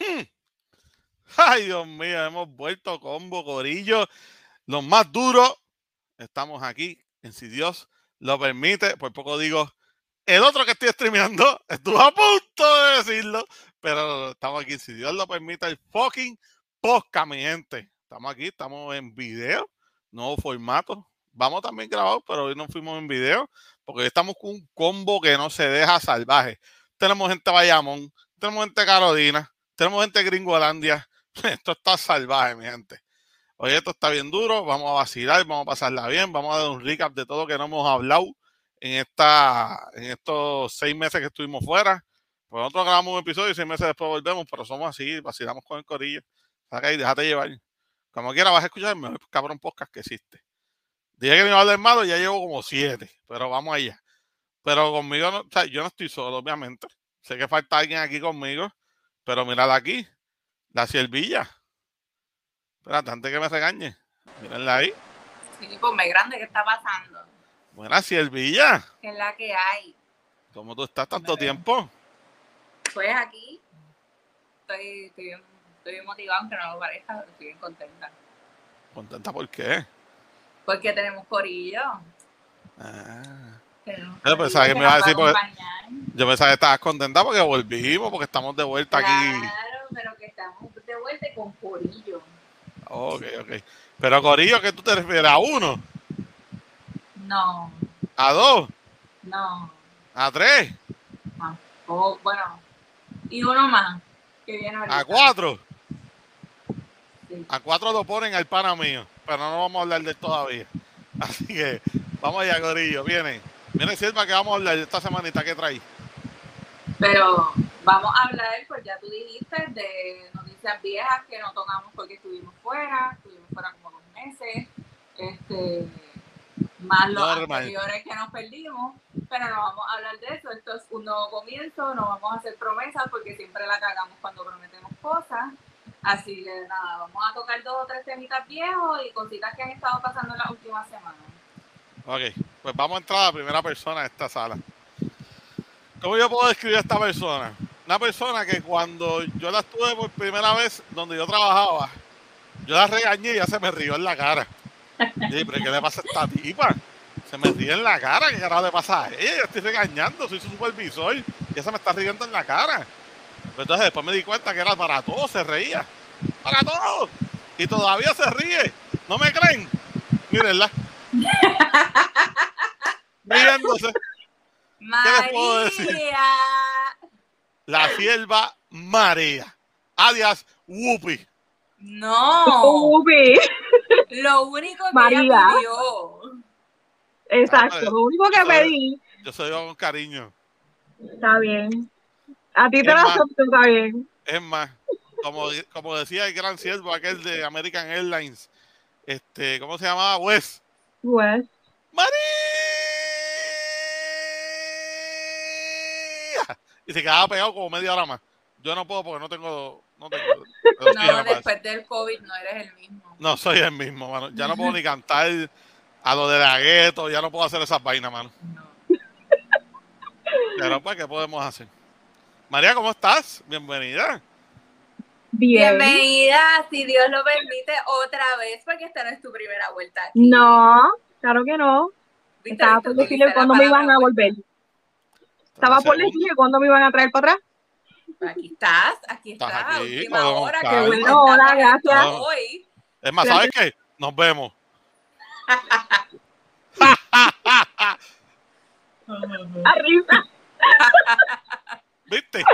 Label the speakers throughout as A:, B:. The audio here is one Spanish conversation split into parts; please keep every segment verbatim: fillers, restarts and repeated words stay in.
A: Hmm. Ay, Dios mío, hemos vuelto combo, corillo. Los más duros. Estamos aquí, en si Dios lo permite. Por poco digo, el otro que estoy streameando, estuve a punto de decirlo, pero estamos aquí, si Dios lo permite, el fucking podcast, mi gente. Estamos aquí, estamos en video, nuevo formato. Vamos también grabados, pero hoy no fuimos en video, porque hoy estamos con un combo que no se deja salvaje. Tenemos gente de Bayamón, tenemos gente de Carolina, tenemos gente de Gringolandia. Esto está salvaje, mi gente. Oye, esto está bien duro, vamos a vacilar, vamos a pasarla bien, vamos a dar un recap de todo lo que no hemos hablado en esta, en estos seis meses que estuvimos fuera. Pues nosotros grabamos un episodio y seis meses después volvemos, pero somos así, vacilamos con el corillo. Saca ahí, déjate llevar. Como quiera vas a escuchar el mejor cabrón podcast que existe. Dije que me iba a hablar malo, ya llevo como siete, pero vamos allá. Pero conmigo, no, o sea, yo no estoy solo, obviamente. Sé que falta alguien aquí conmigo, pero mirad aquí, la Ciervilla. Espérate, antes que me regañe. Mírenla ahí.
B: Sí, ponme grande, ¿qué está pasando?
A: Buenas, Ciervilla.
B: ¿Qué es la que hay?
A: ¿Cómo tú estás tanto tiempo?
B: Pues aquí. Estoy, estoy, bien, estoy bien motivada, aunque no lo parezca, pero estoy bien contenta.
A: ¿Contenta por qué?
B: Porque tenemos corillo.
A: Ah.
B: Tenemos
A: Yo pensaba que
B: que
A: me iba a decir, porque,
B: acompañar.
A: yo pensaba que estabas contenta porque volvimos, porque estamos de vuelta
B: Claro,
A: aquí.
B: Claro, pero que estamos de vuelta con corillo.
A: Ok, ok. Pero corillo, ¿qué tú te refieres? ¿A uno?
B: No.
A: ¿A dos?
B: No.
A: ¿A tres?
B: Ah, oh, bueno. Y uno más, que viene ahorita.
A: ¿A cuatro?
B: Sí.
A: A cuatro lo ponen al pana mío, pero no vamos a hablar de él todavía. Así que vamos allá, corillo, vienen. Viene Silva que vamos a hablar de esta semanita que trae.
B: Pero vamos a hablar, pues ya tú dijiste, de noticias viejas que no tocamos porque estuvimos fuera, estuvimos fuera como dos meses, este, más los
A: Normal.
B: anteriores que nos perdimos, pero no vamos a hablar de eso. Esto es un nuevo comienzo, no vamos a hacer promesas porque siempre la cagamos cuando prometemos cosas. Así que nada, vamos a tocar dos o tres temitas viejos y cositas que han estado pasando en las últimas semanas.
A: Ok, pues vamos a entrar a la primera persona de esta sala. ¿Cómo yo puedo describir a esta persona? Una persona que cuando yo la estuve por primera vez donde yo trabajaba, yo la regañé y ya se me rió en la cara. Dije, pero ¿qué le pasa a esta tipa? Se me ríe en la cara, ¿qué carajo le pasa a ella? Yo estoy regañando, soy su supervisor y ella se me está riendo en la cara. Pero entonces después me di cuenta que era para todo, se reía. ¡Para todo! Y todavía se ríe. ¿No me creen? Mírenla. Riéndose.
B: María.
A: ¿Qué les puedo decir? La sierva María, alias Whoopi.
B: No.
C: Whoopi.
B: Lo único que
C: María.
B: ella pidió.
C: Exacto,
A: Ah,
C: lo único que
A: yo
C: pedí.
A: Yo soy yo con cariño.
C: Está bien. A ti te
A: Es
C: lo
A: más,
C: acepto, está bien.
A: Es más, como, como decía el gran siervo aquel de American Airlines, este, ¿cómo se llamaba? Wes.
C: Wes.
A: ¡María! Y se quedaba pegado como media hora más. Yo no puedo porque no tengo... No, tengo,
B: no después del COVID no eres el mismo.
A: No, soy el mismo, mano. Ya no puedo ni cantar a lo de la gueto, ya no puedo hacer esas vainas, mano.
B: No.
A: Pero pues, ¿qué podemos hacer? María, ¿cómo estás? Bienvenida.
C: Bien.
B: Bienvenida, si Dios lo permite, otra vez, porque esta no es tu primera vuelta aquí.
C: No, claro que no.
B: ¿Viste,
C: Estaba
B: viste,
C: por decirle cuándo me iban a volver. Estaba por decirle cuándo me iban a traer para atrás.
B: Aquí estás, aquí estás,
A: estás aquí,
B: última hora.
C: Qué bueno, hola, gracias.
B: Hoy.
A: Es más, ¿sabes qué? Nos vemos.
C: Arriba.
A: ¿Viste?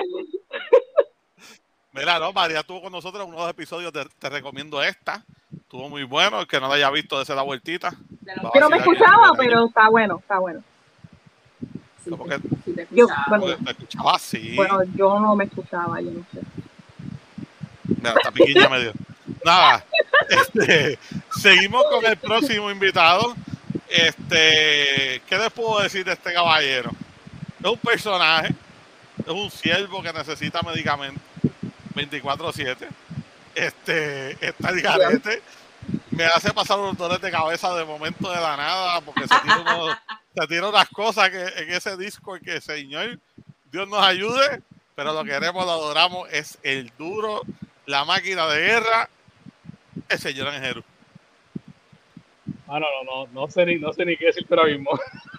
A: Mira, no, María estuvo con nosotros en unos dos episodios, te, te recomiendo esta. Estuvo muy bueno, el que no la haya visto, dése la vueltita.
C: Yo no me escuchaba, pero está bueno, está bueno.
B: Sí,
A: ¿Cómo que?
B: Sí te
C: yo,
B: escuchaba.
C: bueno,
A: ¿Te escuchaba así?
C: Bueno, yo no me escuchaba, yo no sé.
A: Mira, esta piquiña me dio. Nada, este, seguimos con el próximo invitado. Este, ¿qué les puedo decir de este caballero? Es un personaje, es un siervo que necesita medicamentos veinticuatro siete. Este, está el garete. Me hace pasar unos dolores de cabeza de momento de la nada, porque se tira, unos, se tira unas cosas que en ese disco que, señor, Dios nos ayude, pero lo queremos, lo adoramos, es el duro, la máquina de guerra, el señor Angeru.
D: Ah, no, no, no, no sé ni, no sé ni qué decirte ahora mismo.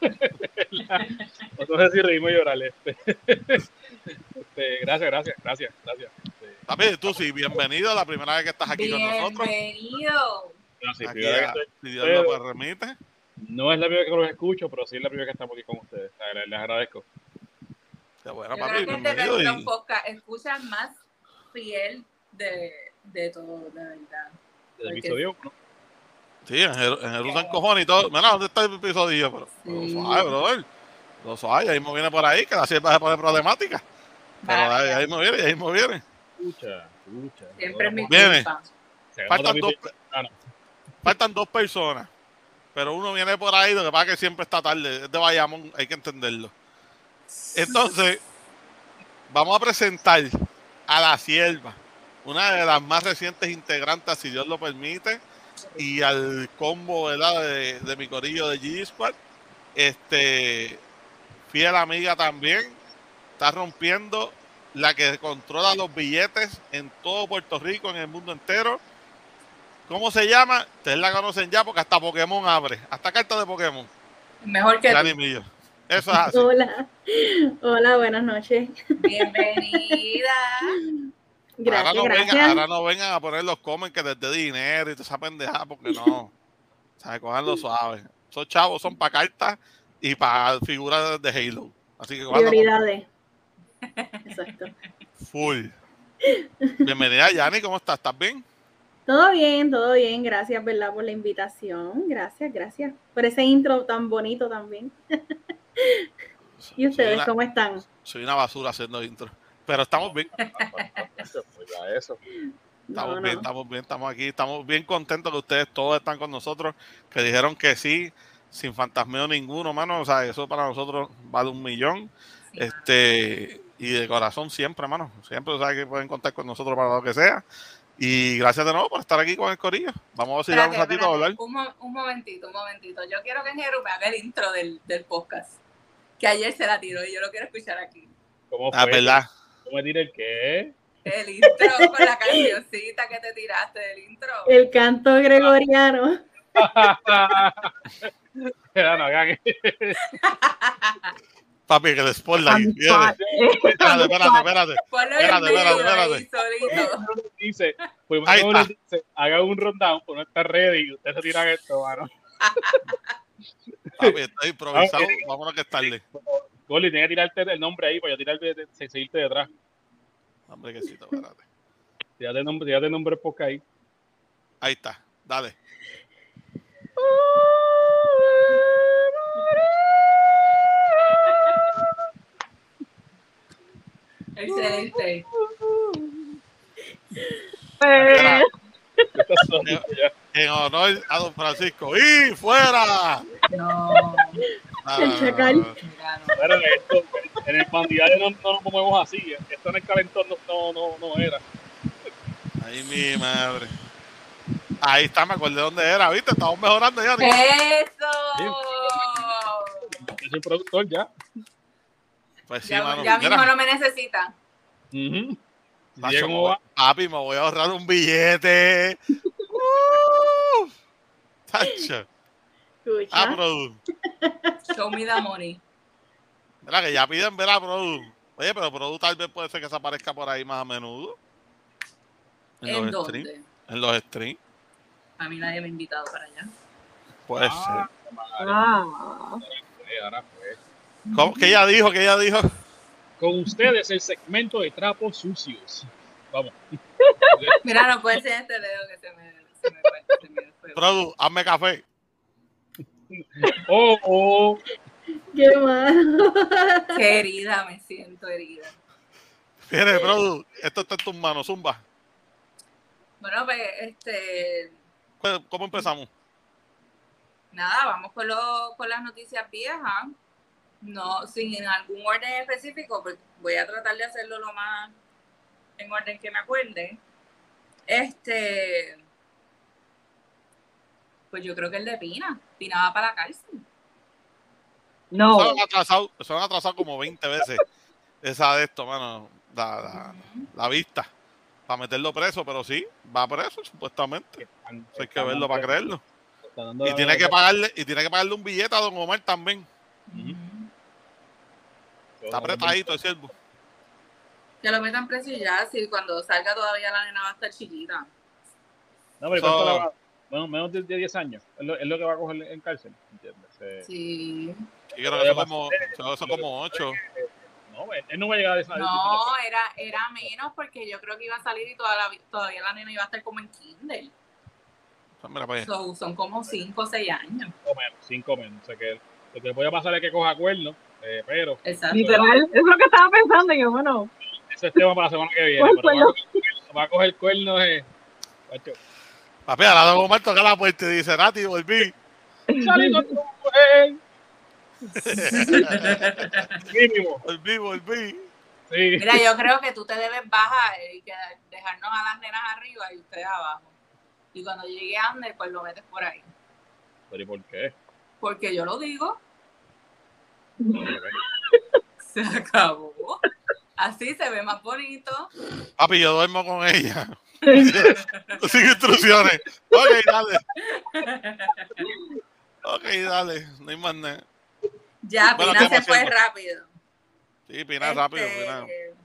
D: No sé si reírme o llorar. Este. Este, gracias, gracias, gracias, gracias. Este,
A: También tú sí, bienvenido, la primera vez que estás aquí con nosotros.
B: Bienvenido.
D: no, sí,
A: Aquí
D: primera vez
A: a,
D: que estoy
A: si
D: con
A: Dios lo
D: ustedes.
A: pues remite.
D: No es la primera vez que los escucho, pero sí es la primera vez que estamos aquí con ustedes. Les, les agradezco.
A: Qué bueno,
B: Yo
A: papi,
B: creo que es de
A: bienvenido.
B: nuestros
A: Y,
B: podcast escuchas más fiel de, de todo, de verdad.
D: Desde el
B: Porque-
D: episodio uno.
A: sí, Angeru Angeru se encojona y todo. Mira, ¿dónde está el episodio? Pero, pero
B: Sí.
A: suave, brother. Lo suave, ahí me viene por ahí, que la sierva se pone problemática. Pero
B: Va,
A: ahí, ahí me viene, ahí me viene.
D: Escucha, escucha.
B: Siempre es mi
A: Viene.
B: culpa.
D: Se ganó
A: Faltan
D: otra
A: dos,
D: vez- ah, no.
A: faltan dos personas. Pero uno viene por ahí, lo que pasa es que siempre está tarde. Es de Bayamón, hay que entenderlo. Entonces, vamos a presentar a la sierva, una de las más recientes integrantes, si Dios lo permite, y al combo, ¿verdad? De, de mi corillo de G Squad. Este, fiel amiga también, está rompiendo, la que controla los billetes en todo Puerto Rico, en el mundo entero. ¿Cómo se llama? Ustedes la conocen ya porque hasta Pokémon abre, hasta cartas de Pokémon.
B: Mejor que
A: Dani
B: tú.
A: Millo. Eso es así.
C: Hola, hola, buenas noches.
B: Bienvenida.
C: Gracias,
A: ahora, no
C: gracias.
A: vengan, ahora no vengan a poner los comments que les dé dinero y toda esa pendejada, porque no. O sea, cojanlo suave. Esos chavos son para cartas y para figuras de Halo. Así que cojanlo
C: Prioridades. Exacto.
A: full. Bienvenida, Yanni, ¿cómo estás? ¿Estás bien?
C: Todo bien, todo bien. Gracias, ¿verdad? Por la invitación. Gracias, gracias. Por ese intro tan bonito también. ¿Y ustedes
A: una,
C: cómo están?
A: Soy una basura haciendo intro. Pero estamos bien.
D: Oiga, eso.
A: Estamos
C: No,
A: bien,
C: no.
A: estamos bien, estamos aquí. Estamos bien contentos que ustedes todos están con nosotros. Que dijeron que sí, sin fantasmeo ninguno, mano. O sea, eso para nosotros vale un millón.
B: Sí,
A: este Y de corazón siempre, mano. Siempre, o sea, que pueden contar con nosotros para lo que sea. Y gracias de nuevo por estar aquí con el corillo. Vamos a vacilar un
B: espérate,
A: ratito a
B: espérate.
A: hablar.
B: Un, mo- un momentito, un momentito. Yo quiero que Jeru me haga el intro del, del podcast. Que ayer se la tiró y yo lo quiero escuchar aquí.
D: ¿Cómo
A: Ah,
D: fue?
A: verdad.
D: ¿Cómo me tira el qué?
B: El intro con la cancioncita que te tiraste del intro.
C: El canto gregoriano.
D: Ya no hagan
A: Papi, que de spoiler ahí.
C: I'm
A: Viene.
C: fat.
A: Espérate, espérate, espérate.
B: Ponlo en
A: Espérate,
B: medio
A: espérate,
B: ahí, solito.
D: dice, pues
A: Ahí
D: uno
A: está.
D: dice, haga un rundown, pues no está ready y ustedes se tiran esto, mano.
A: Papi, estoy improvisado.
D: Ah, eh.
A: Vámonos que es tarde.
D: Goli, tienes que tirarte el nombre ahí para yo tirarte, de, de, de, seguirte detrás.
A: Hombre, que sí, espérate.
D: Tírate el nombre, tírate el nombre por ahí.
A: Ahí está. Dale.
B: Excelente.
A: Mira,
D: Estas son ya.
A: en honor a don Francisco. ¡Y fuera!
B: No,
A: Ah,
C: El chacal.
B: mira, no.
D: Pero esto, en el bandidaje no, no nos movemos así. Esto en el calentón no, no, no, no era.
A: Ahí mi madre. Ahí está, me acordé dónde era, ¿viste? Estamos mejorando ya.
B: ¡Eso!
D: Yo soy productor ya.
A: Pues sí,
B: Ya,
A: mano.
B: ya
A: Mira,
B: mismo no me necesitan.
D: Uh-huh.
A: macho,
D: Llega
A: me
D: como
A: voy-
D: va.
A: papi, me voy a ahorrar un billete. Uh, tacho.
C: Escucha.
A: Ah, Produ.
B: Show me the money.
A: Mira que ya piden ver a Produ. Oye, pero Produ tal vez puede ser que se aparezca por ahí más a menudo. En,
B: ¿En
A: los streams.
B: dónde?
A: En los streams.
B: A mí nadie me ha invitado para allá.
A: Puede
D: Ah,
A: ser.
C: Ah.
D: Eh, ahora pues.
A: ¿Cómo? ¿Qué ella dijo? ¿Qué ella dijo?
D: Con ustedes el segmento de trapos sucios. Vamos.
B: Mira, no puede ser este dedo que se me, se me, fue, se me fue.
A: Produ, hazme café.
D: Oh, oh.
C: Qué malo.
B: Qué herida, me siento herida.
A: Viene, Produ, esto está en tus manos, zumba.
B: Bueno, pues, este,
A: ¿Cómo empezamos?
B: nada, vamos con, lo, con las noticias viejas. No, sin algún orden específico, pues voy a tratar de hacerlo lo más en orden que me acuerde. Este, pues yo creo que el de Pina. Pina va para la cárcel.
C: No.
A: Eso han atrasado, eso han atrasado como veinte veces. Esa de esto, mano. la, la, la vista para meterlo preso, pero sí, va preso supuestamente.
D: Están-
A: Eso hay que
D: están
A: verlo
D: dando-
A: para creerlo.
D: están dando
A: Y
D: la-
A: tiene que pagarle, y tiene que pagarle un billete a Don Omar también.
D: Ujú.
A: Está apretadito el siervo.
B: Que lo metan preso y ya, si cuando salga todavía la nena va a estar chiquita.
D: No, pero
A: Eso-
D: ¿cuánto la va? Bueno, menos de, de diez años. Es lo, es lo que va a coger en cárcel, ¿entiendes? Eh,
B: Sí.
A: Y creo que son como, son como ocho.
D: No, él, él no va a llegar a esa.
B: No, era, era menos porque yo creo que iba a salir y toda la, todavía la nena iba a estar como en kinder.
A: Mira, pues,
B: So, son como cinco o seis años.
D: Cinco menos, cinco menos. O sea que lo que puede pasar es que coja cuernos, eh, pero
B: Exacto.
E: Literal, es lo que estaba pensando. Y yo, bueno,
D: ese es tema para la semana que viene.
E: ¿Cuál
D: Pero
E: fue
D: va, a coger, va a coger cuernos. Eh, macho.
A: papi, ahora Don Omar toca la puerta y dice, Nati, volví.
D: Salí con tu mujer. Mínimo.
A: Volví, volví.
D: Sí.
B: Mira, yo creo que tú te debes bajar y que dejarnos a las nenas arriba y ustedes abajo. Y cuando llegue Ander, pues lo metes por ahí.
D: ¿Pero y por qué?
B: Porque yo lo digo. Se acabó. Así se ve más bonito.
A: Papi, yo duermo con ella. Sin instrucciones. Ok, dale. Ok, dale. No hay más nada.
B: Ya,
A: Bueno,
B: Pina
A: ¿qué
B: se fue
A: hacemos?
B: rápido.
A: Sí, Pina, rápido,
B: Este,
A: Pina.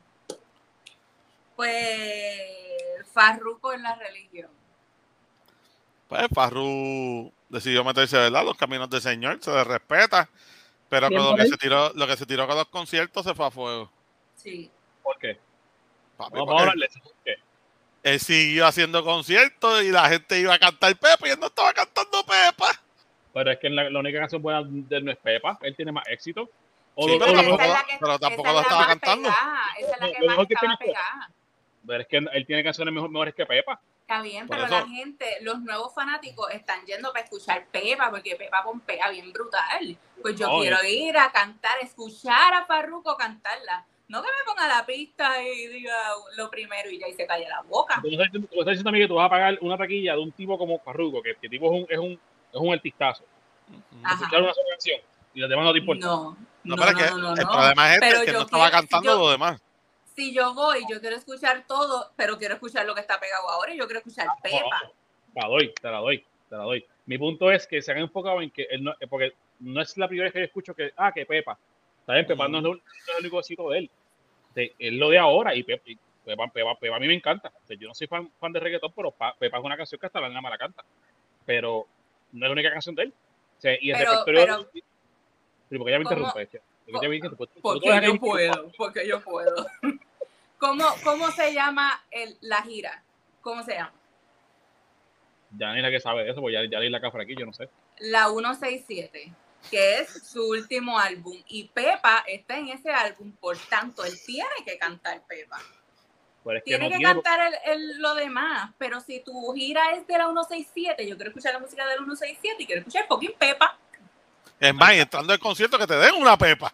B: Pues Farruko en la religión.
A: Pues Farru decidió meterse, ¿verdad? Los caminos del Señor, se le respeta. Pero
E: Bien
A: con lo
E: por
A: que
E: él.
A: se tiró, lo que se tiró con los conciertos se fue a fuego.
B: Sí.
D: ¿Por qué?
A: Papi,
D: Vamos a
A: porque
D: hablarle de eso. ¿Por qué?
A: él siguió haciendo conciertos y la gente iba a cantar Pepa y él no estaba cantando Pepa.
D: Pero es que la, la única canción buena de él no es Pepa. Él tiene más éxito. O
A: Sí,
D: lo,
A: pero
D: o lo
B: esa
D: mejor,
B: es
A: tampoco-
B: la que,
A: pero tampoco
B: esa
A: lo
B: es la
A: estaba
B: más
A: cantando.
B: pegada, esa es la que
D: Lo
B: más
D: mejor que
B: estaba
D: tiene-
B: pegada.
D: pero es que él tiene canciones mejor- mejores que Pepa.
B: Está bien,
A: Por
B: pero
A: eso-
B: la gente, los nuevos fanáticos están yendo para escuchar Pepa, porque Pepa pompea bien brutal. Pues yo
D: No,
B: quiero
D: es-
B: ir a cantar, escuchar a Farruko cantarla. No que me ponga la pista y diga lo primero y ya y se calle la boca.
D: Tú me estás diciendo, tú me estás diciendo a mí que tú vas a pagar una taquilla de un tipo como Farruko, que, que tipo es un, es un, es un artistazo.
B: Ajá.
D: Escuchar una sola canción y las demás no te importa.
B: No,
A: No,
B: no,
A: pero es que
B: no, no,
A: el
B: no.
A: problema es este,
B: Pero
A: que
B: yo
A: no estaba
B: quiero-
A: cantando
B: yo-
A: lo demás.
B: Si yo voy, yo quiero escuchar todo, pero quiero escuchar lo que está pegado ahora y yo quiero escuchar Pepa.
D: No, te la doy, te la doy, te la doy. Mi punto es que se han enfocado en que él no, porque no es la primera vez que yo escucho que, ah, que Pepa. Está bien, Pepa no es lo- no es el único éxito de él. De, es lo de ahora y Pepa, y Pepa, Pepa, Pepa a mí me encanta. O sea, yo no soy fan, fan de reggaetón, pero Pa- Pepa es una canción que hasta la nena me la canta. Pero no es la única canción de él. O sea, y el
B: Pero-
D: repertorio.
B: pero-
D: pero porque ella me
B: ¿cómo?
D: interrumpe. Es que- es que bien que tú- tú- tú
B: Porque
D: dejas que
B: yo
D: me interrumpa.
B: puedo, porque yo puedo. ¿Cómo, cómo se llama el, la gira? ¿Cómo se llama?
D: Ya ni la que sabe de eso, pues ya, ya leí la cafra aquí, yo no sé.
B: La ciento sesenta y siete, que es su último álbum. Y Pepa está en ese álbum, por tanto, él tiene que cantar Pepa.
D: Pero es que
B: Tiene
D: no
B: que
D: tiene-
B: cantar el, el- lo demás, pero si tu gira es de la ciento sesenta y siete, yo quiero escuchar la música de la ciento sesenta y siete y quiero escuchar fucking Pepa.
A: Es más, y entrando al concierto que te den una Pepa.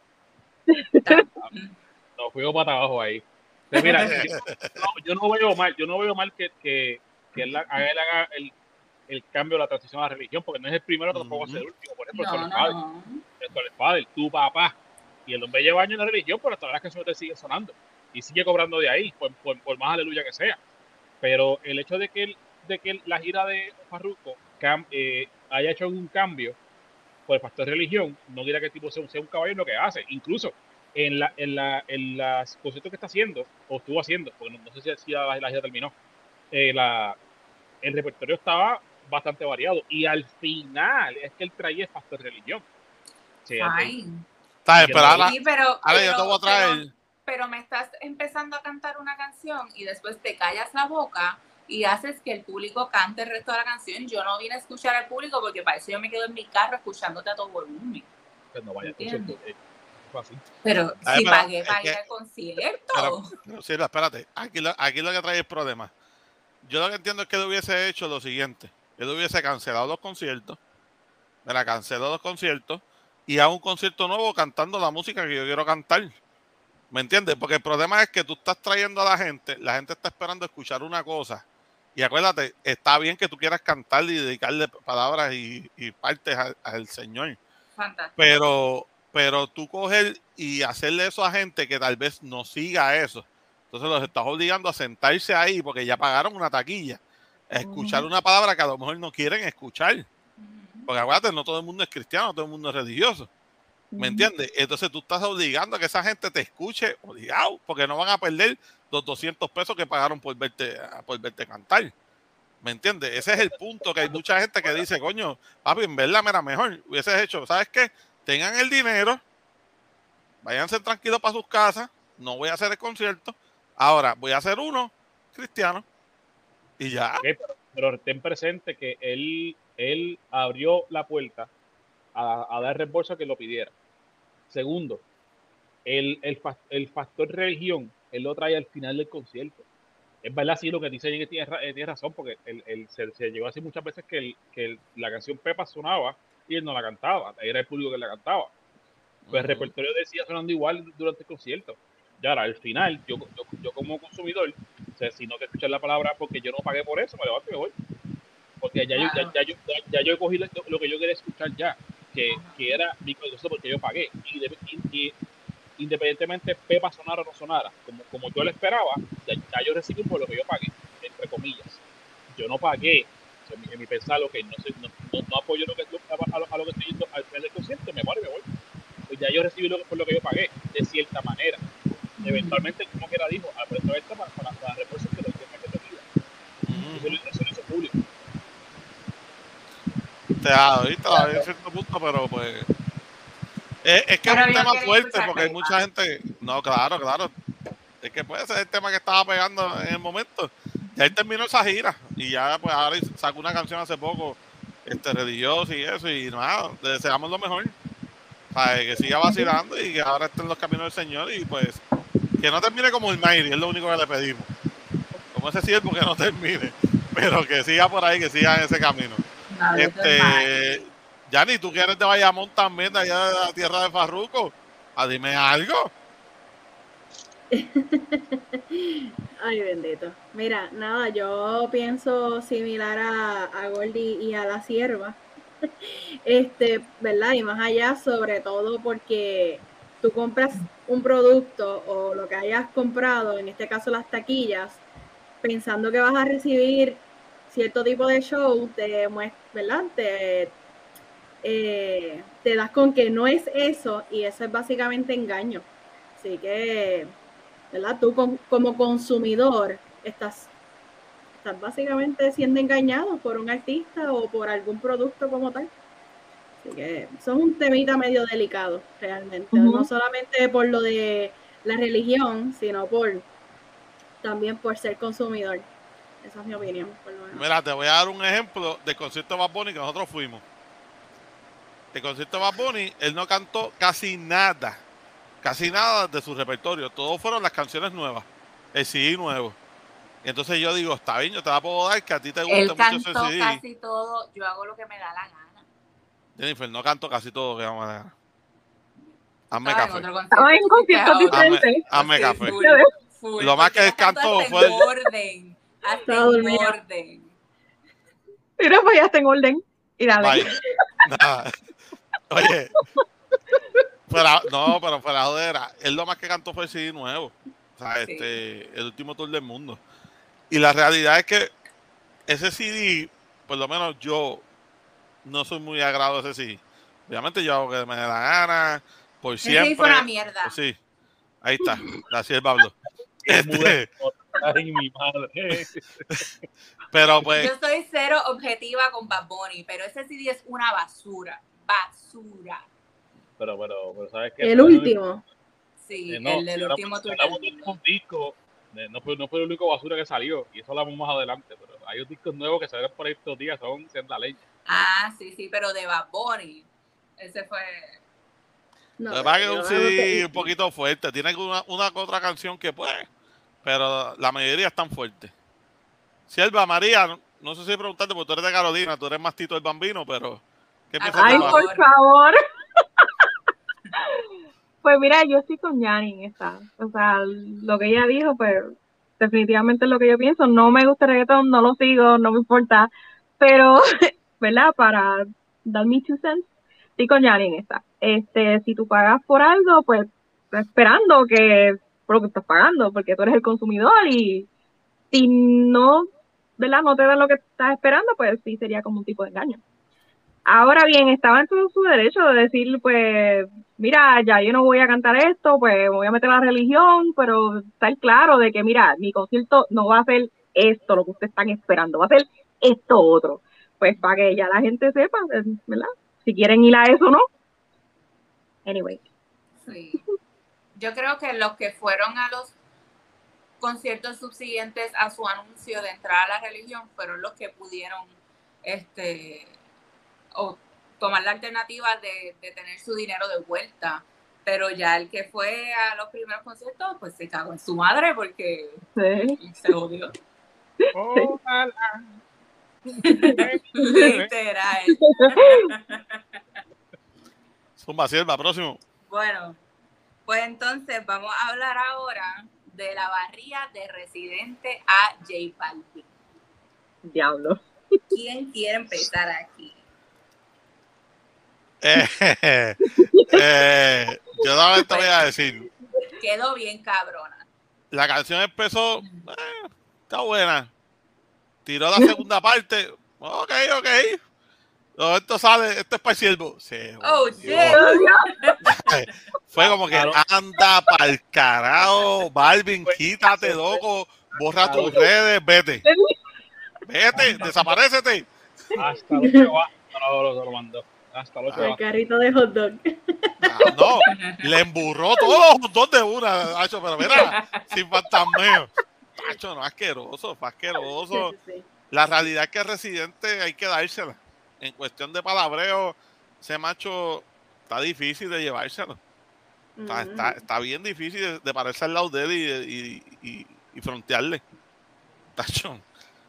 D: Nos fuimos para abajo ahí. Pero mira, yo, no, yo no veo mal, yo no veo mal que, que, que él, haga, él haga el, el cambio, la transición a la religión, porque no es el primero, tampoco es el último. Por ejemplo,
B: No,
D: el
B: no,
D: padre,
B: no.
D: el padre, tu papá. Y el hombre lleva años en la religión, pero todas las canciones te siguen sonando. Y sigue cobrando de ahí, por, por, por más aleluya que sea. Pero el hecho de que, él, de que la gira de Farruko cam, eh, haya hecho un cambio por el factor religión, no quiere que el tipo sea, sea un caballero en lo que hace. Incluso en la en la en las conciertos que está haciendo, o estuvo haciendo, porque no, no sé si, si la, la gira terminó, eh, la, el repertorio estaba bastante variado. Y al final es que él traía el factor religión. O sea, él-
B: Fine.
A: ¿Sabes? Pero ahora,
B: Sí, pero,
A: ahora yo
B: pero-
A: te voy a traer.
B: pero- pero me estás empezando a cantar una canción y después te callas la boca y haces que el público cante el resto de la canción. Yo no vine a escuchar al público porque para eso yo me quedo en mi carro escuchándote a todo volumen.
D: pues no vaya al
B: Entiendo.
D: concierto. eh, fue así.
B: Pero
A: Ay,
B: si
A: pero
B: pagué
A: es
B: para
A: que-
B: ir al concierto.
A: Pero, pero Silvia, espérate. Aquí lo, aquí lo que trae el problema. Yo lo que entiendo es que él hubiese hecho lo siguiente. Él hubiese cancelado los conciertos. Me la canceló los conciertos. Y hago un concierto nuevo cantando la música que yo quiero cantar. ¿Me entiendes? Porque el problema es que tú estás trayendo a la gente. La gente está esperando escuchar una cosa. Y acuérdate, está bien que tú quieras cantar y dedicarle palabras y, y partes al, al Señor.
B: Fantástico.
A: Pero, pero tú coger y hacerle eso a gente que tal vez no siga eso. Entonces los estás obligando a sentarse ahí porque ya pagaron una taquilla, a escuchar
E: Ujú.
A: una palabra que a lo mejor no quieren escuchar.
B: Ujú.
A: Porque acuérdate, no todo el mundo es cristiano, no todo el mundo es religioso. ¿Me entiendes? Entonces tú estás obligando a que esa gente te escuche, obligado, porque no van a perder los doscientos pesos que pagaron por verte, por verte cantar. ¿Me entiendes? Ese es el punto, que hay mucha gente que dice, coño, papi, en verdad, mira, mejor hubieses hecho, ¿sabes qué? Tengan el dinero, váyanse tranquilos para sus casas, no voy a hacer el concierto, ahora voy a hacer uno cristiano y ya.
D: Ok, pero, pero ten presente que él, él abrió la puerta a, a dar reembolso a que lo pidiera. Segundo, el, el, fa- el factor religión, él lo trae al final del concierto. Es verdad, sí, lo que dice Jenny tiene, ra- eh, tiene razón, porque él, él se, se llegó a decir muchas veces que, el, que el- la canción Pepa sonaba y él no la cantaba, era el público que la cantaba. Pues el
A: Ujú.
D: repertorio decía sonando igual durante el concierto. Y ahora, al final, yo, yo, yo como consumidor, o sea, si no te escuchas la palabra porque yo no pagué por eso, me levanto y me voy. Porque ya, yo, ya,
B: Claro.
D: ya, yo, ya, ya yo he cogido lo, lo que yo quería escuchar ya, que, que era mi concierto porque yo pagué. Y, de, y, y independientemente Pepa sonara o no sonara, como, como yo lo esperaba, ya, ya yo recibí por lo que yo pagué, entre comillas. Yo no pagué, o sea, en, mi, en mi pensar, ok, no, sé, no, no, no apoyo lo que, a, lo, a lo que estoy yendo al final del concierto, me muero y me voy. Pues ya yo recibí lo que, por lo que yo pagué, de cierta manera. Eventualmente, como que era dijo, aprecio esta para, para, para refuerzos que lo que te pida. Eso lo eso lo hizo público.
A: Te ha ¿viste? A cierto punto, pero pues es, es que es
B: Pero
A: un
B: yo
A: tema
B: quería
A: fuerte
B: escuchar
A: porque hay
B: Pepa.
A: mucha gente, no, claro, claro, es que puede ser el tema que estaba pegando en el momento. Ya él terminó esa gira y ya pues ahora sacó una canción hace poco, este religioso y eso, y nada, le deseamos lo mejor. O sea, que siga vacilando y que ahora esté en los caminos del Señor y pues que no termine como el Mayri, es lo único que le pedimos. Como ese siervo que no termine, pero que siga por ahí, que siga en ese camino.
B: No,
A: Este, Yanni, tú que eres de Bayamón también, de allá de la tierra de Farruko, a dime algo.
C: Ay, bendito. Mira, nada, yo pienso similar a, a Gordy y a la sierva. Este, ¿verdad? Y más allá, sobre todo porque tú compras un producto o lo que hayas comprado, en este caso las taquillas, pensando que vas a recibir cierto tipo de show, te muest- ¿verdad? Te, eh, te das con que no es eso y eso es básicamente engaño. Así que, ¿verdad? Tú con- como consumidor estás, estás básicamente siendo engañado por un artista o por algún producto como tal. Así que son un temita medio delicado, realmente.
E: Ujú.
C: No solamente por lo de la religión, sino por también por ser consumidor. Esa es mi opinión, por lo menos.
A: Mira, te voy a dar un ejemplo del concierto de Bad Bunny que nosotros fuimos. El concierto de Bad Bunny, él no cantó casi nada, casi nada de su repertorio. Todo fueron las canciones nuevas, el C D nuevo. Entonces yo digo, está bien, yo te la puedo dar, que a ti te guste
B: Él
A: mucho ese
B: cantó
A: C D.
B: casi todo, yo hago lo que me da la gana.
A: Jennifer, no canto casi todo que vamos a dejar. Hazme
B: Estaba en
A: café.
B: otro
E: Estaba en
B: concierto,
E: conciertos
B: ahora.
A: Hazme,
E: diferentes.
A: hazme
B: Sí,
A: café.
B: full, full,
A: Lo más
B: porque
A: que
B: ella cantó
A: cantó
B: hasta
A: fue
B: en orden, hasta
C: Estaba
B: en
C: dormida.
B: orden.
E: Mira, pues ya está en orden. Y dale.
A: Bye. Nada. Oye, fuera, no, pero fuera jodera. Él lo más que cantó fue el C D nuevo. O sea,
B: Sí.
A: este, el último tour del mundo. Y la realidad es que ese C D, por lo menos yo, no soy muy agrado de ese C D. Obviamente yo hago que me dé la gana, por
B: Ese sí fue
A: siempre.
B: una mierda.
A: Pues sí, ahí está. Así es, Pablo.
D: Que mude.
A: Este,
D: Ay, mi madre.
A: pero pues,
B: Yo soy cero objetiva con Bad Bunny, pero ese C D es una basura. Basura.
D: Pero, pero, pero, ¿sabes qué?
C: El último.
B: Sí,
D: Eh, no,
B: el del
D: si hablamos,
B: último
D: si
B: tour del
D: hablamos de
B: mundo.
D: un disco, eh, no, fue, no fue el único basura que salió, y eso hablamos más adelante, pero hay unos discos nuevos que salen por estos días, son senda leña.
B: Ah, sí, sí, pero de Bad Bunny. Ese fue...
C: No,
A: lo que pasa es que es un
C: yo-
A: C D un poquito fuerte. Tiene una, una que otra canción que pues, pero la mayoría están fuertes. Sierva María, no, no sé si preguntarte, porque tú eres de Carolina, tú eres más Tito el Bambino, pero ¿qué
B: Ah,
A: piensas
E: Ay,
A: de
B: por
E: por
A: Farruko?
E: favor. Pues mira, yo estoy con Yani en esta. O sea, lo que ella dijo, pues definitivamente es lo que yo pienso. No me gusta el reggaetón, no lo sigo, no me importa. Pero, ¿verdad? Para dar mi two cents, estoy con Yani en esta. Este, si tú pagas por algo, pues esperando que por lo que estás pagando, porque tú eres el consumidor y si no, ¿verdad? No te dan lo que estás esperando, pues sí sería como un tipo de engaño. Ahora bien, estaba en todo su derecho de decir, pues, mira, ya yo no voy a cantar esto, pues me voy a meter a la religión, pero estar claro de que, mira, mi concierto no va a ser esto, lo que ustedes están esperando, va a ser esto otro. Pues para que ya la gente sepa, ¿verdad? Si quieren ir a eso o no. Anyway.
B: Sí. Yo creo que los que fueron a los conciertos subsiguientes a su anuncio de entrar a la religión fueron los que pudieron este o tomar la alternativa de, de tener su dinero de vuelta, pero ya el que fue a los primeros conciertos pues se cagó en su madre porque
E: sí.
B: se odió.
D: Ojalá.
B: Literal.
A: Zumba, Sierva, próximo.
B: Bueno, pues entonces vamos a hablar ahora de la barría de Residente a J Balvin.
E: Diablo.
B: ¿Quién quiere empezar aquí?
A: Eh, eh, yo no te voy a decir.
B: Quedó bien cabrona.
A: La canción empezó, eh, está buena. Tiró la segunda parte. Ok, ok. Luego esto sale, esto es para el siervo. Sí,
B: Oh,
A: Dios.
B: shit.
A: Fue como que
D: Claro.
A: anda pa'l carajo, Balvin,
D: Fue-
A: quítate,
D: fue-
A: loco, borra
D: Claro.
A: tus redes, vete. Vete, desaparécete.
D: Hasta los chavos, no lo, lo mandó. Hasta los
A: Ah.
C: El
D: chavos.
C: carrito de hot dog.
A: Ah, no, le emburró todos los dos de una, Nacho, pero mira, sin fantasmeo. Nacho, no, asqueroso, fue asqueroso.
C: Sí, sí, sí.
A: La realidad es que Residente hay que dársela. En cuestión de palabreo, ese macho está difícil de llevárselo. Está,
C: Ujú.
A: está, está bien difícil de, de pararse al lado de él y, y, y, y frontearle. Tacho.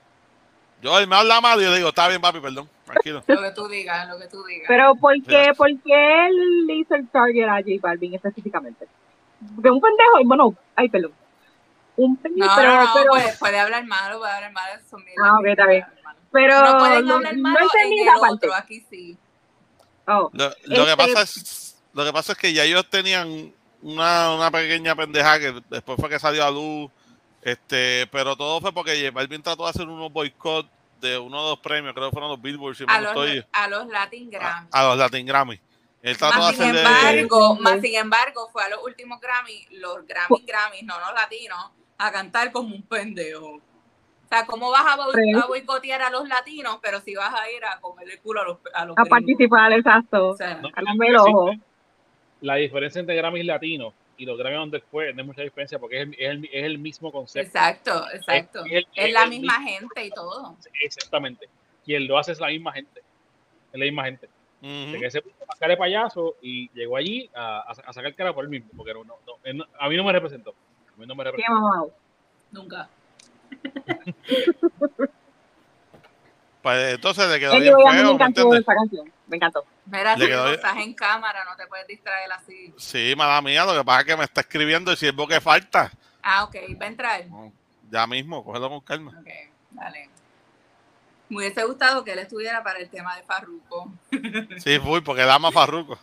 A: Yo, él me habla mal y yo le digo, está bien, papi, perdón, tranquilo.
B: Lo que tú digas, lo que tú digas.
E: Pero ¿por qué,
A: Mira.
E: ¿por qué él le hizo el target a J Balvin específicamente? Porque un pendejo, bueno, ay, perdón. Un pendejo,
B: no,
E: pero,
B: no, no,
E: pero,
B: puede, puede hablar malo, puede hablar malo, son mil
E: Ah, ok, está bien. pero
B: no pueden
E: lo-
B: hablar
E: no
B: malo
E: entendí
B: en
E: esa
B: el
E: parte.
B: otro, aquí sí.
E: Oh,
A: Lo, lo que
E: Este-
A: pasa es, lo que pasa es que ya ellos tenían una, una pequeña pendeja que después fue que salió a luz, este, pero todo fue porque J Balvin trató de hacer unos boicot de uno de los premios, creo que fueron los Billboard, si
B: A
A: me
B: los,
A: estoy,
B: a los Latin
A: a,
B: Grammy.
A: a los Latin Grammy. Él trató de
B: Más sin
A: hacerle
B: embargo,
E: Sí.
B: más sin embargo, fue a los últimos Grammy, los Grammy Grammys, no los latinos, a cantar como un pendejo. O sea, ¿cómo vas a, boy-
E: Sí.
B: a boicotear a los latinos, pero si vas a ir a comerle el culo a los, a los
E: a
B: gringos?
E: participar, exacto.
B: O sea,
D: No,
E: A darme el ojo.
D: La diferencia entre Grammys latinos y los Grammys donde fue no hay mucha diferencia porque es el, es el, es el mismo concepto.
B: exacto, exacto.
D: Es- es-
B: Es,
D: es
B: la
D: el
B: misma
D: mismo-
B: gente y todo.
D: Exactamente. Quien lo hace es la misma gente. Es la misma gente.
A: Ujú.
D: De que se puso a cara de payaso y llegó allí a, a, a sacar cara por él mismo. Porque no, no, no, él no- a mí no me representó. A mí no me
E: Qué
D: representó.
E: mamado.
B: Nunca.
A: Pues entonces le quedó bien
E: Anyway, a mí me
A: feo, ¿me
E: encantó
A: entiendes?
E: esa canción. Me encantó.
B: Mira,
A: Le
B: si
A: quedó-
B: estás en cámara, no te puedes distraer así.
A: Sí, mala mía, lo que pasa es que me está escribiendo el siervo que falta.
B: Ah, ok, va a entrar.
A: No, ya mismo, cógelo con calma.
B: Ok, dale. Me hubiese gustado que él estuviera para el tema de Farruko.
A: Sí, fui, porque dama Farruco.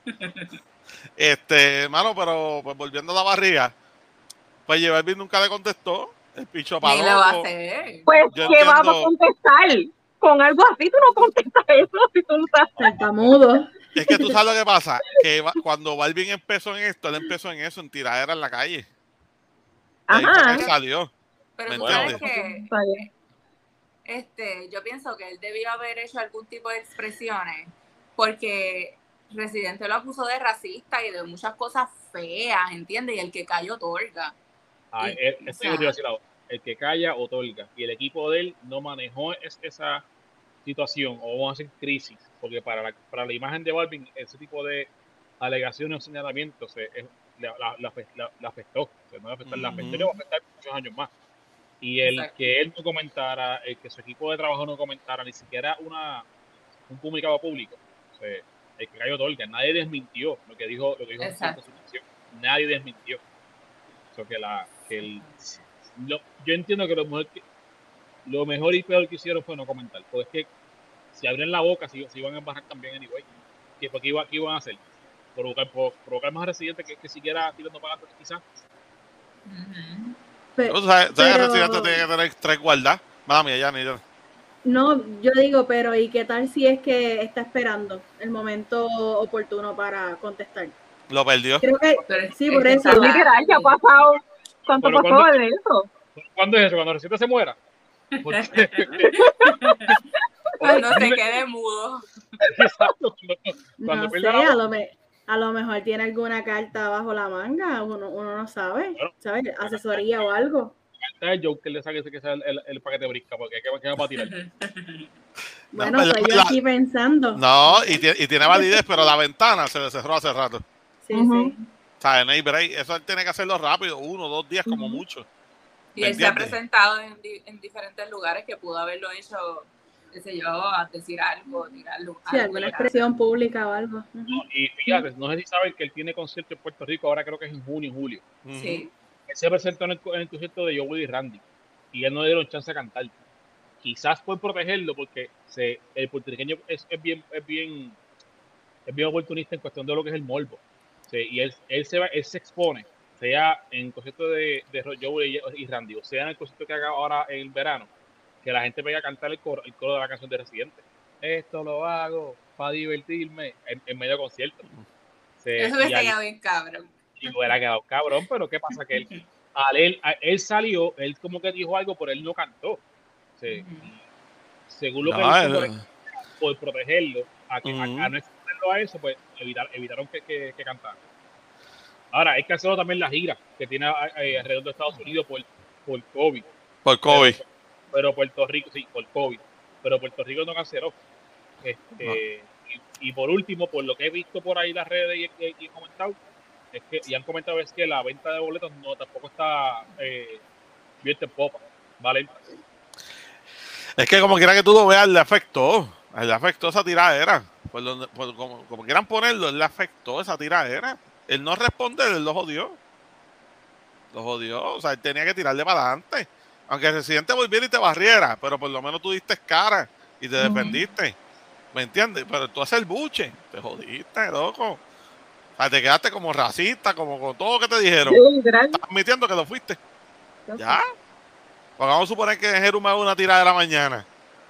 A: Este, hermano, pero pues volviendo a la barriga, pues J Balvin nunca le contestó. El picho
B: Ni lo va a
A: paloco.
B: hacer.
E: Pues,
A: Yo
E: ¿qué vamos a
A: entiendo.
E: contestar? Con algo así tú no contestas eso si tú no estás.
C: Tartamudo.
A: Es que tú sabes lo que pasa, que va- cuando Balvin empezó en esto, él empezó en eso, en tiradera en la calle. De ahí fue que
E: Ajá.
A: él salió.
B: Pero
A: ¿Me
B: tú
D: entiendes?
B: sabes que
E: Está bien.
B: este, yo pienso que él debió haber hecho algún tipo de expresiones porque Residente lo acusó de racista y de muchas cosas feas, ¿entiendes? Y el que cayó otorga.
D: Ah,
B: Y-
D: él-
B: o
D: esto
B: sea-
D: yo te iba a decir ahora. El que calla, otorga. Y el equipo de él no manejó es- esa situación, o vamos a decir crisis, porque para la, para la imagen de Balvin, ese tipo de alegaciones o señalamientos eh, es- la, la, la, la- la afectó. O sea, no va a afectar, la afectó y le va a afectar muchos años más. Y el
B: Exacto.
D: que él no comentara, el que su equipo de trabajo no comentara, ni siquiera una un comunicado público, o sea, el que cayó otorga, nadie desmintió lo que dijo, lo que dijo
B: Exacto.
D: en su canción. Nadie desmintió. O sea, que la, que el, lo- yo entiendo que lo mejor, que- lo mejor y peor que hicieron fue no comentar. Porque es que si abren la boca, se, se iban a embarrar también anyway. ¿Qué, porque iba, ¿Qué iban a hacer? Provocar, pro- provocar más residentes que, que siquiera tirando para adelante, quizás.
B: Ujú.
C: Pe-
A: ¿Tú sabes, sabes que el
C: pero-
A: residente tiene que tener tres guardas? Mami, ya ni ya.
C: No, yo digo, pero ¿y qué tal si es que está esperando el momento oportuno para contestar?
A: Lo perdió.
C: Creo que
B: Pero es-
C: sí,
B: es
C: por
B: que
C: eso.
B: está
E: Literal, ya ha
B: tarde.
E: pasado. ¿Cuánto
D: Pero
E: pasó
D: ¿cuándo-
E: de eso?
D: ¿Cuándo es eso? ¿Cuando el residente se muera? Porque,
B: Cuando se quede mudo.
D: exacto, cuando, cuando
C: No sé,
D: pierda la
C: a
D: voz.
C: lo, me- a lo mejor tiene alguna carta bajo la manga, uno, uno no sabe,
D: Bueno.
C: ¿sabes? Asesoría o algo.
D: Está el Joker le saque que sea el, el, el paquete de brisca, porque ¿qué, qué va a tirar?
C: Bueno,
A: verdad,
C: estoy yo
A: la-
C: aquí pensando.
A: No, y tiene, y tiene validez, pero la ventana se le cerró hace rato.
C: Sí,
E: Ujú.
C: sí.
A: O sea, no hay break. Eso él tiene que hacerlo rápido, uno, dos días como
E: Ujú.
A: mucho.
B: Y
A: ¿Me
B: él se ha
A: entiendes?
B: presentado en, di- en diferentes lugares que pudo haberlo hecho, qué sé yo, a decir algo, tirarlo.
C: Sí, alguna expresión pública o algo. Ujú.
D: No, y fíjate, no sé si saben que él tiene concierto en Puerto Rico, ahora creo que es en junio y julio.
A: Ujú.
B: Sí.
D: Él se presentó en el, en el concierto de Joe y Randy y él no le dieron chance de cantar. Quizás por protegerlo, porque se, el puertorriqueño es, es bien, es bien, es bien oportunista en cuestión de lo que es el morbo. Sí, y él, él, se va, él se expone, sea en el concierto de, de Joe y, y Randy, o sea en el concierto que haga ahora en el verano, que la gente venga a cantar el coro, el coro de la canción de Residente. Esto lo hago para divertirme en, en medio de concierto. Se,
B: Eso
D: y
B: hubiese
D: al-
B: quedado bien cabrón.
D: y hubiera quedado cabrón, pero ¿qué pasa? Que él, al él, a- él salió, él como que dijo algo, pero él no cantó. Sí,
B: Ujú.
D: y según lo que
A: No,
D: él hizo por,
A: él-
D: por protegerlo, a, que, a-
A: Ujú.
D: a no exponerlo a eso, pues evitar, evitaron que, que, que cantara. Ahora, hay que hacerlo también la gira que tiene eh, alrededor de Estados Unidos por, por COVID.
A: por COVID.
D: Pero, pero Puerto Rico, sí, por COVID. Pero Puerto Rico no canceló. Este, y, y por último, por lo que he visto por ahí en las redes y, y, y he comentado, es que, y han comentado es que la venta de boletos no tampoco está eh, viento en popa, ¿vale?
A: Es que como quiera que tú lo veas, le afectó. Le afectó esa tiradera. Por donde, por, como, como quieran ponerlo, le afectó esa tiradera. Él no responde, él lo jodió. Lo jodió. O sea, él tenía que tirarle para adelante. Aunque el residente volviera y te barriera, pero por lo menos tú diste cara y te
E: Ujú.
A: defendiste. ¿Me entiendes? Pero tú haces el buche. Te jodiste, loco. O sea, te quedaste como racista, como con todo lo que te dijeron.
E: Sí, literal.
A: Estás admitiendo que lo fuiste. ¿Ya? Porque vamos a suponer que Jeru me haga una tirada de la mañana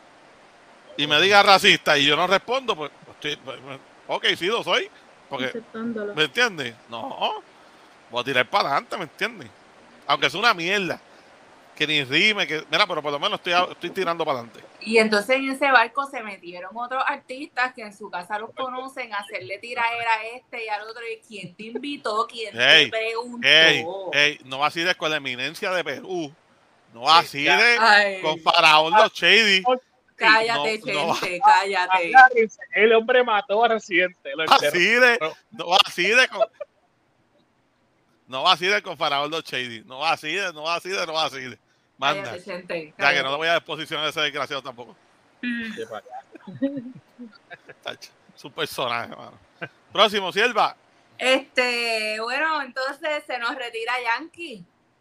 A: y me diga racista y yo no respondo, pues, estoy, pues, pues, ok, sí lo soy. Porque,
C: Aceptándolo.
A: ¿me entiendes? No, voy a tirar para adelante, ¿me entiendes? Aunque es una mierda, que ni rime, que, mira, pero por lo menos estoy, estoy tirando para adelante.
B: Y entonces en ese barco se metieron otros artistas que en su casa los conocen, a hacerle tiraera a este y al otro. ¿Y quién te invitó? ¿Quién
A: Hey,
B: te preguntó?
A: Ey, ey, no vaciles con la eminencia de Perú. No vaciles
B: Ay.
A: con Faraón Los Shady.
B: Cállate,
A: no, no,
B: Chente, cállate.
D: El hombre mató a Residente. Lo enterró.
A: Vacile, no vacile con. No vacile con Faraón Los Shady. No vacile, no vacile, no vacile. Manda.
B: Cállate, Chente.
A: Ya que
B: cállate.
A: no le voy a dar exposición a ese desgraciado tampoco. Tacho, es un personaje, hermano. Próximo, Sierva.
B: Este, bueno, entonces se nos retira Yankee.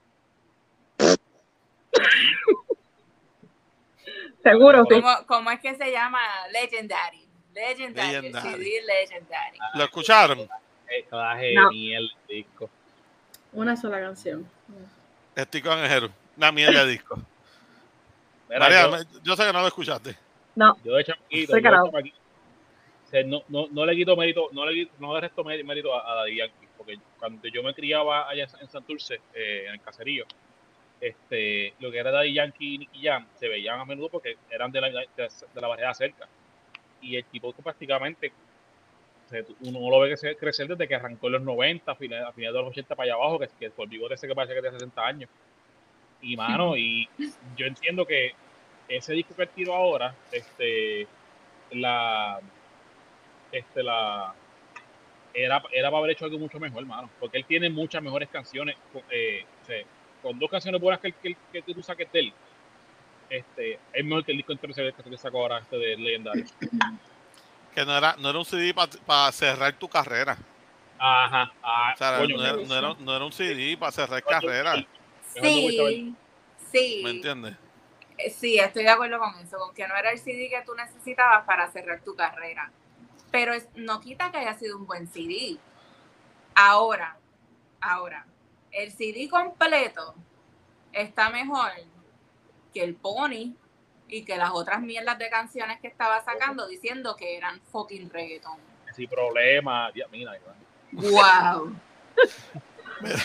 E: Seguro, sí.
B: ¿Cómo, cómo es que se llama? Legendary. Legendary.
A: Legendary.
B: C D Legendary.
A: ¿Lo escucharon?
D: Estaba genial el disco.
C: Una sola canción.
A: Estoy con el Jeru. Una mierda de disco.
D: Mira,
A: María,
D: yo,
A: me- yo sé que no lo escuchaste.
E: No,
D: yo de chamaquito,
E: Estoy
D: yo de
E: carajo.
D: chamaquito, o sea, no, no, no le quito mérito, no le, quito- no le resto mé- mérito a, a Daddy Yankee, porque cuando yo me criaba allá en Santurce, eh, en el caserío, este, lo que era Daddy Yankee y Nicky Jam se veían a menudo porque eran de la, de, de la barriada cerca. Y el tipo que prácticamente, o sea, uno lo ve crecer, crecer desde que arrancó en los noventa, a finales, a finales de los ochenta para allá abajo, que, que por el bigote ese que parece que tiene sesenta años. Y mano, y yo entiendo que ese disco que él tiró ahora, este, la, este, la, era, era para haber hecho algo mucho mejor, hermano, porque él tiene muchas mejores canciones, eh, o sea, con dos canciones buenas que, que, que, que tú saques de él, este, es mejor que el disco entero que te sacó ahora, este de Legendary.
A: Que no era, no era un C D para pa cerrar tu carrera.
D: Ajá, ah,
A: O sea,
D: coño,
A: no, era, no, era, no era un C D para cerrar carrera.
B: Sí, sí.
A: ¿Me entiendes?
B: Eh, Sí, estoy de acuerdo con eso, con que no era el C D que tú necesitabas para cerrar tu carrera. Pero es, no quita que haya sido un buen C D. Ahora, ahora, el C D completo está mejor que el Pony y que las otras mierdas de canciones que estaba sacando diciendo que eran fucking reggaeton.
D: Sin problema. Dios, mira,
B: wow.
A: Mira.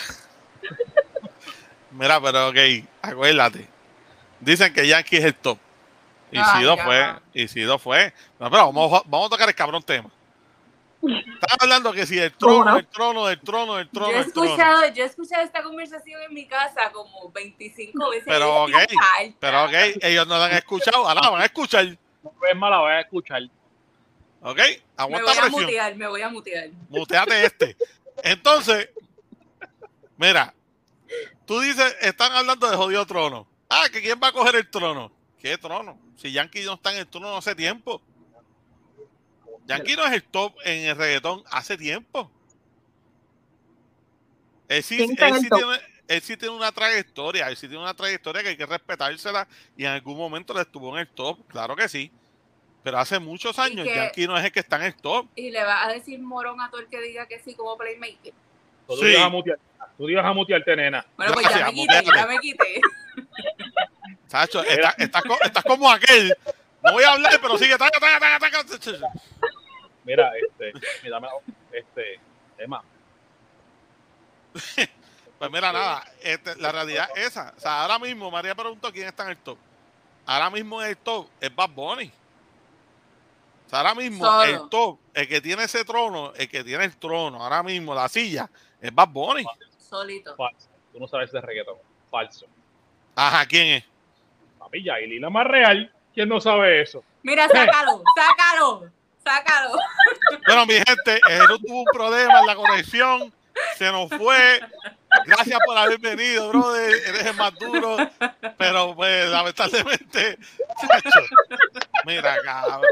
A: Mira, pero ok, acuérdate. Dicen que Yankee es el top. Y
B: Ay,
A: Sido
B: ya.
A: fue, y Sido fue. No, pero vamos, vamos a tocar el cabrón tema. Están hablando que si el
E: ¿Cómo
A: trono,
E: no?
A: el trono, el trono, el trono,
B: Yo he
A: el trono.
B: escuchado, yo he escuchado esta conversación en mi casa como veinticinco veces.
A: Pero ok,
B: Está alta.
A: pero ok, ellos no la han escuchado, ahora la van a escuchar.
D: no es mala, voy a escuchar.
A: Ok,
B: Me
A: aguanta
B: voy a
A: presión.
B: mutear, me voy a mutear.
A: Muteate este. Entonces, mira, tú dices, están hablando de jodido trono. Ah, que quién va a coger el trono. ¿Qué trono? Si Yankee no está en el trono no hace tiempo. Yankee no es el top en el reggaetón hace tiempo. Él sí,
E: ¿Quién está
A: él
E: en el
A: sí
E: top?
A: tiene, él sí tiene una trayectoria, él sí tiene una trayectoria que hay que respetársela y en algún momento le estuvo en el top, claro que sí. Pero hace muchos años
B: que-
A: Yankee no es el que está en el top.
B: Y le vas a decir morón a todo el que diga que sí como playmaker.
D: Tú
A: Sí.
D: te ibas a mutear. Tú te ibas a mutearte, nena.
B: Bueno, pues ya
A: Gracias,
B: me quité,
A: muteate.
B: ya me quité.
A: Sacho, estás, estás, co- estás como aquel. No voy a hablar, pero sigue. Taca, taca, taca, taca.
D: Mira, este, mira, dame, este, Emma,
A: Pues mira, nada, este, la realidad es esa. O sea, ahora mismo María preguntó quién está en el top. Ahora mismo en el top es Bad Bunny. O sea, ahora mismo
B: Solo.
A: el top, el que tiene ese trono, el que tiene el trono, ahora mismo la silla, es Bad Bunny.
B: Solito.
D: falso. Tú no sabes de reggaetón. Falso.
A: Ajá, ¿quién es?
D: Papi, Yailin la más real. ¿Quién no sabe eso?
B: Mira, sácalo, sácalo, sácalo.
A: Bueno, mi gente, Jesús tuvo un problema en la conexión, se nos fue. Gracias por haber venido, brother. Eres el más duro. Pero, pues, lamentablemente, chacho, mira, cabrón.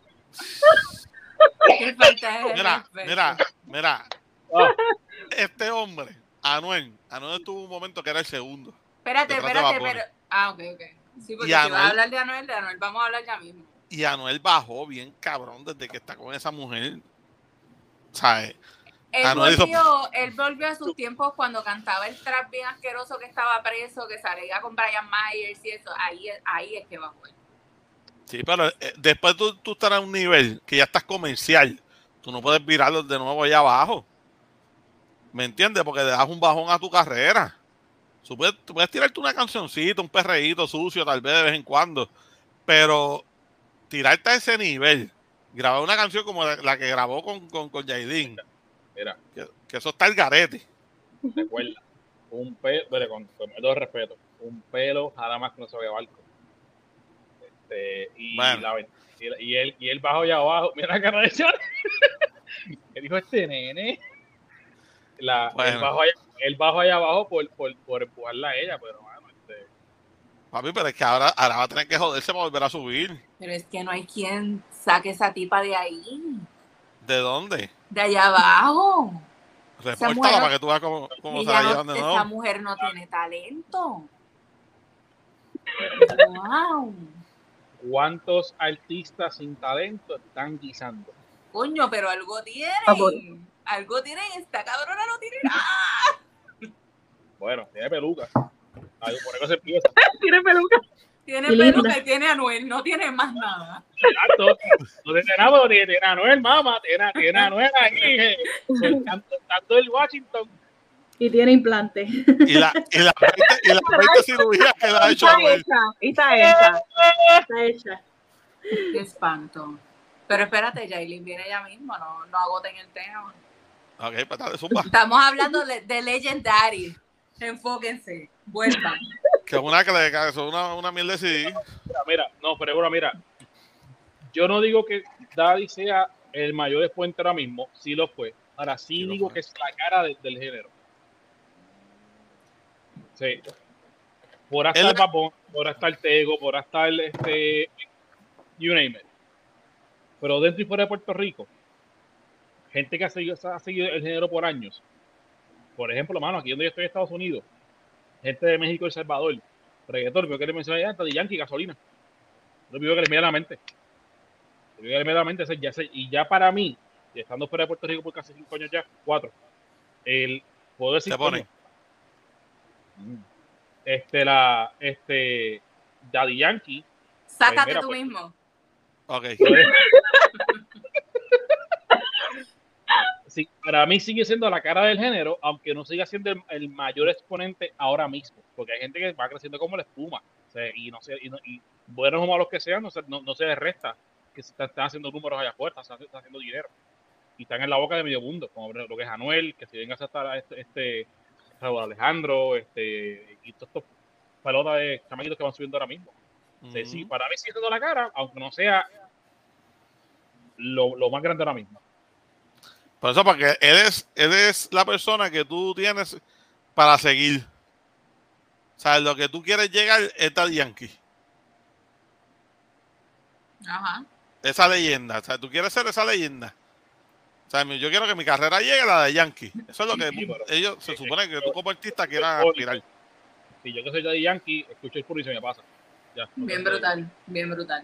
B: Qué falta de
A: Mira,
B: respeto.
A: mira, mira.
D: Ah,
A: Este hombre, Anuel, Anuel tuvo un momento que era el segundo.
B: Espérate,
A: detrás de
B: espérate,
A: Bad Bunny.
B: pero. Ah, ok, ok. Sí, porque
A: Y
B: si vas
A: Anuel-
B: a hablar de Anuel, de Anuel, vamos a hablar ya mismo.
A: Y Anuel bajó bien cabrón desde que está con esa mujer. ¿Sabes?
B: Él,
A: Anuel hizo-
B: volvió, él volvió a sus tiempos cuando cantaba el trap bien asqueroso que estaba preso, que salía con Brian Myers y eso. Ahí, es- ahí es que bajó él.
A: Sí, pero eh, después tú, tú estás a un nivel que ya estás comercial. Tú no puedes virarlo de nuevo allá abajo. ¿Me entiendes? Porque le das un bajón a tu carrera. Tú puedes, tú puedes tirarte una cancioncita, un perreíto sucio, tal vez de vez en cuando. Pero tirarte a ese nivel, grabar una canción como la, la que grabó con, con, con Yailin,
D: mira,
A: que, que eso está el garete.
D: recuerda. Un pelo, mire, con, con todo respeto, un pelo nada más que no se vea barco. Este, y,
A: Bueno.
D: la, y, y él, y él bajo allá abajo, mira la cara de Char. ¿Qué dijo este nene? La,
A: Bueno.
D: él, bajo allá, él bajo allá abajo por, por, por empujarla a ella, pero bueno, este,
A: Papi, pero es que ahora, ahora va a tener que joderse para volver a subir.
B: Pero es que no hay quien saque esa tipa de ahí,
A: ¿De dónde?
B: de allá abajo.
A: Repórtala
B: mujer-
A: para que tú veas cómo, cómo se la
B: Ella
A: llevan
B: no,
A: de
B: esa
A: nuevo.
B: mujer no tiene talento. Wow.
D: ¿cuántos artistas sin talento están guisando?
B: Coño, pero algo tienen.
E: Ah, bueno.
B: Algo tienen. Esta cabrona no tiene nada.
D: Bueno, tiene peluca. Ahí, por eso se empieza.
E: Tiene peluca.
B: Tiene
C: Qué
B: pelo
C: linda.
B: que tiene Anuel, no tiene más nada.
D: Exacto. No tiene nada, pero tiene, tiene a Anuel, mamá. Tiene, tiene a Anuel ahí. eh, soltando, soltando el Washington.
C: Y tiene implante.
A: Y la, y las veinte, y las veinte cirugías que le ha hecho
E: Está
A: Anuel.
E: hecha, está hecha.
C: Está hecha.
B: Qué espanto. Pero espérate, Yailin viene ya mismo, no, no agoten el tema.
A: Ok, pues dale, zumba.
B: Estamos hablando de, de Legendary. Enfóquense, vuelvan.
A: Que es una que le cae, son una, una mierda de C D.
D: Mira, mira, no, pero ahora mira. Yo no digo que Daddy sea el mayor exponente ahora mismo, sí lo fue. Ahora sí,
A: Sí lo
D: digo
A: fue.
D: que es la cara de- del género. Sí. Por hasta
A: Él-
D: el Babón, por hasta el Tego, por hasta el este, you name it. Pero dentro y fuera de Puerto Rico, gente que ha seguido, ha seguido el género por años. Por ejemplo, mano, aquí donde yo estoy en Estados Unidos, gente de México y El Salvador, reggaetón, veo que le mencioné ya, de Yankee, gasolina. Lo primero que les viene a la mente. Lo primero que les viene a la mente es ya sé, y ya para mí, y estando fuera de Puerto Rico por casi cinco años ya, cuatro, el, puedo decir,
A: Se ponen.
D: coño, Este, la, este, Daddy Yankee.
B: Sácate
D: pues, mira,
B: tú
D: pues,
B: mismo.
A: Ok.
D: Pues, sí, para mí sigue siendo la cara del género, aunque no siga siendo el, el mayor exponente ahora mismo, porque hay gente que va creciendo como la espuma, o sea, y no sé, y, no, y buenos o malos que sean, no se, no, no se les resta que se están, están haciendo números allá afuera, están, están haciendo dinero, y están en la boca de medio mundo, como lo que es Anuel, que si venga a estar este, este Raúl Alejandro, este, y todos estos pelotas de chamaquitos que van subiendo ahora mismo. O sea, sí, para mí sigue siendo la cara, aunque no sea lo, lo más grande ahora mismo.
A: Por eso, porque eres, eres la persona que tú tienes para seguir. O sea, lo que tú quieres llegar es Daddy Yankee.
B: Ajá.
A: Esa leyenda. O sea, tú quieres ser esa leyenda. O sea, yo quiero que mi carrera llegue a la de Yankee. Eso es lo que
D: Sí, pero,
A: ellos se
D: eh,
A: supone que
D: yo-
A: tú como artista
D: yo
A: quieras
D: soy
A: aspirar.
D: Si yo que soy Daddy Yankee, escucho el puro y se me pasa. Ya, no
B: Bien
D: tengo-
B: brutal, bien brutal.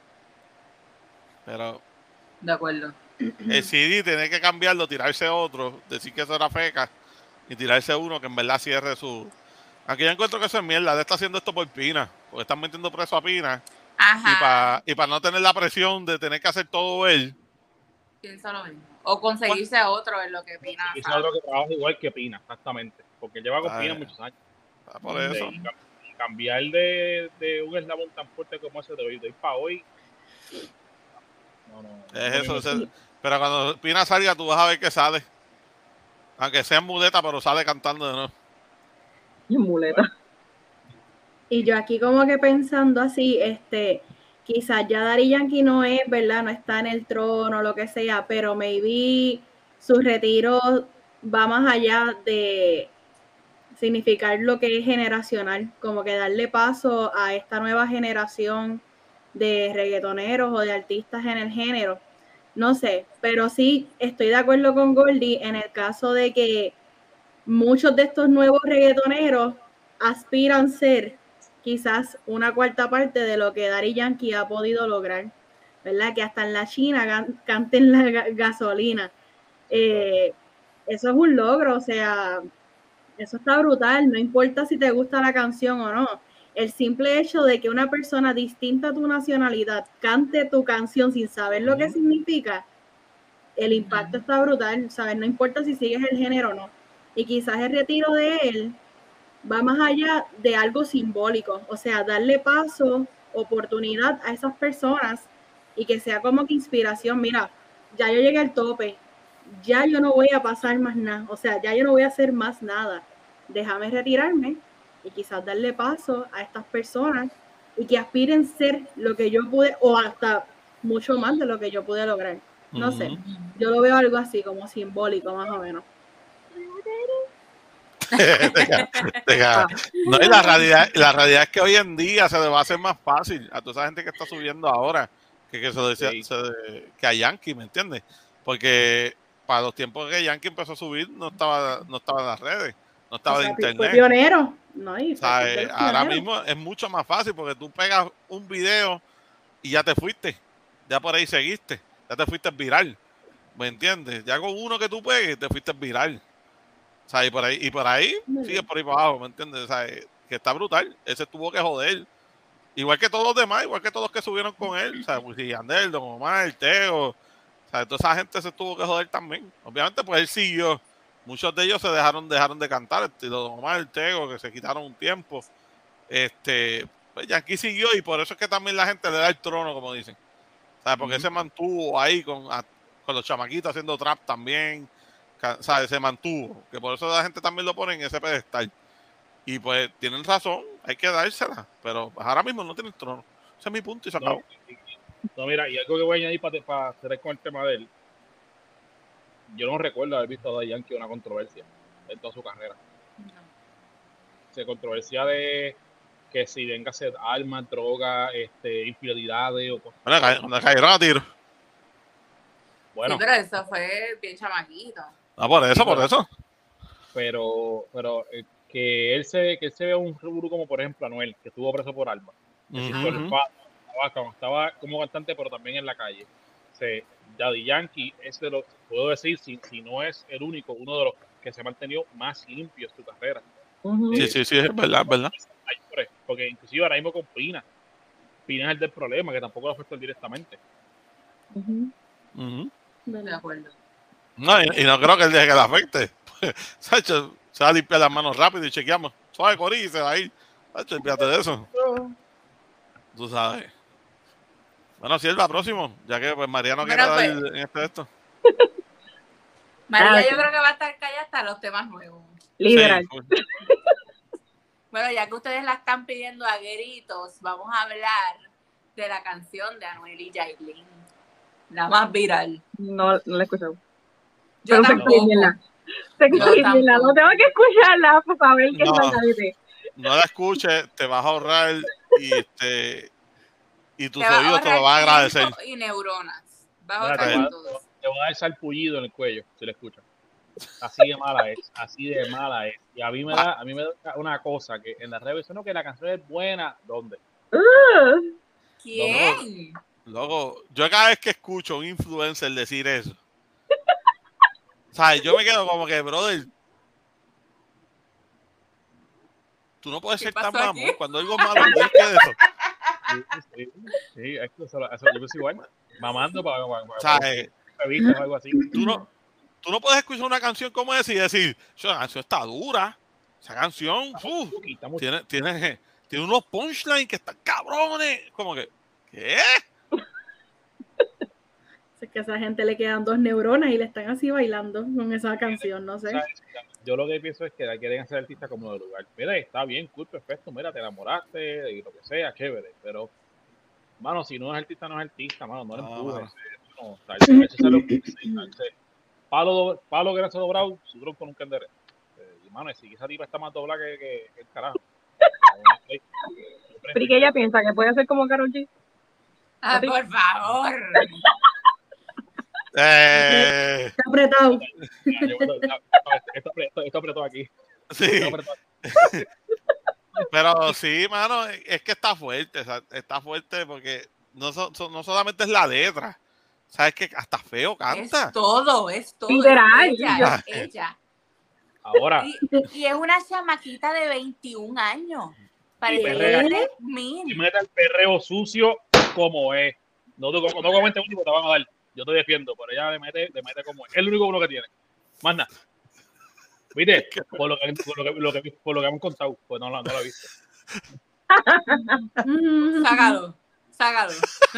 A: Pero
B: De acuerdo.
A: el C D tiene que cambiarlo, tirarse otro, decir que eso era feca y tirarse uno que en verdad cierre su. Aunque yo encuentro que eso es mierda. De estar haciendo esto por Pina, porque están metiendo preso a Pina.
B: Ajá.
A: Y para y pa no tener la presión de tener que hacer todo él.
B: Pienso lo mismo. O conseguirse a otro en lo que Pina
D: Y ese
B: sabe.
D: otro que trabaja igual que Pina, exactamente. Porque lleva con
A: Ay,
D: Pina muchos años.
A: ah, por
B: Mm.
A: eso.
D: Y, cam- y cambiar de, de un eslabón tan fuerte como ese de hoy, de hoy para hoy. No, no, no
A: Es
D: es lo
A: eso.
D: mismo.
A: ese- pero cuando Pina salga, tú vas a ver que sale. Aunque sea en muleta, pero sale cantando de nuevo.
E: Y muleta.
C: Y yo aquí como que pensando así, este, quizás ya Daddy Yankee no es, ¿verdad? No está en el trono, lo que sea, pero maybe su retiro va más allá de significar lo que es generacional, como que darle paso a esta nueva generación de reggaetoneros o de artistas en el género. No sé, pero sí estoy de acuerdo con Goldie en el caso de que muchos de estos nuevos reggaetoneros aspiran ser quizás una cuarta parte de lo que Daddy Yankee ha podido lograr, ¿verdad? Que hasta en la China can- canten la ga- gasolina. Eh, eso es un logro, o sea, eso está brutal, no importa si te gusta la canción o no. El simple hecho de que una persona distinta a tu nacionalidad cante tu canción sin saber lo que
A: Ujú.
C: significa, el impacto está brutal, ¿sabes? No importa si sigues el género o no. Y quizás el retiro de él va más allá de algo simbólico, o sea, darle paso, oportunidad a esas personas y que sea como que inspiración. Mira, ya yo llegué al tope, ya yo no voy a pasar más nada, o sea, ya yo no voy a hacer más nada. Déjame retirarme y quizás darle paso a estas personas y que aspiren ser lo que yo pude o hasta mucho más de lo que yo pude lograr. No sé,
A: Ujú.
C: yo lo veo algo así como simbólico más o menos.
A: Deja- deja. No, y la realidad, la realidad es que hoy en día se le va a hacer más fácil a toda esa gente que está subiendo ahora que, que, se decía,
D: Sí.
A: se- que a Yankee, ¿me entiendes? Porque para los tiempos que Yankee empezó a subir no estaba, no estaba en las redes, no estaba
C: O
A: de
C: sea, pi- fue
A: internet.
C: pionero, ¿no? Y
A: O
C: fue
A: sea,
C: de
A: eh,
C: los
A: ahora
C: pioneros.
A: mismo es mucho más fácil porque tú pegas un video y ya te fuiste, ya por ahí seguiste, ya te fuiste viral, ¿me entiendes? Ya con uno que tú pegues te fuiste viral. O sea, y por ahí, y por ahí sigue por ahí para abajo, ¿me entiendes? O sea, eh, que está brutal. Ese tuvo que joder. Igual que todos los demás, igual que todos los que subieron con él. O sea, Wisin y Yandel, Don Omar, el Tego. O sea, toda esa gente se tuvo que joder también. Obviamente, pues él siguió. Muchos de ellos se dejaron, dejaron de cantar. El estilo Don Omar, el Tego, que se quitaron un tiempo. Este, pues Yankee siguió y por eso es que también la gente le da el trono, como dicen. O sea, porque
D: Ujú.
A: se mantuvo ahí con, a- con los chamaquitos haciendo trap también. Ca- ¿Sabes? Se mantuvo. Que por eso la gente también lo pone en ese pedestal. Y pues tienen razón, hay que dársela. Pero pues, ahora mismo no tiene el trono. Ese es mi punto y se
D: No,
A: acabó.
D: y- y- no, mira, y algo que voy a añadir para, para cerrar con el tema de él. Yo no recuerdo haber visto a Daddy Yankee una controversia en toda su carrera. Se controversia de que si venga a ser armas, drogas, este, infidelidades o cosas.
A: Bueno, ca- cuando cayeron a tiro.
D: Bueno,
B: Sí, pero eso fue bien chamaquito.
A: No, por eso,
D: sí,
A: por
D: pero,
A: eso.
D: pero, pero eh, que él se que él se vea un rubro como por ejemplo Anuel, que estuvo preso por armas. Es decir,
A: Ujú,
D: con el
A: ujú.
D: pa- estaba, cuando estaba como cantante, pero también en la calle. O sea, Daddy Yankee es de los, puedo decir, si, si no es el único, uno de los que se ha mantenido más limpio en su carrera.
E: Ujú.
A: Sí, sí, sí, es verdad, es verdad.
D: Porque inclusive ahora mismo con Pina. Pina es el del problema, que tampoco lo afectó directamente.
E: Ujú.
A: Ujú.
B: De acuerdo.
A: No, y, y no creo que él deje que le afecte. Sacho, se va a limpiar las manos rápido y chequeamos. Suave, Corí, y se va a ir. Sacho, olvídate de eso. Tú sabes. Bueno, si es la próxima, ya que pues María no quiere
B: Bueno,
A: dar
B: pues,
A: en este de esto.
B: María,
E: Ah,
B: yo
E: ok.
B: creo que va a estar callada hasta los temas nuevos.
E: Literal.
A: Sí,
B: Bueno, ya que ustedes la están pidiendo a gritos, vamos a hablar de la canción de Anuel y Yailin. La más viral.
E: No, no la he escuchado.
B: Yo
E: Pero sé que
B: tampoco.
E: es bien la- sé que
B: Yo
E: es bien la- No
B: tampoco.
E: tengo que escucharla para saber qué es
A: No.
E: la garete.
A: no la escuches, te vas a ahorrar y este y tus
B: Te va a
A: oídos te lo
B: ahorrar
A: van a agradecer.
B: tiempo y neuronas. Vas a
D: Mira, te,
B: ahorrar
D: va,
B: de todo.
D: te va a dar salpullido en el cuello si la escuchas. Así de mala es, así de mala es. Y a mí me da, a mí me da una cosa que en las redes no que la canción es buena, ¿dónde?
E: Uh,
B: ¿Quién?
A: Luego, yo cada vez que escucho a un influencer decir eso, ¿sabes? Yo me quedo como que, brother, tú no puedes
B: ¿Qué
A: ser tan
B: pasó aquí?
A: mamón. Cuando algo es malo, tienes que de eso.
D: Sí, sí, sí, eso, eso, eso, yo pienso igual. Mamando para, para, para,
A: ¿Sabes?
D: para revistas o algo así.
A: Tú no, tú no puedes escuchar una canción como esa y decir, esa canción está dura. Esa canción, uf,
D: Estamos,
A: tiene, tiene, tiene unos punchlines que están cabrones. Como que, ¿qué?
C: Es que a esa gente le quedan dos neuronas y le están así bailando con esa canción, no sé.
D: yo lo que pienso es que quieren hacer artistas como de lugar. Mira, está bien, cool, perfecto. Mira, te enamoraste y lo que sea, chévere. Pero, mano, si no es artista, no es artista, mano, no le
A: No,
D: empujes.
A: mano.
D: No, o sea, eso, eso sale un- palo, palo que no se ha doblado, su tronco nunca endereza. Eh, y, mano, si esa tipa está más doblada que, que, que el carajo.
E: pero ¿y qué ella piensa? ¿Que puede ser como Karol G?
B: Ah,
E: ¿A ti?
B: por favor.
A: Eh,
C: Está apretado.
D: Esto, esto, esto apretó aquí.
A: sí.
D: Esto apretó aquí.
A: Pero sí, mano, es que está fuerte, o sea, está fuerte porque no, so, so, no solamente es la letra, sabes que hasta feo canta.
B: Es todo, es todo.
E: Literal.
B: Es ella,
E: Yo-
B: es ella.
D: Ahora,
B: Y, y es una chamaquita de veintiún años. Parece que
D: perrea.
B: tiene
D: y
B: mil.
D: mete el perreo sucio como es. No, no, no comentes único, te van a dar. Yo te defiendo, pero ella le mete, le mete como es. Es el único uno que tiene. Más nada. ¿Viste? Por lo que, por lo que, lo que, por lo que me han contado, pues no, no, no lo he visto.
B: Sácalo, sácalo.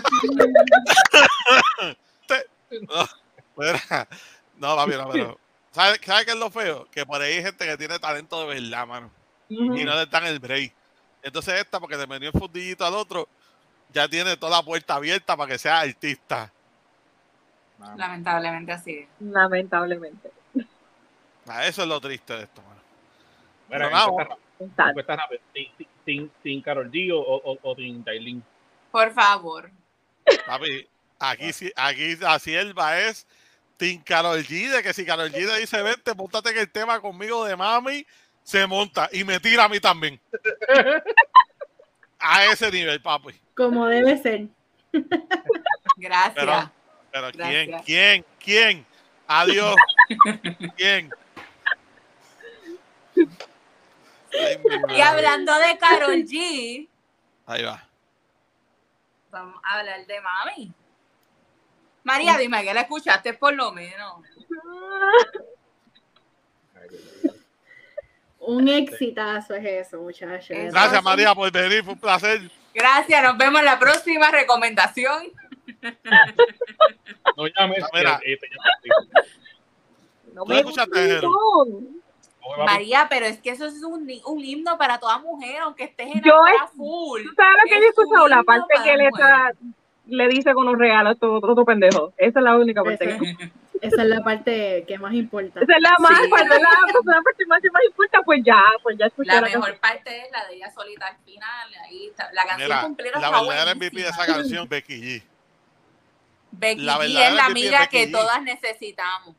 A: No, mira, no, papi, no, pero ¿sabes, ¿sabes qué es lo feo? Que por ahí hay gente que tiene talento de verdad, mano,
E: Ujú.
A: y no le dan el break. Entonces esta, porque le metió el fundillito al otro, ya tiene toda la puerta abierta para que sea artista.
D: Nada.
B: Lamentablemente así es.
E: Lamentablemente.
A: Ah, eso es lo triste de esto, mano.
D: Mira,
A: Pero nada,
D: encuesta rápida,
E: Está.
D: encuesta rápida. Team- Team Team Karol G o, o, o Team Yailin.
B: Por favor.
A: papi, aquí sí, aquí así el va es Team Karol G, de que si Karol G le dice vente, montate en el tema conmigo de mami, se monta y me tira a mí también. A ese nivel, papi.
C: Como debe ser.
B: Gracias.
A: Pero, pero ¿quién?
B: Gracias.
A: ¿Quién? ¿Quién? Adiós. ¿Quién? Ay, mi
B: Y
A: madre.
B: hablando de Karol G,
A: Ahí va.
B: vamos a hablar de mami. María, dime que la escuchaste por lo menos.
C: Un exitazo es eso, muchachos.
B: Eso.
A: Gracias, María, por venir. Fue un placer.
B: Gracias, nos vemos en la próxima recomendación.
D: No llames.
A: Mira.
D: que, eh, te llamas.
E: No
A: ¿Tú
E: me
A: escuchaste, Jero?
E: gustó.
D: Oye, papi,
B: María, pero es que eso es un, un himno para toda mujer, aunque estés
E: Yo
B: enamorada full.
E: ¿Tú sabes lo que
B: Es
E: yo he escuchado?
B: un
E: La
B: himno
E: parte
B: para
E: que le,
B: mujer.
E: está, le dice con un regalo a todo otro pendejo. Esa es la única parte.
C: Esa,
E: que-
C: esa es la parte que más importa.
E: Esa es la más,
B: Sí.
E: parte, la, la parte más que más importa, pues ya, pues ya escuché
B: La
E: la,
B: mejor
E: canción.
B: parte es la de ella solita al final. Ahí está. La canción
A: Mira,
B: completa
A: la
B: está
A: verdadera M V P de
B: buenísima.
A: esa canción, Becky G.
B: Becky
A: la
B: G
A: verdadera
B: es la
A: M V P es
B: amiga
A: Becky
B: que
A: G.
B: todas necesitamos.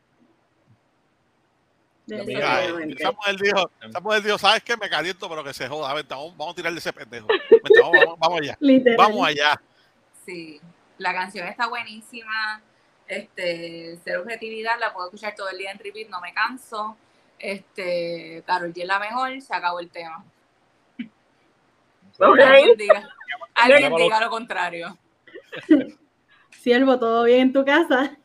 C: Definitivamente.
A: Esa mujer dijo, esa mujer dijo, ¿sabes qué? Me caliento, pero que se joda. Vente, vamos, vamos a tirarle ese pendejo. Vente, vamos, vamos, vamos allá.
C: Literal.
A: Vamos allá.
B: Sí, la canción está buenísima. Este, Cero Objetividad, la puedo escuchar todo el día en repeat, no me canso. Este, Karol G es la mejor, se acabó el tema.
E: Ok.
B: Alguien diga, alguien
D: Llámalo.
B: diga lo contrario.
C: Siervo, ¿todo bien en tu casa?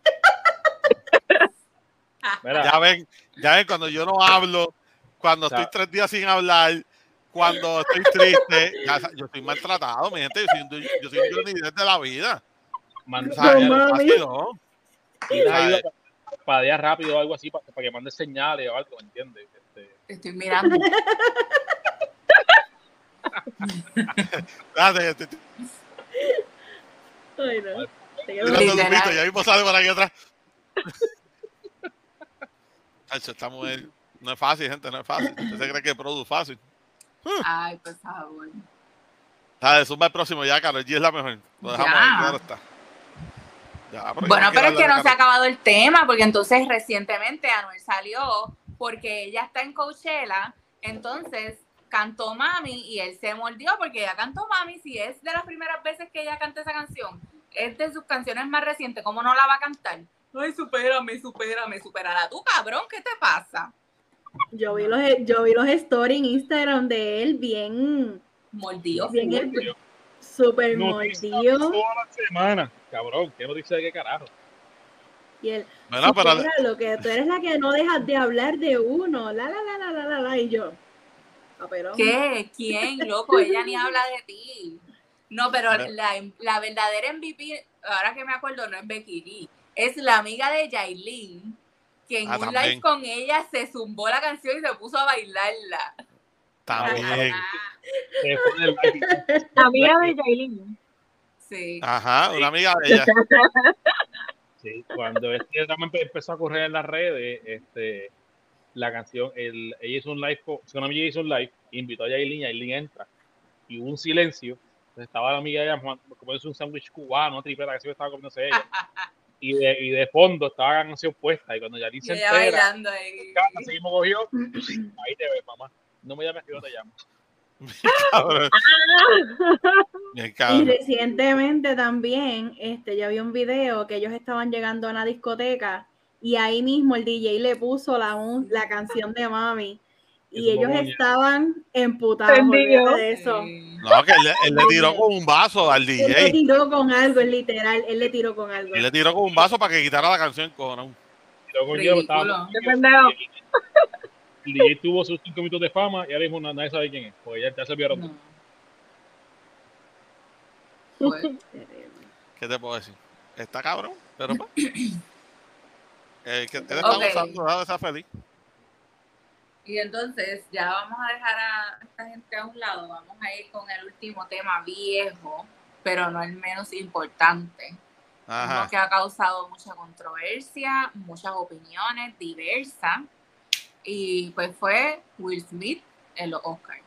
D: Mira,
A: Ya ven, ya ven, cuando yo no hablo, cuando
D: O sea,
A: estoy tres días sin hablar, cuando estoy triste, ya, sa- yo estoy maltratado, mi gente. Yo soy un, du- yo soy un Johnny Depp de la vida.
D: manda
A: O sea,
C: Con
A: es
C: mami.
A: fácil, ¿no?
D: pidas ayuda
A: ¿sabes?
D: para, para día rápido o algo así, para, para que mandes señales o algo, ¿entiendes? Este,
B: Te estoy mirando.
A: Espérate, estoy
C: Ay, no. Te quedo
A: tirando
B: Literal.
A: lumito, ya mismo sale por aquí atrás. Chacho, esta mujer no es fácil, gente, no es fácil. Usted se cree que produce fácil.
B: Ay, por favor.
A: ¿Sabes? Zumba el próximo ya, Karol G es la mejor. Lo dejamos
B: Ya.
A: ahí, claro está. Ya, pero yo
B: Bueno,
A: no quiero
B: pero es que
A: hablar
B: no
A: de
B: se ha
A: Karol G.
B: acabado el tema, porque entonces recientemente Anuel salió porque ella está en Coachella, entonces cantó Mami y él se mordió porque ella cantó Mami. Si es de las primeras veces que ella canta esa canción, es de sus canciones más recientes, ¿cómo no la va a cantar? Ay, supérame, supérame, supérala tú, cabrón, ¿qué te pasa?
C: Yo vi los, yo vi los stories en Instagram de él bien,
B: Mordió.
C: bien
B: full.
C: el- súper
D: noticia
C: mordido.
D: toda la semana. Cabrón, ¿qué noticia de qué carajo?
C: Y él,
A: Bueno, pero
C: lo que tú eres la que no dejas de hablar de uno, la la la la la la, la y yo. Ah, pero
B: ¿Qué? ¿Quién, loco? Ella ni habla de ti. No, pero
A: Bueno.
B: la, la verdadera M V P, ahora que me acuerdo, no es Becky G, es la amiga de Yailin, que en
A: Ah,
B: un
A: también.
B: live con ella se zumbó la canción y se puso a bailarla.
A: también.
D: Se fue del live.
E: Amiga de Yailin.
B: Sí.
A: Ajá, una amiga de ella.
D: Sí, cuando este drama empe- empezó a correr en las redes, este, la canción, el, ella hizo un live, con- su amiga hizo un live, invitó a Yailin, Yailin entra, y hubo un silencio, entonces estaba la amiga de ella comiéndose un sándwich cubano, una tripeta que se estaba comiéndose ella, y de, y de fondo estaba la canción puesta, y cuando Yailin
B: Y
D: se
B: ella
D: entera,
B: bailando ahí.
D: así mismo cogió, ahí te ves, mamá, no me llames que yo te llamo.
A: Cabrón. Bien,
C: Y
A: cabrón.
C: recientemente también, este, yo vi un video que ellos estaban llegando a una discoteca y ahí mismo el D J le puso la, mu- la canción de Mami y
D: Eso
C: ellos
D: fue muy-
C: estaban emputados,
E: Entendido.
C: olvídate de eso.
B: Sí.
A: No, que él, le- él le tiró con un vaso al
C: Él le
A: D J.
C: tiró con algo, es literal, él le tiró con algo.
A: Él le tiró con un vaso para que quitara la canción con
D: Y luego con hielo, estaba
B: Ridículo.
D: con
E: Qué
D: hielo,
E: pendejo.
D: y el D J tuvo sus cinco minutos de fama y ahora mismo na- nadie sabe quién es, porque ya, ya se vieron.
B: No. Fue.
A: ¿Qué te puedo decir? Está cabrón, pero pues. Eh, que él está
B: Ok.
A: gozando, ¿sabes? Está feliz.
B: Y entonces ya vamos a dejar a esta gente a un lado, vamos a ir con el último tema viejo, pero no el menos importante. Uno
A: Ajá.
B: que ha causado mucha controversia, muchas opiniones diversas, y pues fue Will Smith en los Oscars.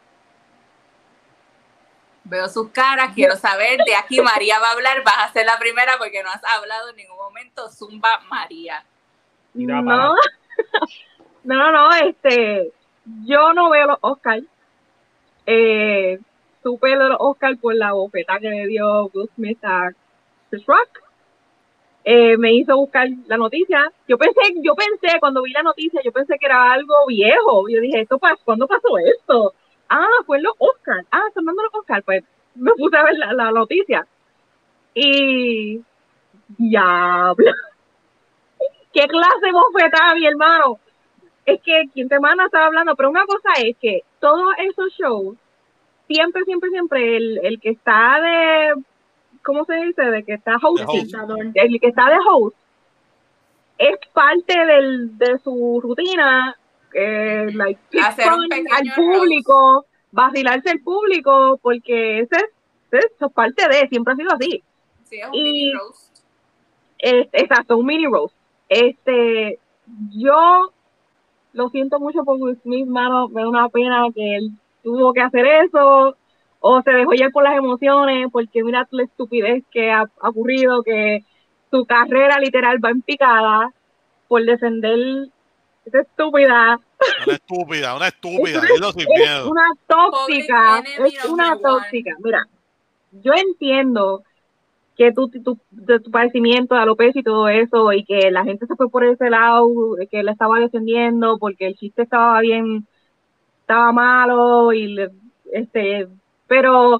B: Veo sus caras, quiero saber, de aquí María va a hablar, vas a ser la primera porque no has hablado en ningún momento, zumba María.
D: Mira,
E: No, no, no, este, yo no veo los Oscars. Eh, supe de los Oscars por la bofetada que le dio Will Smith a Chris Rock. Eh, me hizo buscar la noticia. Yo pensé, yo pensé, cuando vi la noticia, yo pensé que era algo viejo. Yo dije, ¿esto pasó? ¿Cuándo pasó esto? Ah, fue en los Oscars. Ah, están dando los Oscars. Pues me puse a ver la, la noticia. Y diablo. ¿Qué clase de bofetada, mi hermano? Es que quien te manda estaba hablando, pero una cosa es que todos esos shows, siempre, siempre, siempre, el, el que está de, ¿cómo se dice? De que está hosting,
C: Presentador.
E: el que está de host, es parte del, de su rutina, eh, like, pick
B: Hacer un
E: fun
B: pequeño
E: al público, vacilarse al público, porque ese, ese- eso es parte de, siempre ha sido así.
B: Sí, es un
E: Y-
B: mini roast.
E: Es- exacto, un mini roast. Este, yo lo siento mucho por Will Smith, mano, me da una pena que él tuvo que hacer eso, o se dejó llevar por las emociones, porque mira la estupidez que ha, ha ocurrido, que su carrera literal va en picada por defender esa estúpida.
A: Una estúpida, una estúpida.
E: Es una-
A: Dilo sin
E: Es
A: miedo.
E: una tóxica,
B: Public enemy
E: es una
B: number one.
E: tóxica. Mira, yo entiendo que tu, tu, de tu padecimiento de alopecia y todo eso, y que la gente se fue por ese lado, que él estaba defendiendo porque el chiste estaba bien, estaba malo, y le, este, pero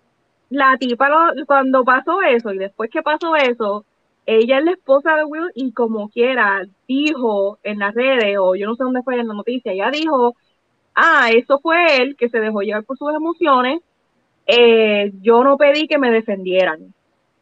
E: la tipa lo, cuando pasó eso, y después que pasó eso, ella es la esposa de Will, y como quiera, dijo en las redes, o yo no sé dónde fue en la noticia, ella dijo, ah, eso fue él que se dejó llevar por sus emociones, eh, yo no pedí que me defendieran.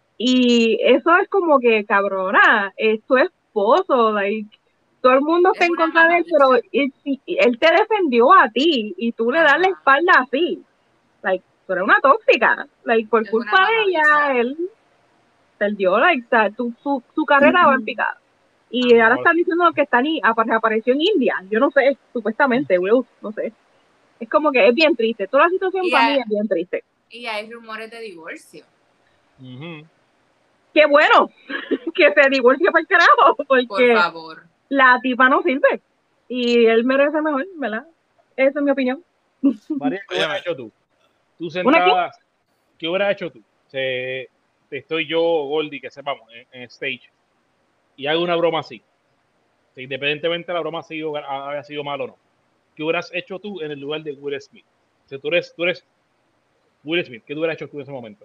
E: Y eso es como que, cabrona, es tu esposo, like, todo el mundo está
B: Es
E: en
B: una
E: contra de él, pero él, él te defendió a ti, y tú le das la espalda así. Like, tú eres una tóxica. Like, por
B: Es
E: culpa
B: una
E: de ella,
B: mamabicha.
E: él perdió, like, o sea, tu, su, su carrera va en picada. Y
D: Ajá.
E: ahora están diciendo que está ni apareció en India. Yo no sé, supuestamente, Will, no sé. Es como que es bien triste. Toda la situación
B: Y
E: para
B: hay-
E: mí es bien triste.
B: Y hay rumores de divorcio.
D: Ujú.
E: Qué bueno que se divorcie para el carajo,
B: Por
E: porque
B: favor.
E: la tipa no sirve. Y él merece mejor, ¿verdad? Esa es mi opinión.
D: María, ¿qué hubieras
A: Óyeme.
D: hecho tú? Tú
E: ¿Una qué?
D: sentada, ¿qué hubieras hecho tú? Se, estoy yo, Goldie, que sepamos, en, en stage, y hago una broma así. Que independientemente de la broma ha sido, haya sido mal o no. ¿Qué hubieras hecho tú en el lugar de Will Smith? Si tú eres, tú eres Will Smith, ¿qué tú hubieras hecho tú en ese momento?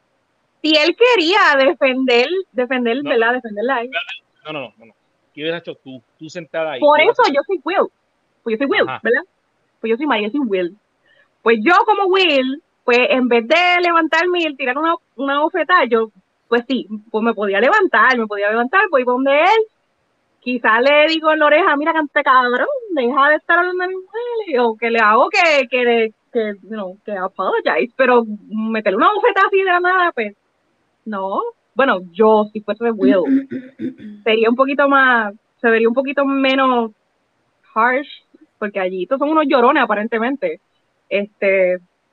E: Si él quería defender, defender,
D: No.
E: ¿verdad? Defenderla a él.
D: No, no, no, no, no. ¿Qué hubieras hecho tú? Tú sentada ahí.
E: Por
D: ¿qué
E: eso
D: hubieras hecho?
E: yo soy Will. Pues yo soy Will,
D: Ajá.
E: ¿verdad? Pues yo soy Maya, yo soy Will. Pues yo como Will, pues en vez de levantarme y tirar una, una bofetada, yo, pues sí, pues me podía levantar, me podía levantar, voy donde él, quizás le digo en la oreja, mira, cante cabrón, deja de estar hablando de mi mujer, o que le hago que, que, que, you know, que apologize, pero meterle una bofetada así de la nada, pues, no. Bueno, yo, si fuese Will, sería un poquito más, se vería un poquito menos harsh, porque allí todos son unos llorones aparentemente. Este,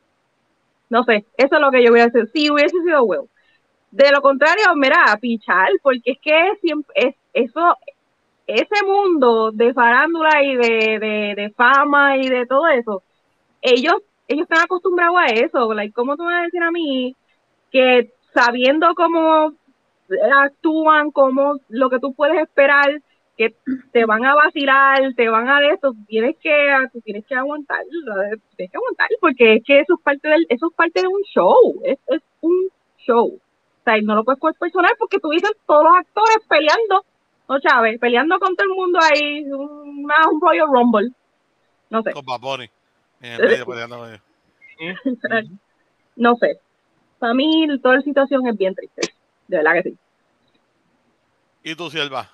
E: no sé, eso es lo que yo voy a hacer. Si hubiese sido Will. De lo contrario, mira, a pichar, porque es que siempre es eso, ese mundo de farándula y de, de, de fama y de todo eso, ellos, ellos están acostumbrados a eso. Like, ¿cómo tú me vas a decir a mí que sabiendo cómo actúan, cómo lo que tú puedes esperar, que te van a vacilar, te van a de esto, tienes que, tú tienes que aguantar, tienes que aguantar, porque es que eso es parte del, eso es parte de un show, es, es un show. O sea, no lo puedes coger personal porque tú dices todos los actores peleando, no Chávez, peleando con todo el mundo ahí, una, un Royal Rumble. No sé.
A: Con Bad Bunny en el medio peleando con ellos.
D: Uh-huh.
E: No sé. Para mí toda la situación es bien triste. De verdad que sí.
A: ¿Y tú, Sierva?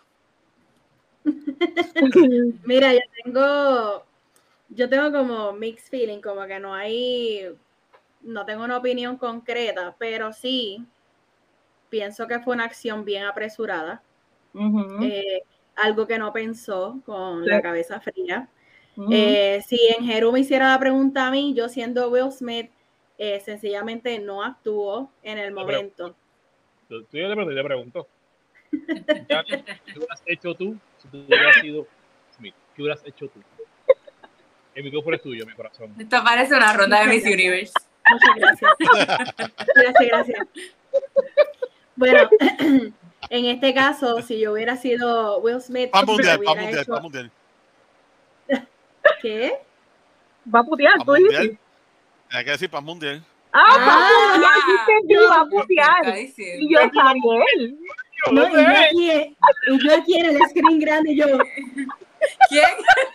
C: Mira, yo tengo, yo tengo como mixed feeling, como que no hay, no tengo una opinión concreta, pero sí pienso que fue una acción bien apresurada,
E: Uh-huh.
C: eh, algo que no pensó con
E: Sí.
C: la cabeza fría.
E: Uh-huh.
C: Eh, si en Jeru me hiciera la pregunta a mí, yo siendo Will Smith, eh, sencillamente no actuó en el momento.
D: Tú, tú yo te pregunto, te pregunto. Ya, ¿qué hubieras hecho tú si tú hubieras sido Smith? ¿Qué hubieras hecho tú? El micrófono es tuyo, mi corazón.
B: Esto parece una ronda de Miss Universe.
C: Muchas gracias. Gracias, gracias. Bueno, en este caso, si yo hubiera sido Will Smith,
A: Paz mundial,
C: hubiera
A: paz mundial,
C: hecho...
A: paz mundial.
C: ¿Qué?
E: Va a putear,
A: Paz
E: tú
A: mundial.
E: dices.
A: Hay que decir paz mundial.
E: Ah,
C: Ah,
E: va a putear, sí, sí, va a
B: ¿Qué
E: putear.
B: está
E: Y
B: diciendo?
E: yo, Sariel.
C: No, y yo aquí, y yo aquí en el screen grande y yo,
B: ¿Quién?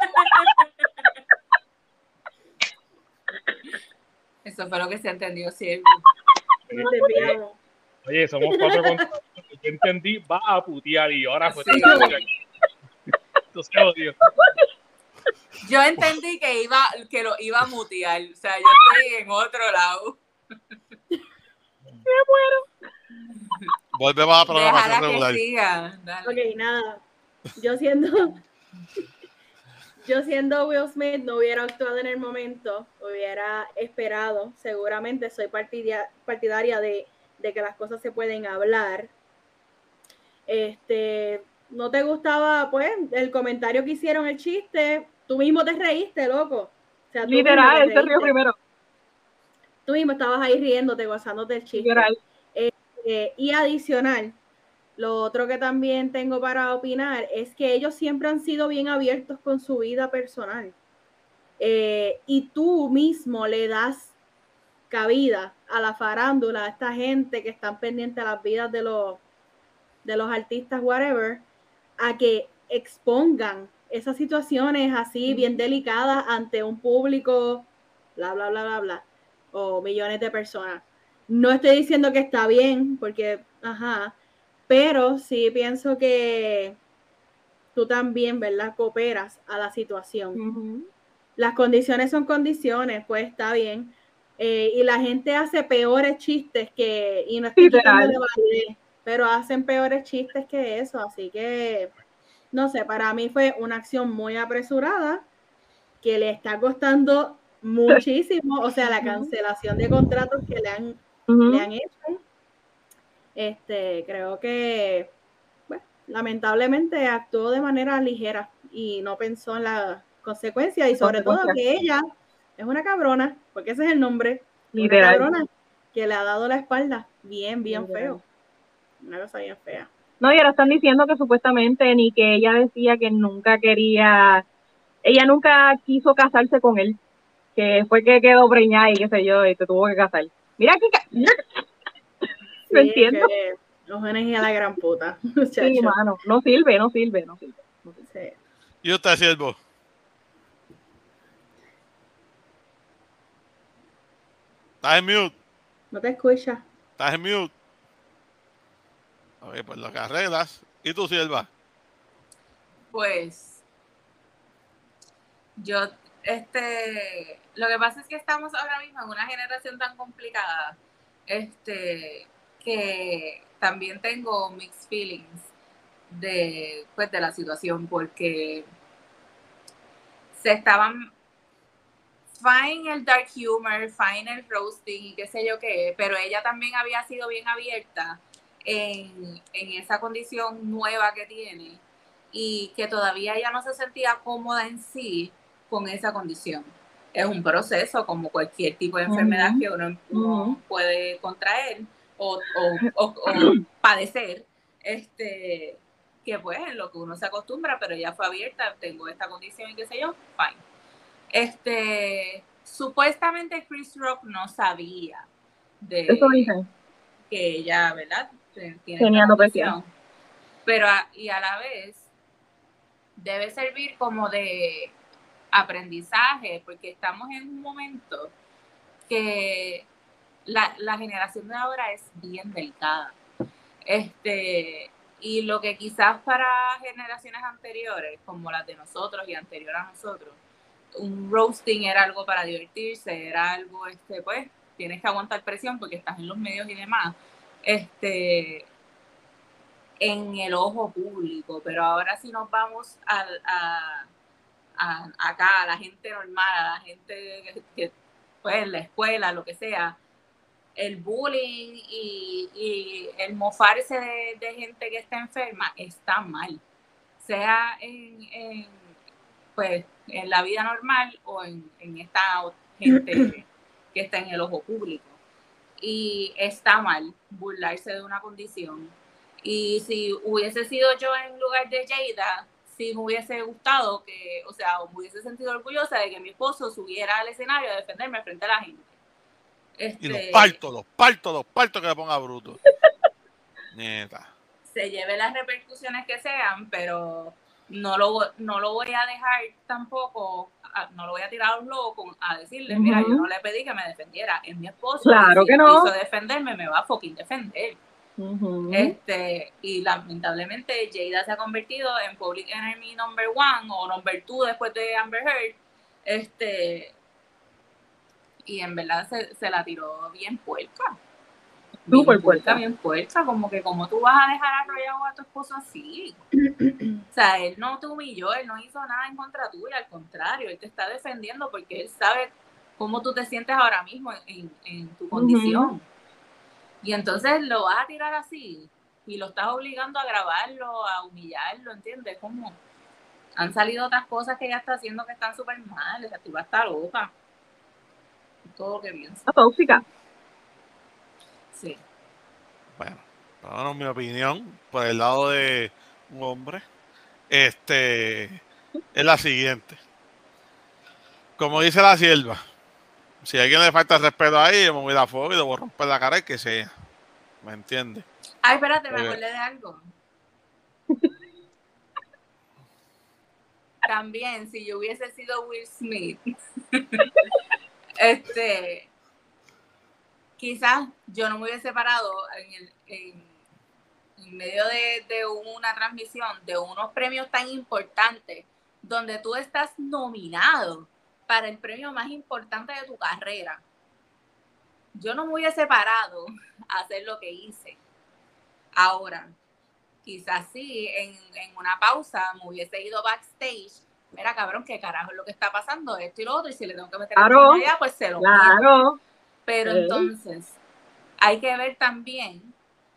B: Eso fue lo que se entendió, sí.
C: no te enviamos.
D: Oye, somos cuatro contra. Yo entendí, va a putear y ahora fue.
B: Sí.
D: Entonces, odio.
B: Yo entendí que iba, que lo iba a mutear. O sea, yo estoy en otro lado.
A: Volvemos a la programación
B: Déjala
A: regular.
B: que siga. Dale.
C: Ok, nada. Yo siendo, yo siendo Will Smith no hubiera actuado en el momento, hubiera esperado. Seguramente soy partidia, partidaria de, de que las cosas se pueden hablar. Este, ¿no te gustaba, pues, el comentario que hicieron, el chiste? Tú mismo te reíste, loco. O sea, tú
E: Literal,
C: mismo te
E: él se rió
C: reíste.
E: primero.
C: Tú mismo estabas ahí riéndote, gozándote el chiste.
E: Literal.
C: Eh, Eh, y adicional, lo otro que también tengo para opinar es que ellos siempre han sido bien abiertos con su vida personal. Eh, y tú mismo le das cabida a la farándula, a esta gente que están pendientes a las vidas de los, de los artistas, whatever, a que expongan esas situaciones así bien delicadas ante un público, bla, bla, bla, bla, bla, o millones de personas. No estoy diciendo que está bien, porque, ajá, pero sí pienso que tú también, ¿verdad?, cooperas a la situación.
E: Ujú.
C: Las condiciones son condiciones, pues está bien. Eh, y la gente hace peores chistes que, y no estoy
E: Literal.
C: quitándole validez, pero hacen peores chistes que eso, así que, no sé, para mí fue una acción muy apresurada que le está costando muchísimo, o sea, la cancelación de contratos que le han,
E: Ujú.
C: le han hecho. Este, creo que, bueno, lamentablemente actuó de manera ligera y no pensó en las consecuencias y sobre todo que ella es una cabrona, porque ese es el nombre,
E: Literal.
C: una cabrona que le ha dado la espalda bien, bien
E: Literal.
C: feo. Una cosa bien fea.
E: No, y ahora están diciendo que supuestamente ni que ella decía que nunca quería, ella nunca quiso casarse con él, que fue que quedó preñada y qué sé yo, y se tuvo que casar. Mira aquí, mira.
C: Sí,
E: ¿Me entiendo?
C: que los genes y a la gran puta,
E: Sí,
C: muchacho.
E: mano, no sirve, no sirve, no sirve. No sirve.
C: Sí.
A: ¿Y usted, siervo? ¿Estás en mute?
C: No te escuchas.
A: ¿Estás en mute? Ok, pues lo que arreglas. ¿Y tú, sierva?
B: Pues yo, este, lo que pasa es que estamos ahora mismo en una generación tan complicada, este, que también tengo mixed feelings de, pues, de la situación, porque se estaban fine el dark humor, fine el roasting y qué sé yo qué, pero ella también había sido bien abierta en, en esa condición nueva que tiene y que todavía ella no se sentía cómoda en sí con esa condición. Es un proceso como cualquier tipo de enfermedad
E: Ujú.
B: que uno, uno
E: Ujú.
B: puede contraer o, o, o, o padecer, este, que pues en lo que uno se acostumbra, pero ella fue abierta, tengo esta condición y qué sé yo, fine. Este, supuestamente Chris Rock no sabía de
E: Eso dicen.
B: que ella, ¿verdad?, tiene
E: Tenía
B: esta
E: alopecia.
B: condición, pero a, y a la vez debe servir como de aprendizaje, porque estamos en un momento que la, la generación de ahora es bien delicada. Este, y lo que quizás para generaciones anteriores, como las de nosotros y anterior a nosotros, un roasting era algo para divertirse, era algo, este, pues, tienes que aguantar presión porque estás en los medios y demás, este, en el ojo público, pero ahora si nos vamos a, a, a acá, a la gente normal, a la gente que, que pues, en la escuela, lo que sea, el bullying y, y el mofarse de, de gente que está enferma está mal, sea en, en pues en la vida normal o en, en esta gente que está en el ojo público. Y está mal burlarse de una condición. Y si hubiese sido yo en lugar de Jada, sí me hubiese gustado que, o sea, me hubiese sentido orgullosa de que mi esposo subiera al escenario a defenderme frente a la gente. Este,
A: y los partos, los partos, los partos que le ponga bruto. Neta.
B: Se lleve las repercusiones que sean, pero no lo, no lo voy a dejar tampoco, no lo voy a tirar a un loco a decirle, uh-huh. Mira, yo no le pedí que me defendiera, es mi esposo,
E: claro
B: y si
E: que no.
B: quiso defenderme, me va a fucking defender. Uh-huh. Este, y lamentablemente Jada se ha convertido en Public Enemy number one o number two después de Amber Heard, este, y en verdad se, se la tiró bien puerca. Bien puerca, bien puerca, como que como tú vas a dejar arrollado a tu esposo así. O sea, él no te humilló, él no hizo nada en contra tuya, al contrario, él te está defendiendo porque él sabe cómo tú te sientes ahora mismo en, en tu condición. Uh-huh. Y entonces lo vas a tirar así y lo estás obligando a grabarlo, a humillarlo, ¿entiendes? Como han salido otras cosas que ella está haciendo que están súper mal, esa tipa está loca. Todo lo que pienso.
E: Está tóxica.
B: Sí.
A: Bueno, por lo menos mi opinión, por el lado de un hombre, este, es la siguiente. Como dice la sierva, si a alguien le falta el respeto ahí, yo me voy a dar fuego y le voy a romper la cara y que sea. ¿Me entiendes?
B: Ay, espérate, me
A: Eh,
B: acordé de algo. También, si yo hubiese sido Will Smith, este, quizás yo no me hubiese parado en, el, en, en medio de, de una transmisión de unos premios tan importantes, donde tú estás nominado para el premio más importante de tu carrera. Yo no me hubiese parado a hacer lo que hice. Ahora, quizás sí, en, en una pausa me hubiese ido backstage. Mira, cabrón, qué carajo es lo que está pasando, esto y lo otro, y si le tengo que meter
E: Claro,
B: allá, pues se lo
E: claro.
B: meto. Pero
E: Sí.
B: entonces, hay que ver también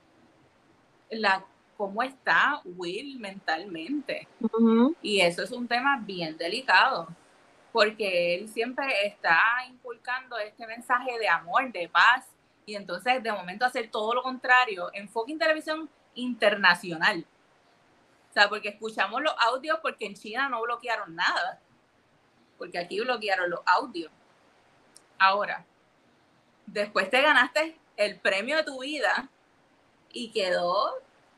B: la, cómo está Will mentalmente.
E: Uh-huh.
B: Y eso es un tema bien delicado, porque él siempre está inculcando este mensaje de amor, de paz, y entonces de momento hacer todo lo contrario en fucking televisión internacional. O sea, porque escuchamos los audios porque en China no bloquearon nada, porque aquí bloquearon los audios. Ahora, después te ganaste el premio de tu vida y quedó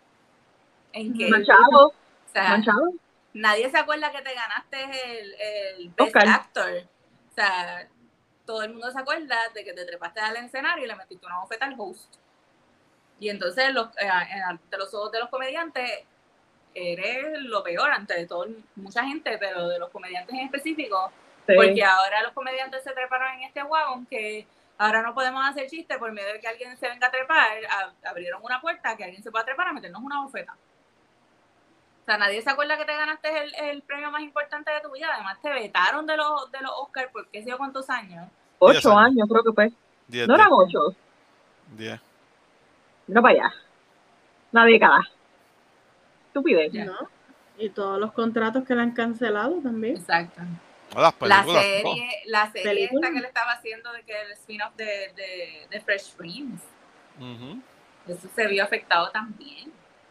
B: en que...
E: Manchado,
B: o sea,
E: manchado.
B: nadie se acuerda que te ganaste el, el Best
E: Oscar.
B: Actor. O sea, todo el mundo se acuerda de que te trepaste al escenario y le metiste una bofeta al host. Y entonces, los, eh, ante los ojos de los comediantes, eres lo peor ante todo, mucha gente, pero de los comediantes en específico,
E: Sí.
B: porque ahora los comediantes se treparon en este wagon que ahora no podemos hacer chistes por miedo de que alguien se venga a trepar, a, abrieron una puerta que alguien se pueda trepar a meternos una bofeta. O sea, nadie se acuerda que te ganaste el, el premio más importante de tu vida. Además, te vetaron de los, de los Oscars por qué sé yo cuántos años.
E: Ocho años. años, creo que fue.
A: Diez,
E: ¿No
A: diez.
E: eran ocho?
A: Diez.
E: No para allá. Una década. Estupidez.
B: Ya.
C: ¿No? Y todos los contratos que le han cancelado también.
B: Exacto.
A: No, las
B: La
A: películas,
B: serie, la serie
C: Película.
B: esta que le estaba haciendo de que el spin-off de, de, de Fresh Prince,
A: no. Ujú.
B: eso se vio afectado también.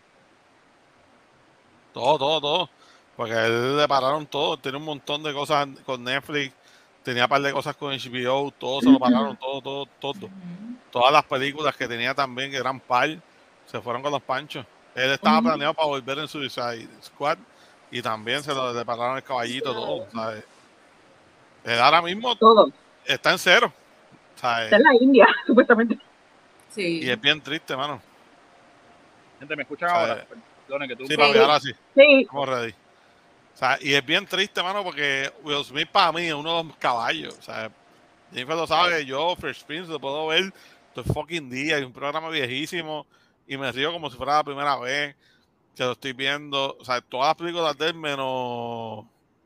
A: Todo, todo, todo. Porque a él le pararon todo. Tiene un montón de cosas con Netflix. Tenía un par de cosas con H B O. Todo se lo pararon. Todo, todo, todo.
B: Uh-huh.
A: Todas las películas que tenía también, que eran par, se fueron con los panchos. Él estaba
B: Uh-huh.
A: planeado para volver en Suicide Squad. Y también se lo le pararon el caballito, todo. ¿Sabes? Él ahora mismo
E: Todo.
A: está en cero. ¿Sabes?
E: Está en la India, supuestamente.
B: Sí.
A: Y es bien triste, mano.
D: Gente, ¿me escuchan
A: ¿Sabes?
D: ahora? Perdone que tú.
A: Sí, papi, ahora sí.
E: Sí.
A: Estamos ready. O sea, y es bien triste, mano, porque Will Smith para mí es uno de los caballos. O sea, Jennifer lo sabe, yo, Fresh Prince, lo puedo ver todo el fucking día. Es un programa viejísimo y me río como si fuera la primera vez que lo estoy viendo. O sea, todas las películas de él menos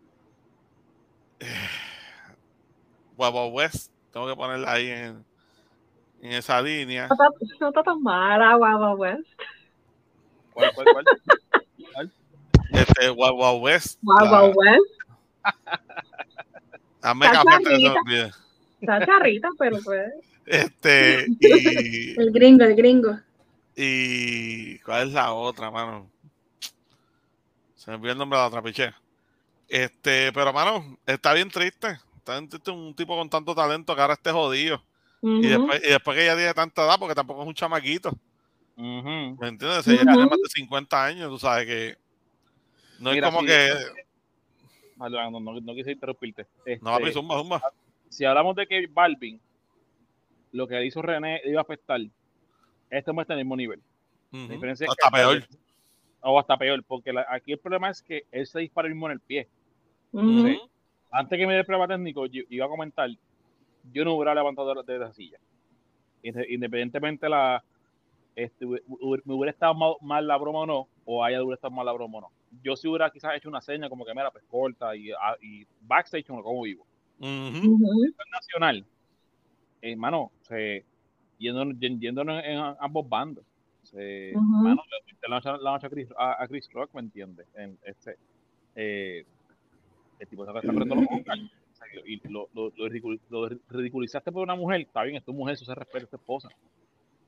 A: eh, Wild West. Tengo que ponerla ahí en, en esa línea.
E: No está, no está tan mala, Wild West.
D: ¿Cuál, cuál, cuál?
A: Este, Wild Wild West.
E: Wild
A: la-
E: West.
A: Hazme
E: Está
A: café antes de que se me
E: charrita.
A: olvide.
E: Está charrita, pero pues.
A: Este, y,
C: El gringo, el gringo.
A: y ¿cuál es la otra, mano? Se me olvidó el nombre de la otra piché. Este, pero mano, está bien triste. Está bien triste un tipo con tanto talento que ahora esté jodido.
E: Uh-huh.
A: Y después, y después que ella tiene tanta edad, porque tampoco es un chamaquito.
D: Ujú.
A: ¿Me entiendes? Ella
E: Ujú.
A: tiene más de cincuenta años, tú sabes que no
D: Mira,
A: es como
D: sí.
A: que.
D: Ah, No, no, no, no quise interrumpirte. Este,
A: No, papi, zumba, zumba.
D: si hablamos de que Balvin, lo que hizo René iba a afectar, este no está en el mismo nivel. La
A: Ujú.
D: diferencia es
A: Hasta
D: que-
A: peor.
D: O hasta peor, porque la- aquí el problema es que él se dispara mismo en el pie.
E: Ujú.
D: Sí. Antes que me dé el prueba técnico, yo iba a comentar, yo no hubiera levantado de, de la silla. Inde- Independientemente la este, hu- hu- me hubiera estado mal, mal la broma o no, o a ella le hubiera estado mal la broma o no. Yo sí hubiera quizás hecho una seña como que mira, pues corta y, a- y backstage como, como vivo.
A: Ujú.
E: Ujú.
D: Nacional, hermano, se, yéndonos, yen- yéndonos en, a- ambos bandos. Se,
E: Ujú.
D: mano, le lanza, la lanza a, Chris, a, a Chris Rock, ¿me entiendes? En este, eh, el tipo está, está corriendo los Oscars. O sea, y lo, lo, lo, ridicul- lo ridiculizaste por una mujer, está bien, es tu mujer, eso se respeta, es tu esposa.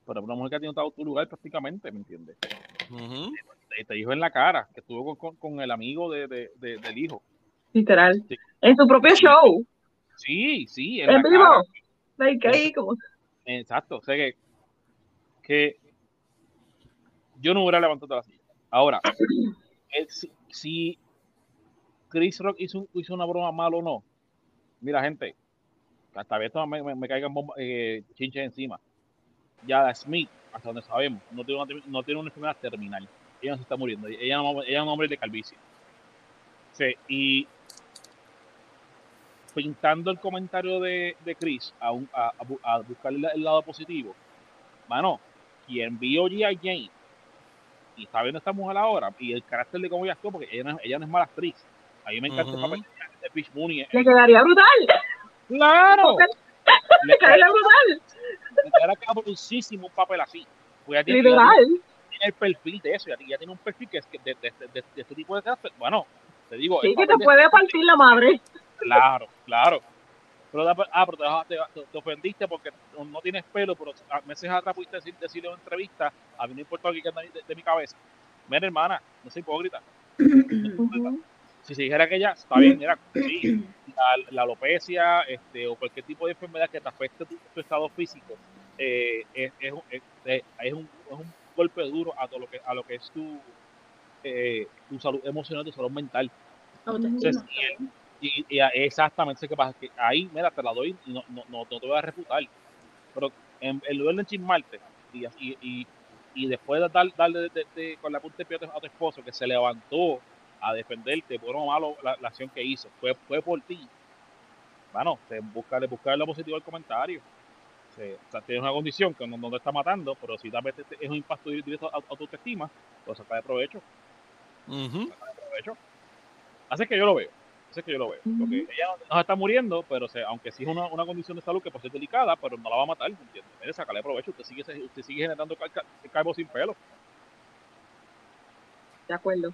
D: pero una mujer que ha tenido tu lugar prácticamente, ¿me entiendes?
A: Uh-huh.
D: Te, te dijo en la cara que estuvo con, con, con el amigo de, de, de, del hijo.
E: Literal.
D: Sí.
E: En su propio
D: Sí.
E: show.
D: Sí, sí, en
E: ¿En
D: la
E: vivo?
D: cara.
E: Like, ahí, como...
D: Exacto, o sea que, que yo no hubiera levantado la silla. Ahora, el, si, si Chris Rock hizo, hizo una broma mal o no, mira, gente, hasta vez me, me, me caigan bomba, eh, chinches encima. Jada Smith, hasta donde sabemos, no tiene una, no tiene una enfermedad terminal. Ella no se está muriendo. Ella no, ella no hombre de calvicie. Sí, y pintando el comentario de, de Chris a, un, a, a, a buscar el, el, lado positivo, mano, quien vio G I. Jane y está viendo a esta mujer ahora y el carácter de cómo ella actuó, porque ella no, ella no es mala actriz. A mí me encanta uh-huh. el papel de Fish Mooney.
E: Le quedaría brutal.
D: ¡Claro!
E: Le quedaría brutal.
D: Le quedaría cabroncísimo un papel así. Pues ya
E: literal.
D: Tiene, tiene el perfil de eso, ya, ya tiene un perfil que es de, de, de, de, de este tipo de carácter. Bueno, te digo.
E: Sí, que te puede de... partir la madre.
D: Claro, claro. Pero, ah, pero te, te, te ofendiste porque no tienes pelo, pero meses atrás pudiste decir, decirle en una entrevista, a mí no importa lo que quede de, de mi cabeza. Mira, hermana, no soy hipócrita. Uh-huh. Si se dijera que ella, está bien, era sí, la, la alopecia este, o cualquier tipo de enfermedad que te afecte tu, tu estado físico, eh, es, es, es, es, un, es un golpe duro a todo lo que a lo que es tu, eh, tu salud emocional, tu salud mental. Entonces, y, y, y exactamente sé qué pasa, que ahí, mira, te la doy y no, no, no, no te voy a refutar. Pero en, en lugar de chismarte y, y, y, y después de darle dar de, de, de, con la punta de pie a tu esposo que se levantó a defenderte, bueno o malo la, la acción que hizo, fue, fue por ti. Bueno, buscarle, buscarle lo positivo al comentario. Se, o sea, tienes una condición que no, no te está matando, pero si tal vez es un impacto directo a, a tu autoestima, pues saca de provecho.
A: Uh-huh.
D: Saca de provecho. Así que yo lo veo. Así que yo lo veo. Uh-huh. Porque ella no, no está muriendo, pero o sea, aunque sí es una, una condición de salud que puede ser delicada, pero no la va a matar, ¿entiendes? Mire, sacarle provecho. Usted sigue, usted sigue generando cal, cal, calvo sin pelo.
E: De acuerdo.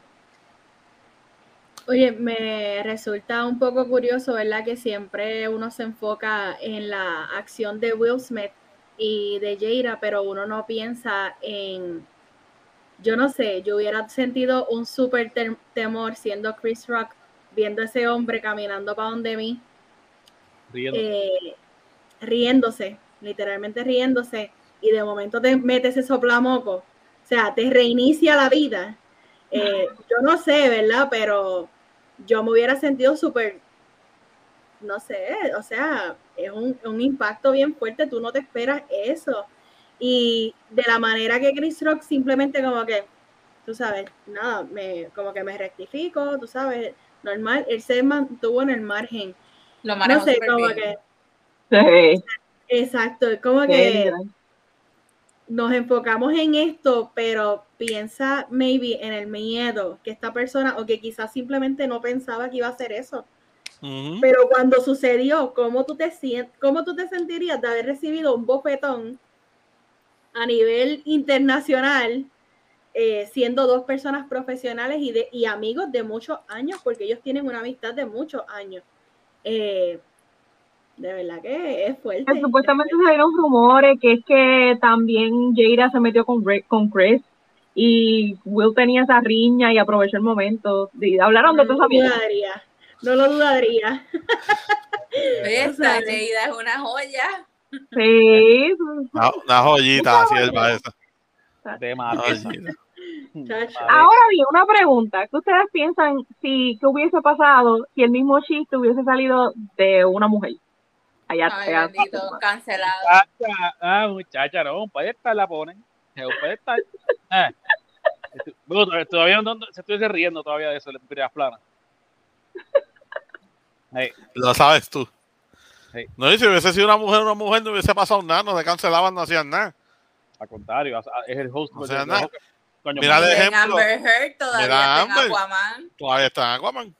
C: Oye, me resulta un poco curioso, ¿verdad? Que siempre uno se enfoca en la acción de Will Smith y de Jada, pero uno no piensa en, yo no sé, yo hubiera sentido un súper te- temor siendo Chris Rock, viendo a ese hombre caminando para donde mí,
D: riéndose.
C: Eh, riéndose, literalmente riéndose, y de momento te mete ese soplamoco, o sea, te reinicia la vida. Eh, yo no sé, ¿verdad? Pero yo me hubiera sentido súper, no sé, o sea, es un, un impacto bien fuerte, tú no te esperas eso. Y de la manera que Chris Rock simplemente como que, tú sabes, nada, me, como que me rectifico, tú sabes, normal, él se mantuvo en el margen.
B: Lo
C: no sé, como
B: bien.
C: que...
E: Sí.
C: Exacto, como
E: Qué
C: que
E: gran.
C: nos enfocamos en esto, pero piensa maybe en el miedo que esta persona, o que quizás simplemente no pensaba que iba a hacer eso. Uh-huh. Pero cuando sucedió, ¿cómo tú te sientes, cómo tú te sentirías de haber recibido un bofetón a nivel internacional, eh, siendo dos personas profesionales y, de, y amigos de muchos años, porque ellos tienen una amistad de muchos años? Eh, de verdad que es fuerte.
E: Que supuestamente salieron rumores que es que también Jada se metió con, con Chris y Will tenía esa riña y aprovechó el momento. Y hablaron
C: no
E: de todo eso.
C: No lo dudaría, no lo dudaría.
B: Esta Jada es una joya.
E: Sí.
A: Una, una joyita, así es para eso.
D: De madera.
E: Ahora bien, una pregunta. ¿Qué ustedes piensan si qué hubiese pasado si el mismo chiste hubiese salido de una mujer? Allá,
B: Ay,
E: allá,
B: bendito, allá. Cancelado.
D: Muchacha, ah, muchacha, no, para estar la ponen. Puede estar. Ah. Bueno, todavía no, se estuviese riendo todavía de eso, de las planas.
A: Hey. Lo sabes tú. Hey. No, y si hubiese sido una mujer, una mujer no hubiese pasado nada, no le cancelaban, no hacían nada.
D: Al contrario, es el host.
A: No hacían nada. Coño, mira de ejemplo.
B: Amber Heard todavía
A: mira,
B: está en Aquaman.
A: Todavía está en Aquaman.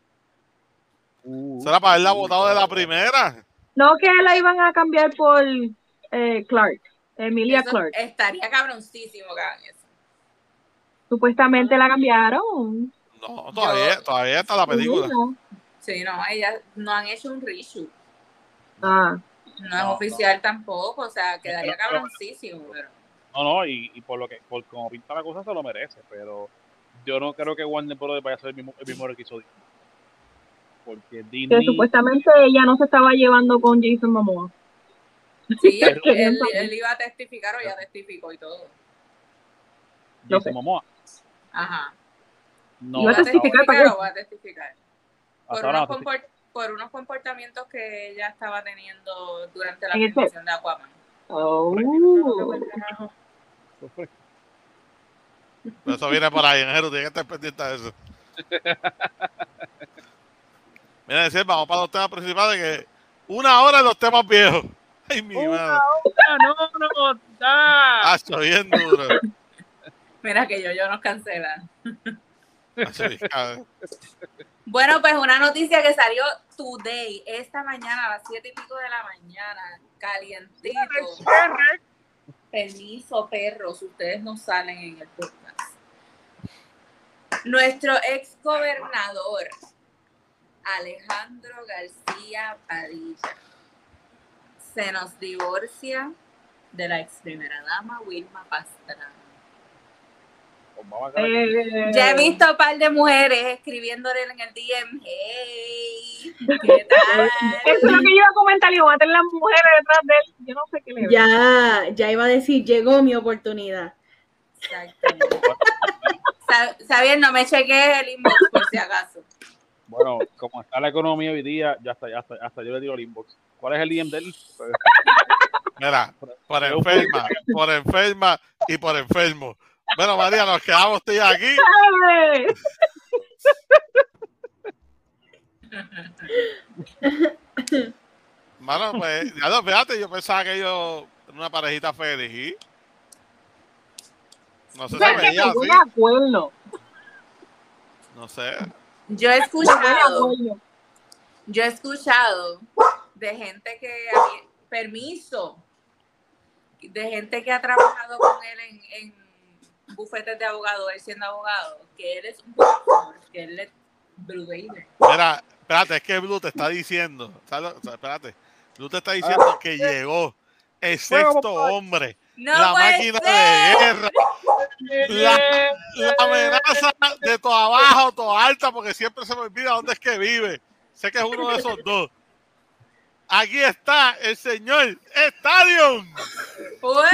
A: Uh, Será para haberla uh, votado uh, de la primera.
E: No, que la iban a cambiar por eh, Clark, Emilia
B: eso
E: Clark.
B: Estaría cabroncísimo que hagan eso.
E: Supuestamente la cambiaron.
A: No, todavía, Yo, todavía está la película.
B: Sí, no, ellas no han hecho un reshoot.
E: Ah.
B: No es no, oficial no. tampoco, o sea, quedaría cabroncísimo. Pero...
D: No, no, y, y por lo que, por como pinta la cosa se lo merece, pero yo no creo que Warner Bros. Vaya a ser el mismo, el mismo requisito. Porque Disney...
E: Que supuestamente ella no se estaba llevando con Jason Momoa.
B: Sí, él, él, él iba a testificar o ya testificó y todo.
D: Jason Momoa.
B: Ajá.
D: No,
E: ¿Iba a testificar para qué?
B: O va a testificar. Por unos, comport, por unos comportamientos que ella estaba teniendo durante la filmación de Aquaman.
E: Oh.
A: Pero eso viene por ahí, Enjero, tiene que estar pendiente de eso. Mira, decir, vamos para los temas principales, que una hora de los temas viejos. Ay, mi
D: una
A: madre.
D: Hora, no, no, da.
A: Hacho, bien duro.
B: Mira que yo, yo nos cancelan.
A: Hacho,
B: bueno, pues una noticia que salió today, esta mañana a las siete y pico de la mañana, calientito. Permiso, perros, ustedes no salen en el podcast. Nuestro ex gobernador, Alejandro García Padilla, se nos divorcia de la ex primera dama, Wilma Pastrana.
E: Eh,
B: Ya he visto un par de mujeres escribiéndole en el D M, hey, ¿qué tal?
E: Eso es lo que yo iba a comentar, iba a tener las mujeres detrás de él, yo no sé qué le veo.
C: Ya, ya iba a decir, llegó mi oportunidad.
B: Exacto. Sabien, no me chequees el inbox por si acaso.
D: Bueno, como está la economía hoy día, ya hasta, hasta, hasta yo le digo el inbox. ¿Cuál es el D M de él?
A: Mira, por enferma, por enferma y por enfermo. Bueno, María, nos quedamos tío aquí. Mano, pues, ya no, fíjate, yo pensaba que ellos eran una parejita feliz. No sé si se veía así.
E: No me acuerdo.
A: No sé.
B: Yo he escuchado, yo he escuchado de gente que, permiso, de gente que ha trabajado con él en, en bufetes de abogado, él siendo abogado, que él es un poco, que él es Blue Vader.
A: Mira, espérate, es que Blue te está diciendo, ¿sabes? O sea, espérate, Blue te está diciendo ah, que sí. llegó el sexto hombre,
B: no
A: la máquina ser. de guerra, la, la amenaza de todo abajo, todo alta, porque siempre se me olvida dónde es que vive. Sé que es uno de esos dos. Aquí está el señor Stadium.
B: ¡Ué!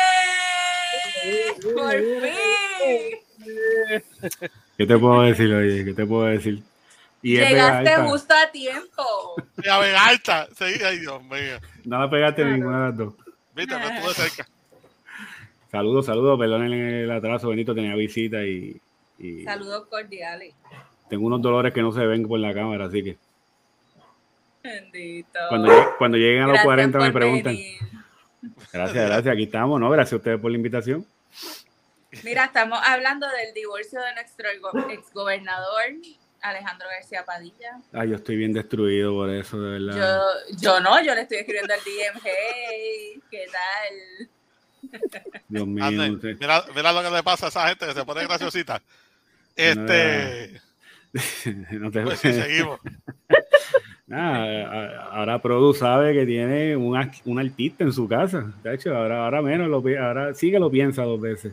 B: ¡Por fin!
F: ¿Qué te puedo decir, oye? ¿Qué te puedo decir?
B: Y llegaste justo a tiempo.
A: Y a Vega Alta. Sí, ay, Dios mío.
F: No la pegaste claro. Ninguna de las dos.
A: Viste, me estuve cerca.
F: Saludos, saludos. Perdonen el atraso, Benito. Tenía visita y... y
B: saludos cordiales.
F: Tengo unos dolores que no se ven por la cámara, así que...
B: Bendito.
F: Cuando, cuando lleguen a los gracias cuarenta me preguntan.
B: Venir.
F: Gracias, gracias. Aquí estamos, ¿no? Gracias a ustedes por la invitación.
B: Mira, estamos hablando del divorcio de nuestro exgobernador Alejandro García Padilla.
F: Ay, yo estoy bien destruido por eso, de verdad.
B: Yo, yo no, yo le estoy escribiendo al D M, hey, ¿qué tal?
F: Dios mío.
A: Ande,
F: no sé.
A: mira, mira lo que le pasa a esa gente que se pone graciosita. Este...
F: No, no te...
A: Pues sí, seguimos.
F: Nada, ahora Produ sabe que tiene un, un artista en su casa. De hecho, ahora, ahora menos, lo, ahora sí que lo piensa dos veces.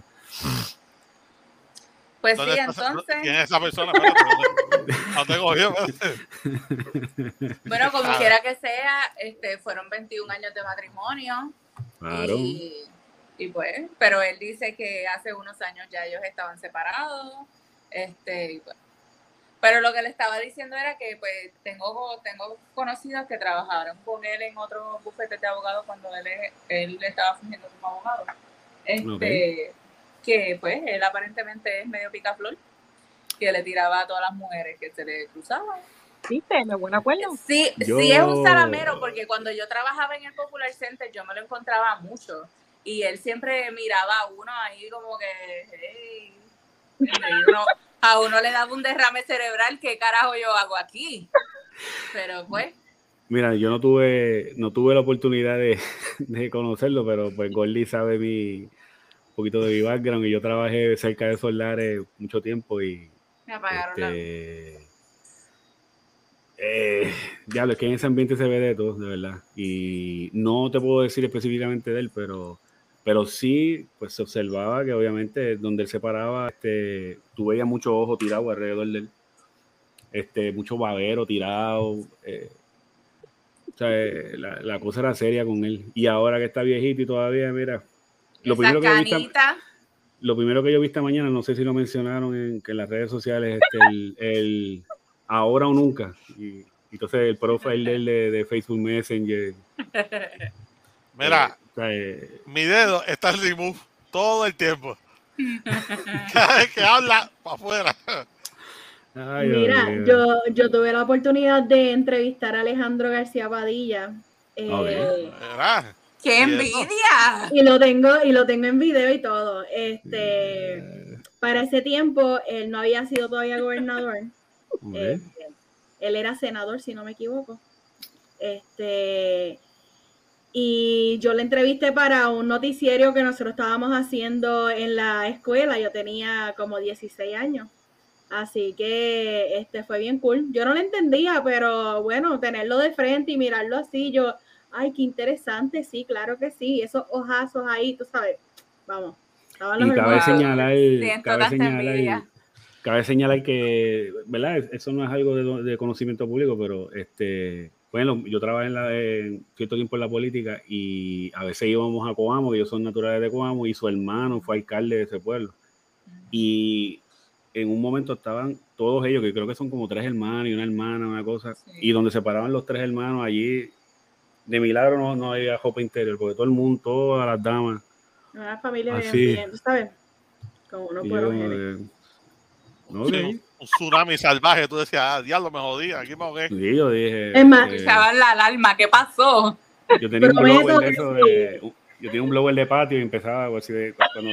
B: Pues sí, entonces.
A: ¿Quién es esa persona? No te cogió.
B: Bueno, como ah. quiera que sea, este, fueron veintiún años de matrimonio.
F: Claro.
B: Y, y pues, pero él dice que hace unos años ya ellos estaban separados. Este, y pues, pero lo que le estaba diciendo era que pues tengo, tengo conocidos que trabajaron con él en otros bufetes de abogados cuando él, él estaba fungiendo como abogado. Este, okay. Que pues él aparentemente es medio picaflor, que le tiraba a todas las mujeres que se le cruzaban.
E: ¿Viste? Me buena acuerdo.
B: Sí, yo... sí es un salamero, porque cuando yo trabajaba en el Popular Center yo me lo encontraba mucho. Y él siempre miraba a uno ahí como que, hey, y uno... A uno le daba un derrame cerebral, ¿qué carajo yo hago aquí? Pero pues...
F: Mira, yo no tuve no tuve la oportunidad de, de conocerlo, pero pues Gordy sabe mi, un poquito de mi background y yo trabajé cerca de esos lares mucho tiempo y...
B: Me apagaron
F: este, la... Eh, diablo, es que en ese ambiente se ve de todo, de verdad. Y no te puedo decir específicamente de él, pero pero sí, pues se observaba que obviamente donde él se paraba, este, tú veías mucho ojo tirado alrededor de él, este, mucho babero tirado, eh, o sea, eh, la, la cosa era seria con él. Y ahora que está viejito y todavía, mira, lo primero que yo vi esta, lo primero que yo vi esta mañana, no sé si lo mencionaron en, que en las redes sociales, este, el, el ahora o nunca. Y, y entonces el profile de, de Facebook Messenger.
A: Mira,
F: eh, o sea, eh,
A: mi dedo está en remove todo el tiempo. Cada vez que habla, para afuera.
F: Ay,
C: Mira,
F: Dios mío.
C: yo, yo tuve la oportunidad de entrevistar a Alejandro García Padilla. Eh,
F: Ok.
A: ¿Verdad?
B: ¡Qué
A: ¿Y eso?
B: envidia!
C: Y lo tengo, y lo tengo en video y todo. Este, para ese tiempo, él no había sido todavía gobernador.
F: Ok.
C: Este, él era senador, si no me equivoco. Este, y yo le entrevisté para un noticiero que nosotros estábamos haciendo en la escuela. Yo tenía como dieciséis años. Así que este fue bien cool. Yo no lo entendía, pero bueno, tenerlo de frente y mirarlo así, yo, ay, qué interesante, sí, claro que sí. Esos ojazos ahí, tú sabes, vamos. Estaban los
F: Y cabe
C: hermanos.
F: señalar,
B: Siento
F: cabe
B: tanta
F: señalar,
B: envidia.
F: cabe señalar que, ¿verdad? Eso no es algo de, de conocimiento público, pero este, bueno, yo trabajé en, la, en cierto tiempo en la política y a veces íbamos a Coamo, que ellos son naturales de Coamo, y su hermano fue alcalde de ese pueblo. Y en un momento estaban todos ellos, que creo que son como tres hermanos y una hermana, una cosa,
B: Sí.
F: y donde se paraban los tres hermanos allí, de milagro no, no había ropa interior, porque todo el mundo, todas las damas,
C: Una familia bien,
F: así.
C: bien, tú sabes, como uno
F: Y
C: por
F: yo,
C: los genes.
F: eh, no,
A: Sí,
F: ok.
A: un, un tsunami salvaje. Tú decías, ah, diablo, me jodí, aquí me ahogué.
F: Sí, yo dije,
C: Es más,
F: eh,
B: Escuchaban la alarma, ¿qué pasó?
F: yo tenía un
C: prometo
F: blower de
C: que
F: eso,
C: sí.
F: de, yo tenía un blower de patio y empezaba así de cuando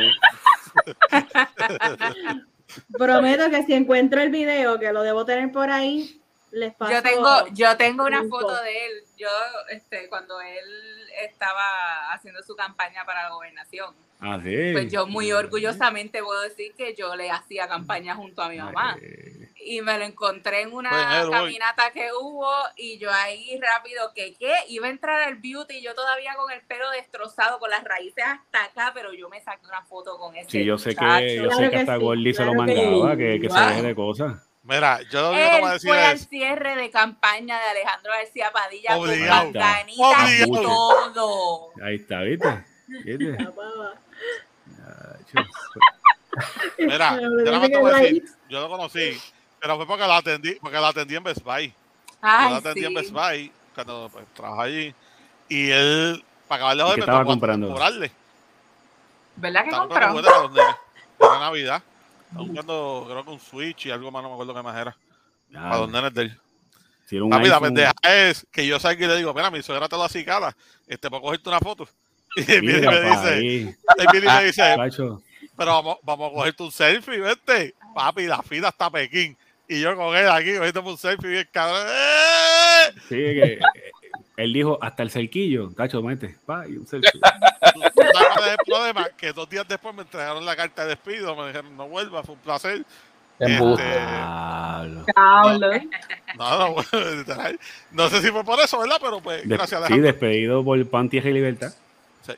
C: Prometo que si encuentro el video, que lo debo tener por ahí, les paso.
B: Yo tengo, yo tengo una
C: un
B: foto
C: post.
B: de él. Yo, este, cuando él estaba haciendo su campaña para la gobernación,
F: ah, sí.
B: pues yo muy orgullosamente puedo decir que yo le hacía campaña junto a mi mamá.
F: Ay,
B: Y me lo encontré en una
A: Buen héroe.
B: caminata que hubo y yo ahí rápido, que qué, iba a entrar al beauty y yo todavía con el pelo destrozado, con las raíces hasta acá, pero yo me saqué una foto con ese
F: sí, yo sé que,
B: muchacho.
F: yo
C: Claro
F: sé que
C: que
F: hasta
C: sí,
F: Gordy se lo
C: claro que
F: mandaba,
B: sí.
F: que, que
B: Wow.
F: se deje de cosas.
A: Mira, yo lo único que te voy a
B: Él
A: decir
B: fue al
A: es,
B: cierre de campaña de Alejandro García Padilla
A: Obligado.
B: con caganitas y
A: Obligado.
B: todo.
F: Ahí está, ¿viste? ¿Viste?
C: La pava.
F: Ay,
A: mira,
C: Me
A: yo
C: dice
A: nada más
C: que
A: te voy a
C: la
A: decir,
C: hice.
A: yo lo conocí, pero fue porque la atendí, porque la atendí en Best Buy. Yo
B: Ay,
A: la atendí en Best
B: sí.
A: Buy cuando pues, trabajaba allí. Y él, para acabar de
F: ¿Y
A: joder,
F: qué
A: me
F: estaba
A: tocó
F: comprando?
A: cobrarle.
B: ¿Verdad que
A: Estaba comprando
B: compró?
A: juguetes para los nenes. Era Navidad. Estaba buscando, creo que un Switch y algo más, no me acuerdo qué más era. Para los nenes de él.
F: Si era un
A: Papi, la
F: iPhone,
A: pendeja es que yo salgo y le digo, mira, mi suegra te lo así cara, este, ¿puedo cogerte una foto? Y él viene y
F: mira
A: me
F: pa'
A: dice,
F: ahí,
A: él viene y me dice,
F: Pacho.
A: pero vamos, vamos a cogerte un selfie, vete. Papi, la fila está Pekín. Y yo con él aquí, cogiendo un selfie bien cabrón. ¡Eh!
F: Sí, que, eh, él dijo hasta el cerquillo, Tacho, mete, pa, y un selfie.
A: ¿Tú tú sabes cuál es el problema? Que dos días después me entregaron la carta de despido, me dijeron, no vuelvas, fue un placer.
G: Embuste.
A: Este,
F: Diablo.
E: Pablo.
A: no, no, bueno, literal. No sé si fue por eso, ¿verdad? Pero pues,
F: De-
A: gracias,
F: sí,
A: Alejandro.
F: despedido por Pan, Tierra y Libertad.
A: Sí.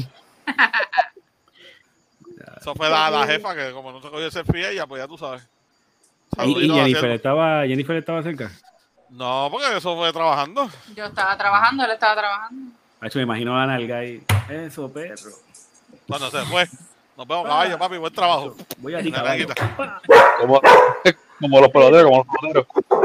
A: Eso fue la, la jefa que como no se cogió el selfie ella, pues ya tú sabes.
F: Y,
A: Saludito
F: y
A: a la
F: Jennifer
A: sierva.
F: estaba, Jennifer estaba cerca.
A: No, porque eso fue trabajando.
B: Yo estaba trabajando, él estaba trabajando.
F: Tacho, me imagino a la nalga ahí. Eso, perro.
A: Cuando se fue. Nos vemos, caballo, papi, buen trabajo.
F: Voy a ti,
A: Nada,
F: caballo.
A: quita.
G: Como, como los peloteros, como los peloteros.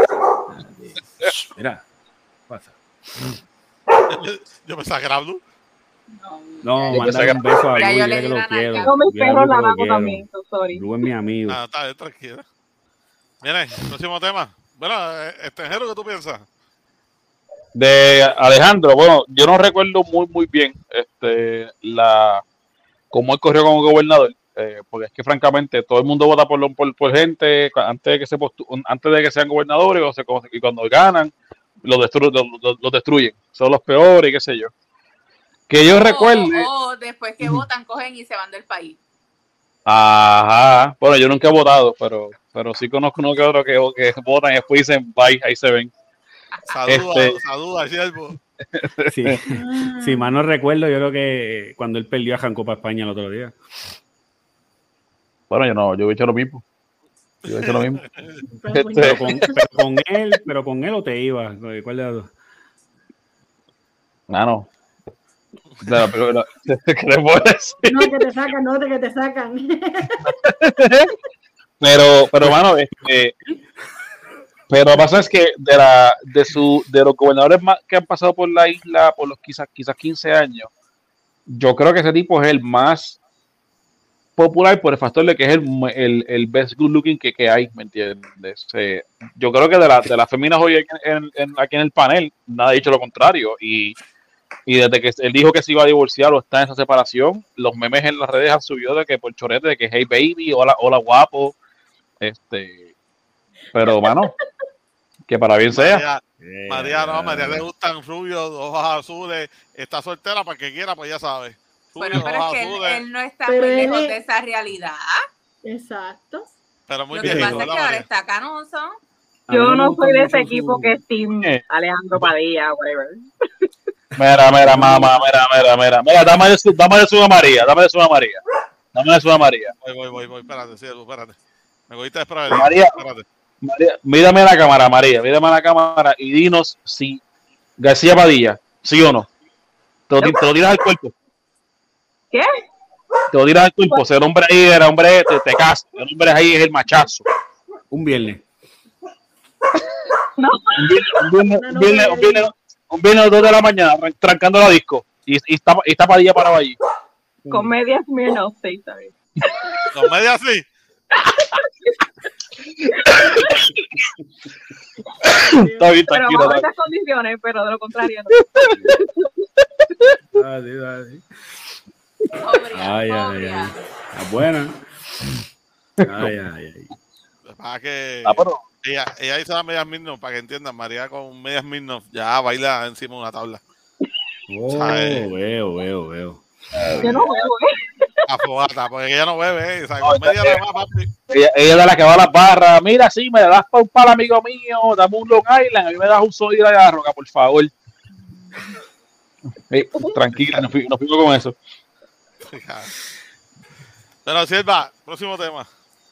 F: Mira, pasa.
A: Yo me saqué la blue.
B: No,
F: No,
G: Yo
F: mándale
G: pensé
F: un beso a
B: Ya
F: Luis,
B: yo
F: dile
B: le
F: que
B: di
F: lo
B: una
F: quiero.
B: nalga.
E: Con mis
F: Dile a
E: perros
F: Luis que
E: la
F: lo
E: damos
F: quiero.
E: también, so sorry.
F: Luis es mi amigo.
A: Ah, está bien, tranquila. Miren, próximo tema. Bueno, eh, extranjero, ¿qué tú piensas?
G: De Alejandro, bueno, yo no recuerdo muy muy bien este la cómo él corrió como gobernador, eh, porque es que francamente todo el mundo vota por, lo- por, por gente antes de que se postu- antes de que sean gobernadores o se- y cuando ganan los, destru- los, los- los destruyen, son los peores y qué sé yo. Que yo
B: O-
G: recuerde,
B: o después que votan, cogen y se van del país.
G: ajá, bueno, yo nunca he votado, pero pero sí conozco uno que otro que, que votan y después dicen bye, ahí se ven.
A: Saludos,
G: Este,
A: saludos al siervo.
F: Sí. Si mal no recuerdo, yo creo que cuando él perdió arrancó para España el otro día.
G: Bueno, yo no, yo he hecho lo mismo. Yo he hecho lo mismo.
C: Pero, pues,
F: Pero con, pero con él, pero con él o te ibas. ¿Cuál de las dos?
G: Ah, no. No, pero, no, ¿qué le puedo decir?
C: no, que te sacan, no, que te sacan.
G: Pero, pero, mano, este, pero lo que pasa es que de la, de su, de los gobernadores más que han pasado por la isla por los quizás, quizás quince años, yo creo que ese tipo es el más popular por el factor de que es el, el, el best good looking que, que hay, ¿me entiendes? Eh, yo creo que de, la, de las féminas hoy en, en, en, aquí en el panel, nada ha dicho lo contrario, y, y desde que él dijo que se iba a divorciar o está en esa separación, los memes en las redes han subido de que por chorete, de que hey baby, hola, hola guapo, este, pero mano, que para bien sea.
A: María, María no, María le gustan rubios, ojos azules, está soltera para que quiera, pues ya sabe.
B: Bueno, pero es que él, él no está
C: Pero
B: muy
C: él
B: lejos
C: es-
B: de esa realidad.
C: Exacto.
A: Pero muy
B: Lo que
A: bien.
B: pasa es que
A: ¿verdad,
B: ahora
A: María?
B: está canoso.
F: A mí
E: Yo
F: me
E: no
F: gusta
E: soy de
F: mucho
E: ese
F: su-
E: equipo que es Team
G: Eh.
E: Alejandro Padilla, whatever.
G: Mira, mira, mamá, mira, mira, mira, mira, dame de su, dame de su a María, dame de su a María, dame de su a María.
A: Voy, voy, voy, voy, espérate, sí, espérate. Me cogiste de esperar.
G: María.
A: Espérate.
G: María, mírame a la cámara, María, mírame a la cámara y dinos si García Padilla, sí o no. Te lo, ti- te lo tiras al cuerpo.
E: ¿Qué?
G: Te lo tiras al cuerpo. Si el hombre ahí era hombre, te, te casa. El hombre ahí es el machazo.
F: Un viernes.
E: No.
G: Un viernes, un viernes,
C: No,
G: un
C: no,
G: viernes,
C: no,
G: un viernes, un viernes a las dos de la mañana, tran- trancando la disco. Y, y, está, y está Padilla parado allí.
E: Con medias Smirnoff, sí, está bien.
A: Los medios así.
G: Está bien,
E: Pero
G: tranquilo.
E: bajo
G: está-
E: esas condiciones, pero de lo contrario no.
F: Ah, sí, ah, sí.
B: Sobria,
F: Ay, ay,
B: sobria.
F: ay. Está buena. Ay, ay, ay.
A: Para que
G: Ah, pero,
A: ella, ella hizo las medias Smirnoff, para que entiendan, María con medias Smirnoff ya baila encima de una tabla.
F: Oh,
A: Ay.
F: veo, veo, veo.
E: Yo no veo, ¿eh?
A: Afogata, porque ella no bebe, ¿eh? O sea,
G: No,
A: con media
G: ella-
A: nada más, papi.
G: ella, ella es de la que va a las barras. Mira, sí, me das para un palo, amigo mío. Dame un Long Island. A mí me das un soda de la roca, por favor. Eh, tranquila, no fijo, no fijo con eso.
A: Pero Silva, próximo tema.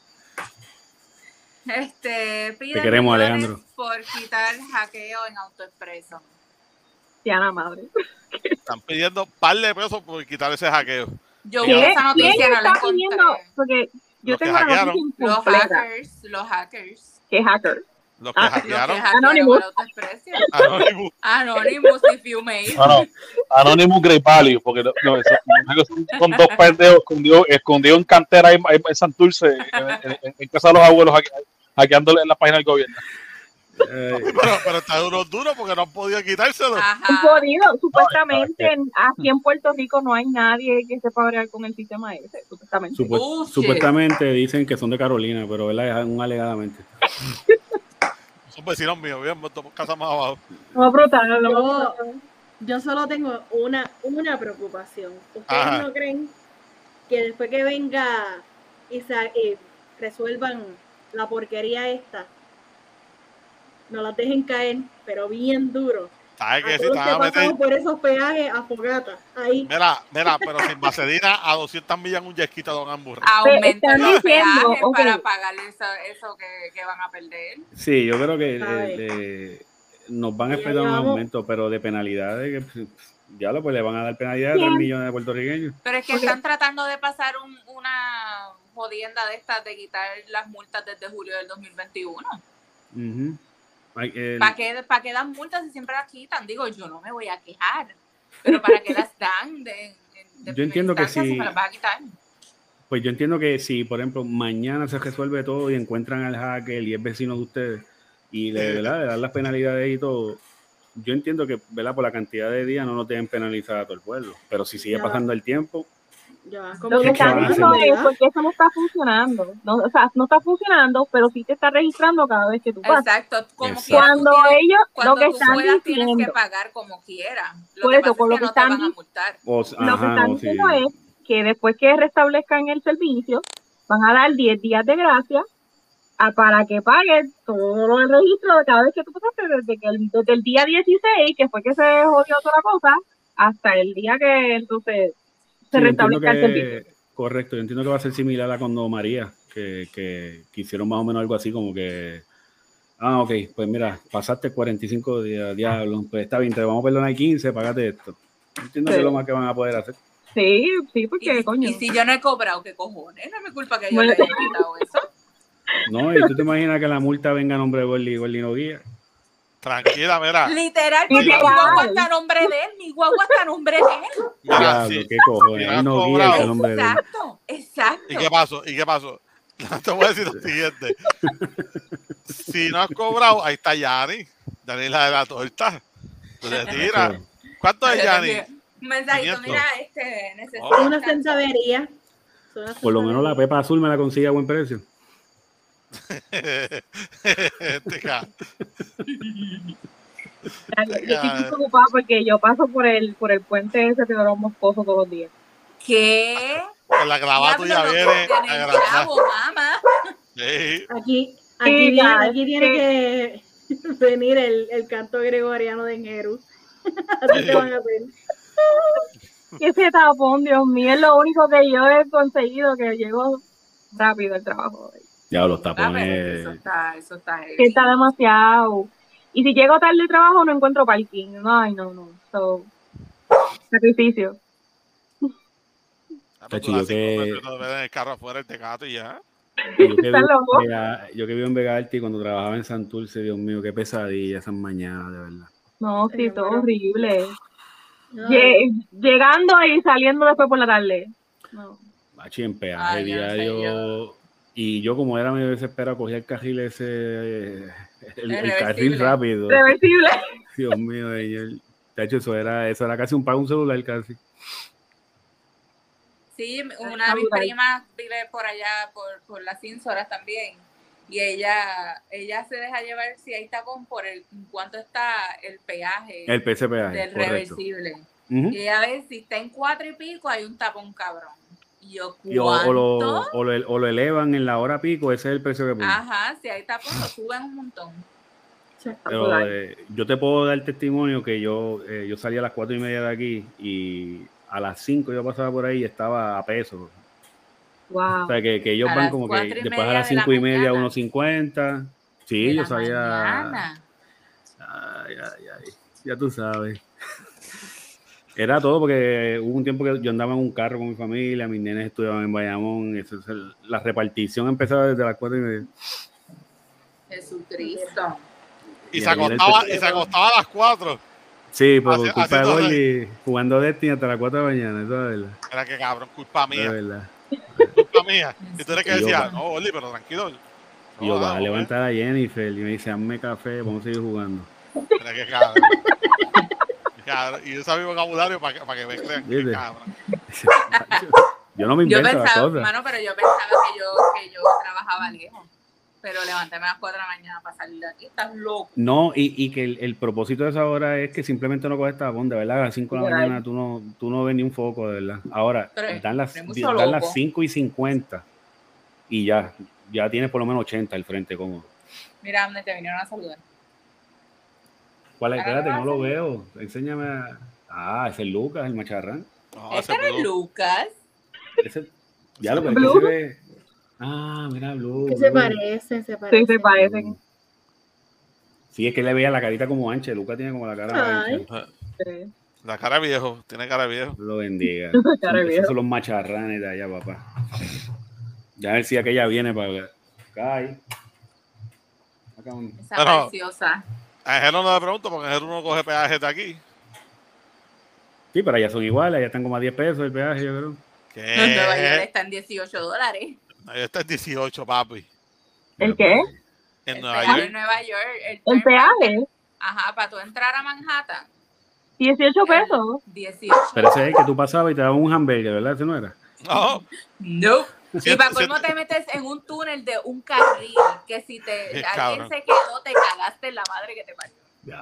B: Este, piden
F: Te queremos,
B: millones
F: Alejandro.
B: por quitar hackeo en AutoExpreso.
E: Tiana madre.
A: Están pidiendo par de pesos por quitar ese hackeo.
B: Yo
A: ¿Qué?
B: vi esa noticia,
E: ¿Quién
B: no la
E: está pidiendo?
B: encontré.
E: Porque yo
A: Los que
E: tengo la
A: hackearon.
E: noticia
B: Los
E: incompleta.
B: hackers, los hackers.
E: ¿Qué hacker?
A: Los que
E: Ah,
B: Los que
A: hackearon.
B: hackearon
E: Anonymous.
B: el AutoExpreso.
A: Anonymous.
B: Anonymous, if you may.
G: No, no. Anonymous Great Value, porque no, no, eso- no, son, son dos pendejos escondidos escondido en cantera en, en, en Santurce, en, en, en casa de los abuelos, hacke- hackeándole en la página del gobierno.
F: Ay,
A: Pero, pero está duro, duro porque no han podido quitárselo.
E: Un
B: Ajá.
E: podido. Supuestamente en- aquí en Puerto Rico no hay nadie que sepa bregar con el sistema ese, supuestamente.
F: supu-
B: Bullshit.
F: supuestamente dicen que son de Carolina, pero ¿verdad? Es un alegadamente.
A: Son vecinos míos, viven dos casas más abajo.
E: No, brutal, no,
C: Yo, yo solo tengo una, una preocupación. ¿Ustedes
A: Ajá.
C: no creen que después que venga y, sa- y resuelvan la porquería esta, nos las dejen caer, pero bien duro?
A: ¿Sabes que
C: A
A: si
C: todos
A: te
C: que
A: van a meter?
C: pasamos por esos peajes a fogata. Ahí.
A: Mira, mira, pero sin vaselina a doscientas millas en un yesquito de Don Burro.
B: Aumentan
E: Están
B: los
E: diciendo,
B: peajes
E: ok.
B: para pagar eso, eso que, que van a perder.
F: Sí, yo creo que
C: Ay.
F: eh, eh, nos van a
C: Ya
F: esperar un
C: llevamos-
F: aumento, pero de penalidades, que pues, ya lo pues le van a dar penalidades a tres
E: Bien.
F: millones de puertorriqueños.
B: Pero es que
E: Ok.
B: están tratando de pasar un, una jodienda de estas de quitar las multas desde julio del dos mil veintiuno.
F: Ujú. Ay, el-
B: ¿Para qué, ¿Para qué dan multas si siempre las quitan? Digo, yo no me voy a quejar. Pero ¿para qué las dan? De, de
F: Yo entiendo que
B: instancia
F: sí.
B: si me las vas a quitar.
F: Pues yo entiendo que si, por ejemplo, mañana se resuelve todo y encuentran al hacker y es vecino de ustedes y le, ¿verdad? le dan las penalidades y todo, yo entiendo que, ¿verdad? Por la cantidad de días no nos deben penalizar a todo el pueblo. Pero si sigue
C: Ya.
F: pasando el tiempo,
C: Ya,
E: Lo
C: como
E: que
F: ¿Qué
C: que
F: se van
E: están
F: a
E: diciendo
F: hacer?
E: es porque eso no está funcionando. No, o sea, no está funcionando, pero sí te está registrando cada vez que tú pasas.
B: Exacto. Como
F: Exacto.
B: quiera, tú
E: Cuando
B: tienes-
E: ellos,
B: cuando
E: lo que
B: tú
E: están
B: puedas, tienes que
E: diciendo,
B: pagar como quieras. Lo
E: Por
B: que
E: eso,
B: pasa
E: por
B: es
E: lo
B: que
E: que
B: no te
E: están
B: van a
E: di-
B: multar.
F: o,
E: lo que
F: ajá,
E: están
F: o si-
E: diciendo es que después que restablezcan el servicio, van a dar diez días de gracia a, para que pague todo el registro de cada vez que tú pasaste desde, que el, desde el día dieciséis, que fue que se jodió toda la cosa, hasta el día que entonces se
F: Sí,
E: restablezca el servicio.
F: que, correcto, yo entiendo que va a ser similar a cuando María, que, que, que hicieron más o menos algo así como que, ah, ok, pues mira, pasaste cuarenta y cinco días, diablo, pues está bien, te vamos a perdonar quince, págate esto. Entiendo
E: Sí.
F: que es lo más que van a poder hacer.
E: Sí, sí, porque,
B: Y,
E: coño.
B: y si yo no he cobrado, ¿qué cojones? No es mi culpa que yo
E: Bueno.
B: le haya quitado eso.
F: No, y tú te imaginas que la multa venga a nombre de Gordy y Gordy no guía.
A: Tranquila, mira.
B: Literal, porque mi
E: Literal.
B: guagua está a nombre de él, mi guagua está a nombre de él.
A: Mira,
F: Diablo,
A: sí.
F: qué cojones,
A: Mira,
F: él no guía
A: cobrado.
F: el nombre de él.
B: Exacto, exacto.
A: ¿Y qué pasó? ¿Y qué pasó? Te voy a decir lo siguiente. Si no has cobrado, ahí está Yani. Yani la de la torta. Tú le tiras. ¿Cuánto es Yani?
B: Un mensajito,
A: quinientos.
B: mira, este, necesito...
A: Oh.
C: Una centavería. Son unas
F: Por lo menos la
C: centaverías.
F: pepa azul me la consigue a buen precio.
A: Este ca-
E: Yo estoy muy preocupada porque yo paso por el, por el puente ese de los moscosos todos los días.
B: ¿Qué?
A: Con la grabada
B: Diablo,
A: tuya
B: no
A: viene
B: tienen
A: agrandada.
B: chavo, mamá.
A: Sí.
C: Aquí,
E: Sí,
C: aquí, viene,
E: ya,
C: aquí tiene que venir el, el canto gregoriano de Enjeru. Así te van a hacer.
E: Ese tapón, Dios mío, es lo único que yo he conseguido, que llego rápido al trabajo.
F: Ya los
B: Ah, pero eso
F: tapones.
B: está, eso está
E: Que
B: heavy.
E: está demasiado. Y si llego tarde al trabajo, no encuentro parking. Ay, no, no. So, sacrificio.
A: Ah, pues
F: Tacho,
A: tú das
F: yo
A: cinco
F: que-
A: pesos, tú ves en el carro afuera el tecato y ya.
F: Yo que,
E: ¿Estás
F: vivo,
E: loco?
F: en Vega- yo que vivo en Vega Alta y cuando trabajaba en Santurce, Dios mío, qué pesadilla esas mañanas, de verdad.
E: No,
C: Ay,
E: sí,
C: me
E: todo
C: muero.
E: horrible.
C: No,
E: Lle- llegando y saliendo después por la tarde. No.
F: Machi, en peaje
B: Ay, yo no sé,
F: diario.
B: yo-
F: Y yo, como era medio desesperado, cogía el carril ese, eh, el, el carril
B: Reversible.
F: rápido.
E: Reversible.
F: Dios mío, señor. De hecho, eso era, eso era casi un pago un celular, casi.
B: Sí, una de mis primas vive por allá, por, por las Cinsoras también. Y ella ella se deja llevar si hay tapón por el en cuánto está el peaje
F: El P C P A,
B: del
F: correcto.
B: reversible.
F: Ujú.
B: Y ella ve si está en cuatro y pico, hay un tapón cabrón. Y yo,
F: Y o, o lo,
B: ¿cuánto?
F: o, lo, o lo elevan en la hora pico, ese es el precio que ponen.
B: Ajá, si hay tapón, lo suben un montón.
F: Pero eh, yo te puedo dar testimonio que yo, eh, yo salí a las cuatro y media de aquí y a las cinco yo pasaba por ahí y estaba a peso.
E: Wow.
F: O sea, que, que ellos
B: A
F: van
B: las
F: como que
B: cuatro y
F: después
B: media
F: a las
B: de la
F: cinco y media,
B: mañana.
F: uno cincuenta. Sí,
B: De
F: yo
B: la
F: salía.
B: mañana.
F: Ay, ay, ay. Ya tú sabes. Era todo porque hubo un tiempo que yo andaba en un carro con mi familia, mis nenes estudiaban en Bayamón. Eso es el- la repartición empezaba desde las cuatro y media.
B: Jesucristo.
A: Y
F: Y
A: se
F: ahí era el
A: acostaba,
F: te-
A: y se acostaba a las cuatro.
F: Sí, pero
A: Así-
F: por culpa de
A: haciendo
F: Gordy, jugando Destiny hasta las cuatro de la mañana, eso es verdad.
A: Era que cabrón, culpa
F: Eso
A: mía.
F: es verdad.
A: Culpa mía. Y tú eres que
F: Y yo,
A: decías,
F: va.
A: no, Oli, pero tranquilo.
F: Y yo,
A: No,
F: va
A: ah,
F: a
A: ok.
F: levantar a Jennifer y me dice, hazme café, vamos a seguir jugando.
A: Mira que cabrón. Cabrón, y ese mi vocabulario para que, para que me crean que
F: ¿Viste?
A: cabrón.
F: Yo no me
B: Yo
F: invento las
B: pensaba,
F: cosas.
B: mano, pero yo pensaba que yo, que yo trabajaba lejos. Pero levantarme a las cuatro de la mañana para salir de aquí, estás loco.
F: No, y, y que el, el propósito de esa hora es que simplemente no coges tapón, de verdad, a las cinco de la
E: Literal.
F: mañana tú no, tú no ves ni un foco, de verdad. Ahora,
B: Pero
F: dan las,
B: pero hay mucho
F: dan
B: loco.
F: las cinco y cincuenta y ya, ya tienes por lo menos ochenta al frente cómodo.
B: Mira, donde te vinieron a saludar.
F: ¿Cuál es?
B: Ahora
F: Espérate,
B: lo
F: no lo
B: hacen.
F: veo. Enséñame a... Ah, ese es Lucas, el macharrán.
A: No,
B: Este
A: ese
B: no es
A: Blue.
B: Lucas.
F: Ese, ya lo que
E: Blue.
F: se ve. Ah, mira, Blue.
C: Que se
F: Blue.
C: parecen, se parecen.
E: Sí, se parecen.
F: Sí, es que le veía la carita como ancha. Lucas tiene como la cara
C: Ay.
F: ancha.
E: Sí.
A: La cara de viejo, tiene cara de viejo.
F: Dios lo bendiga.
E: Cara de
F: Esos
E: viejo.
F: son los macharranes de allá, papá. Ya a ver si aquella viene para ver. Cae. Acá un-
B: Esa
A: Pero-
B: preciosa.
A: A Ejero no le pregunto porque Ejero no coge peaje de aquí.
F: Sí, pero allá son iguales. Allá están como a diez pesos el peaje, yo creo.
A: ¿Qué?
B: En Nueva York está en dieciocho dólares.
A: Ahí está en dieciocho, papi.
E: ¿El qué?
A: En
B: El
A: Nueva
B: peaje
A: York.
B: en Nueva York. El,
E: ¿El
B: turnpike,
E: peaje?
B: Ajá, para tú entrar a Manhattan.
E: dieciocho pesos.
B: dieciocho.
F: Pero ese es el que tú pasabas y te daban un hamburger, ¿verdad? ¿Ese no era?
A: No.
B: No.
A: Siete-
B: Y para colmo
A: siete-
B: te metes en un túnel de un carril que si te
A: Qué
B: alguien
A: cabrón.
B: se quedó, te cagaste en la madre que te parió.
F: Ya.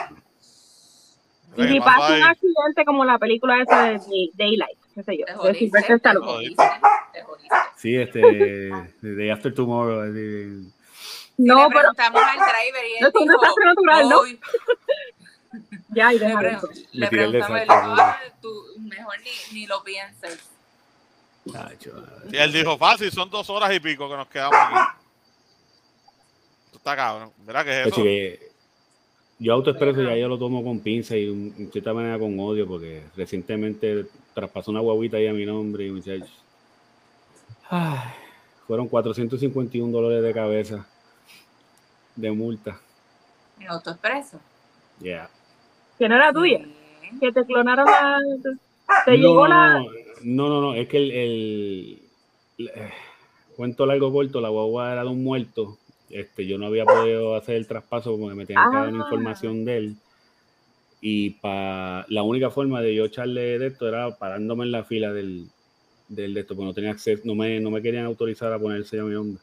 E: Y
A: ¿Qué
E: si
A: pasó
E: pasa un
A: ahí?
E: accidente como la película esa de Day- Daylight, qué sé yo,
B: Te
E: de
B: jodiste,
E: Sylvester
B: te
E: Stallone.
B: jodiste, te jodiste.
F: Sí, este. De After Tomorrow. así.
B: Si
E: No,
B: le
E: pero
B: preguntamos al driver y él
E: no es un
B: dijo,
E: desastre natural, ¿no?
B: "Uy",
E: Ya, y
B: le,
E: deja
B: pre-
E: eso.
B: le
F: Me tiré el
B: preguntamos, él
F: desastre,
B: dijo,
F: ¿no?
B: "Ah, tú mejor ni, ni lo pienses".
F: Tacho,
A: Y él dijo, fácil, son dos horas y pico que nos quedamos aquí. Esto está cabrón. ¿Verdad que es
F: tacho,
A: eso?
F: que yo autoexpreso
B: Pero-
F: ya yo lo tomo con pinza y un- en cierta manera con odio porque recientemente traspasó una guaguita ahí a mi nombre y muchachos. Ay, fueron cuatrocientos cincuenta y un dólares de cabeza de multa.
B: En AutoExpreso.
F: Yeah.
E: Que no era tuya.
B: Sí.
E: Que te clonaron la. Te
F: No,
E: llegó
F: no,
E: la.
F: no, no, no, no, es que el, el, el- eh, cuento largo corto, la guagua era de un muerto. Este, yo no había podido hacer el traspaso porque me tenían que dar una
E: Ah.
F: información de él. Y pa, la única forma de yo echarle de esto era parándome en la fila del, del de esto, porque no tenía acceso, no me, no me querían autorizar a poner el sello a mi nombre.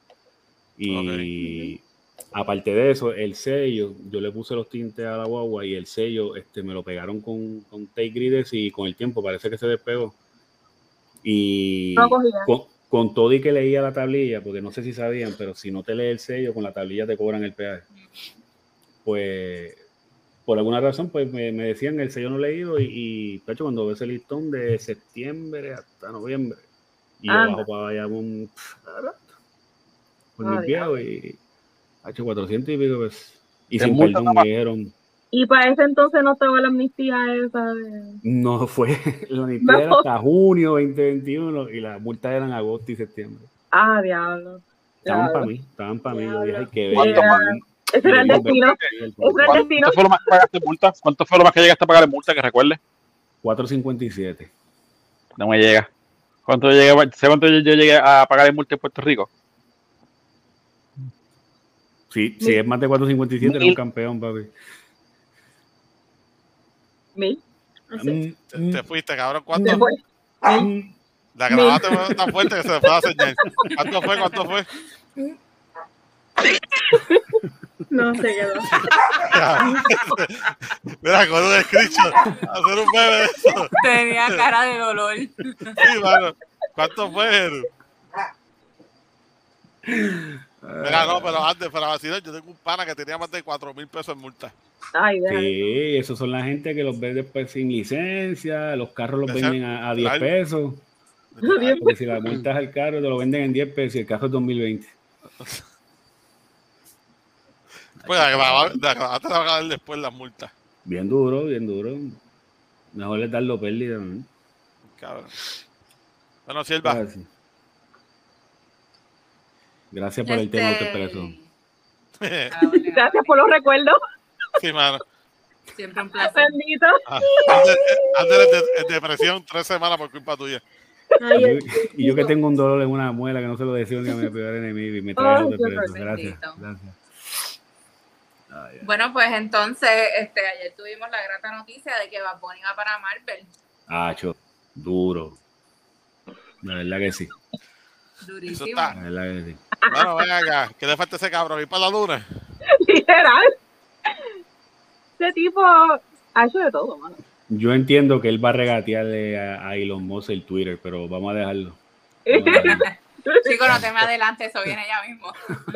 F: Y aparte de eso, el sello, yo le puse los tintes a la guagua y el sello este, me lo pegaron con, con tape grides y con el tiempo parece que se despegó. Y
E: No cogía.
F: con, con todo y que leía la tablilla, porque no sé si sabían, pero si no te lee el sello, con la tablilla te cobran el peaje. Pues por alguna razón, pues me, me decían el sello no leído y, y de hecho, cuando ves el listón de septiembre hasta noviembre, y yo
E: Anda.
F: bajo para Bayamón con
E: Ah,
F: mis viejos y ha hecho cuatrocientos y pico, pues, y
G: ¿Qué
F: sin
G: multa
F: perdón me dijeron,
E: Y para ese entonces no estaba la amnistía esa de.
F: no fue, la amnistía era hasta junio veinte veintiuno y las multas eran agosto y septiembre.
E: Ah, diablo.
F: Estaban para
E: Diablo.
F: mí, estaban para mí, yo
C: Diablo.
F: dije, hay que ver.
G: ¿Cuánto
E: Era- Ese era el destino. Ese era el destino.
G: ¿Cuánto fue lo más que pagaste en multa? ¿Cuánto fue lo más que llegaste a pagar en multa que recuerdes?
F: cuatro cincuenta y siete.
G: No me llega. ¿Cuánto llegué, ¿Sé cuánto yo, yo llegué a pagar en multa en Puerto Rico?
F: Sí, si es más de cuatro cincuenta y siete, era un campeón, papi.
E: Mil.
C: Así.
A: Te,
F: Mm,
A: te fuiste, cabrón.
E: Se
A: ¿Cuánto?
E: fue. Mil.
F: mm,
A: La grabaste fue tan fuerte que se le fue la señal. ¿Cuánto fue? ¿Cuánto fue?
C: No se quedó.
A: Mira, con un screenshot. Hacer un bebé de eso.
B: Tenía cara de dolor.
A: Sí, mano. ¿Cuánto fue, Jeru? Mira, no, pero antes, para vacilar, yo tengo un pana que tenía más de cuatro mil pesos en multa.
E: Ay, deja eso.
F: Sí, esos son la gente que los ve después sin licencia, los carros los
A: Ese-
F: venden a, a diez
A: claro.
F: pesos. Porque si la multa es al carro, te lo venden en diez pesos y el carro es dos mil veinte.
A: Pues la grababa- la grabaste la van a ver después las multas.
F: Bien duro, bien duro. Mejor es darlo pérdida, ¿no?
A: Cabrón. Bueno, Silva.
F: Gracias. Gracias por el tema
B: Este,
F: autoexpreso.
B: ah, bueno,
E: Gracias por los recuerdos.
A: Sí, mano.
B: Siempre un placer.
E: Bendito.
A: Ah, antes, antes de, de depresión, tres semanas por culpa tuya.
C: Ay,
F: Y yo,
C: el-
F: y yo que tengo un dolor en una muela que no se lo deseo ni a mi peor enemigo y me trae
E: Ay,
F: autoexpreso.
B: Dios
F: Gracias.
B: bendito.
F: Gracias. Ay, ay.
B: Bueno, pues entonces, este, ayer tuvimos la grata noticia de que Bad Bunny va para Marvel.
F: Acho, duro. La verdad que sí.
A: Eso
B: Durísimo.
A: está.
F: La verdad que sí.
A: Bueno, ven acá. ¿Qué le falta a ese cabrón? ¿Ir para la luna?
E: Literal. Ese tipo ha hecho de todo, mano.
F: Yo entiendo que él va a regatearle a, a Elon Musk el Twitter, pero vamos a dejarlo. Vamos a dejarlo.
B: Chico, no te me adelante, eso viene ya mismo.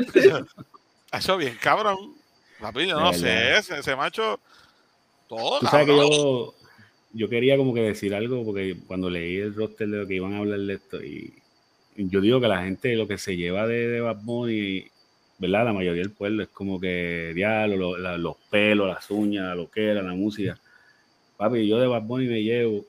A: Eso bien, cabrón. Papi, yo
F: De
A: no
F: verdad.
A: sé. Ese, ese macho. Todo,
F: Tú sabes que
A: cabrón.
F: yo, yo quería como que decir algo, porque cuando leí el roster de lo que iban a hablar de esto, y yo digo que la gente lo que se lleva de, de Bad Bunny, ¿verdad? La mayoría del pueblo es como que diablo, lo- la- los pelos, las uñas, lo que era, la música. Papi, yo de Bad Bunny me llevo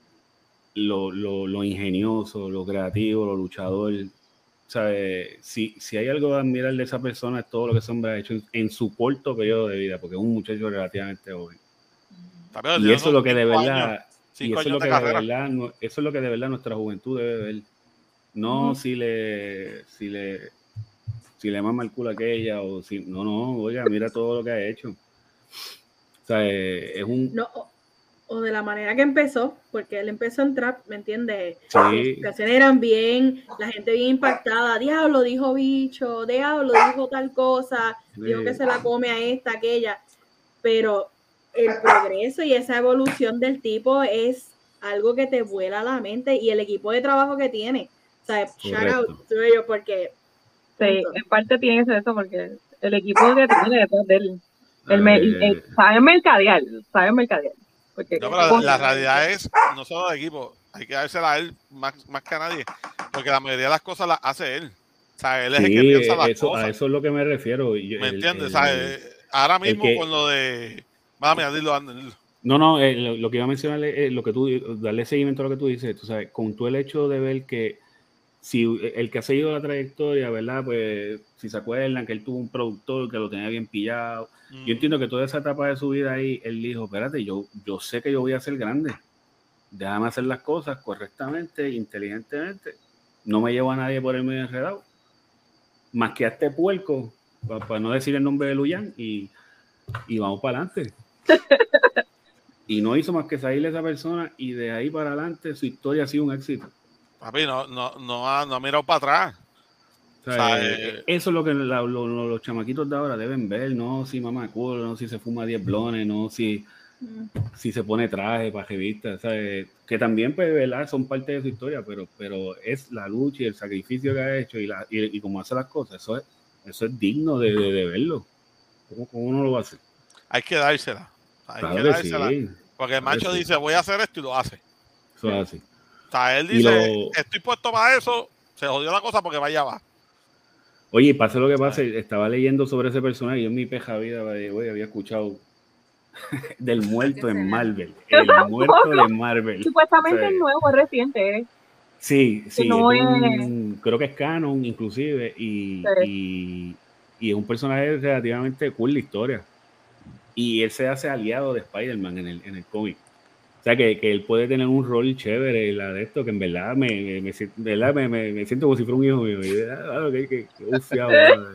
F: lo, lo, lo ingenioso, lo creativo, lo luchador. ¿Sabes? Si, si hay algo de admirar de esa persona es todo lo que ese hombre ha hecho en, en su corto periodo de vida, porque es un muchacho relativamente joven.
A: Papi,
F: Y
A: tiene
F: eso es lo que de
A: cinco
F: verdad,
A: años,
F: y
A: cinco
F: eso es
A: años
F: lo
A: de
F: que de
A: carrera.
F: verdad, no- eso es lo que de verdad nuestra juventud debe ver. No
E: Ujú.
F: si le, si le, si le mama el culo a aquella o si, no, no, oiga, mira todo lo que ha hecho. O sea, eh, es un,
C: no, o- o de la manera que empezó, porque él empezó en trap, ¿me entiendes?
F: Sí.
C: Las canciones eran bien, la gente bien impactada, diablo, dijo bicho, diablo, dijo tal cosa, dijo
F: Sí.
C: que se la come a esta, aquella, pero el progreso y esa evolución del tipo es algo que te vuela la mente y el equipo de trabajo que tiene, o sea, shout out
F: Correcto.
C: to ellos porque
E: Sí,
C: punto.
E: en parte tiene que ser eso porque el equipo que tiene detrás de él. El,
F: Eh,
E: el, el, sabe mercadear, sabe mercadear. Porque
A: No, pero la, la realidad es, no solo de equipo, hay que dársela a él más, más que a nadie, porque la mayoría de las cosas las hace él. O sea, él es el que
F: sí,
A: piensa las
F: eso,
A: cosas.
F: a eso es lo que me refiero. Yo-
A: ¿Me
F: el-
A: entiendes?
F: el-
A: O sea, eh, ahora mismo
F: que-
A: con lo de... Vamos, dilo, Ander, dilo.
F: No, no, eh, lo, lo que iba a mencionar es lo que tú, darle seguimiento a lo que tú dices, tú sabes, con tú el hecho de ver que si el que ha seguido la trayectoria, ¿verdad? Pues si se acuerdan que él tuvo un productor que lo tenía bien pillado,
A: Mm.
F: yo entiendo que toda esa etapa de su vida ahí, él dijo, espérate, yo, yo sé que yo voy a ser grande, déjame hacer las cosas correctamente, inteligentemente, no me llevo a nadie por el medio enredado, más que a este puerco, para, para no decir el nombre de Luyan, y, y vamos para adelante. Y no hizo más que salirle a esa persona y de ahí para adelante su historia ha sido un éxito.
A: Papi, no, no, no, ha, no ha mirado para atrás.
F: O sea,
A: O sea,
F: eh,
A: eh,
F: eso es lo que la- lo- lo- los chamaquitos de ahora deben ver, no si mamá culo, no si se fuma diez blones, no si, si se pone traje para revistas, ¿sabes? Que también pues, ¿verdad? Son parte de su historia, pero, pero es la lucha y el sacrificio que ha hecho y, la, y, y cómo hace las cosas, eso es, eso es digno de, de, de verlo. ¿Cómo, ¿Cómo uno lo va a hacer?
A: hay que dársela. Hay
F: Claro
A: que
F: que
A: dársela.
F: sí,
A: Porque el
F: claro
A: macho
F: que sí.
A: dice, voy a hacer esto y lo hace.
F: Eso es así.
A: O sea, él
F: Y
A: dice,
F: lo-
A: estoy puesto para eso, se jodió la cosa porque vaya va.
F: Oye, pase lo que pase, estaba leyendo sobre ese personaje y yo en mi peja vida güey, había escuchado del muerto en Marvel. El muerto de Marvel.
E: supuestamente
F: O sea,
E: es nuevo, es reciente. ¿eh?
F: Sí, sí,
E: no
F: es
E: es-
F: un- creo que es canon inclusive y,
E: Sí.
F: y, y es un personaje relativamente cool la historia. Y él se hace aliado de Spider-Man en el, en el cómic. O sea, que, que él puede tener un rol chévere en la de esto, que en verdad me, me, me, siento- ¿verdad? me, me, me siento como si fuera un hijo mío. Y, ah, que, que, que ufiado, ¿verdad?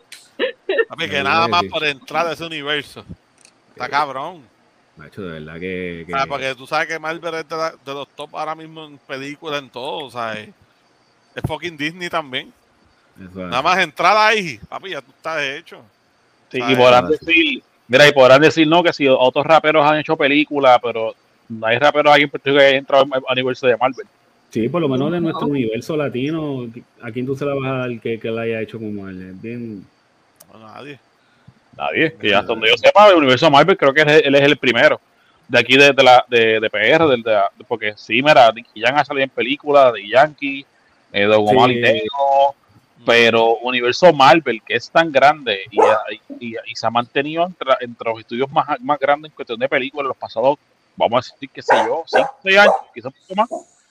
A: Papi,
F: La
A: que
F: verdad
A: nada
F: que
A: más
F: sí.
A: por entrar a ese universo. Está cabrón.
F: Macho, de verdad que... que
A: O sea, porque tú sabes que Marvel es de, la- de los top ahora mismo en películas, en todo. O sea, es, es fucking Disney también.
F: eso es
A: Nada
F: así.
A: más entrar ahí, papi, ya tú estás hecho.
G: Sí,
A: ¿Sabes?
G: y podrán
F: Ah, sí.
G: decir, mira, y podrán decir no, que si otros raperos han hecho películas, pero no hay raperos aquí en Puerto Rico que hayan entrado al universo de Marvel.
F: Sí, por lo menos de
E: No.
F: nuestro universo latino, ¿a quién tú se la vas a dar que, que la haya hecho como él? Es bien...
A: No, nadie.
G: Nadie, que ya hasta donde yo sepa, el universo de Marvel creo que él, es- él es el primero. De aquí de, de la, de, de P R, del- de, la- porque sí, mira, Nicky Jam ha salido en películas de Yankee, eh, Don Omar
F: Sí.
G: y Tego, pero universo Marvel, que es tan grande y, y, y se ha mantenido entre, entre los estudios más, más grandes en cuestión de películas, los pasados, vamos a decir, qué sé yo, cinco o seis años, quizás un poco más.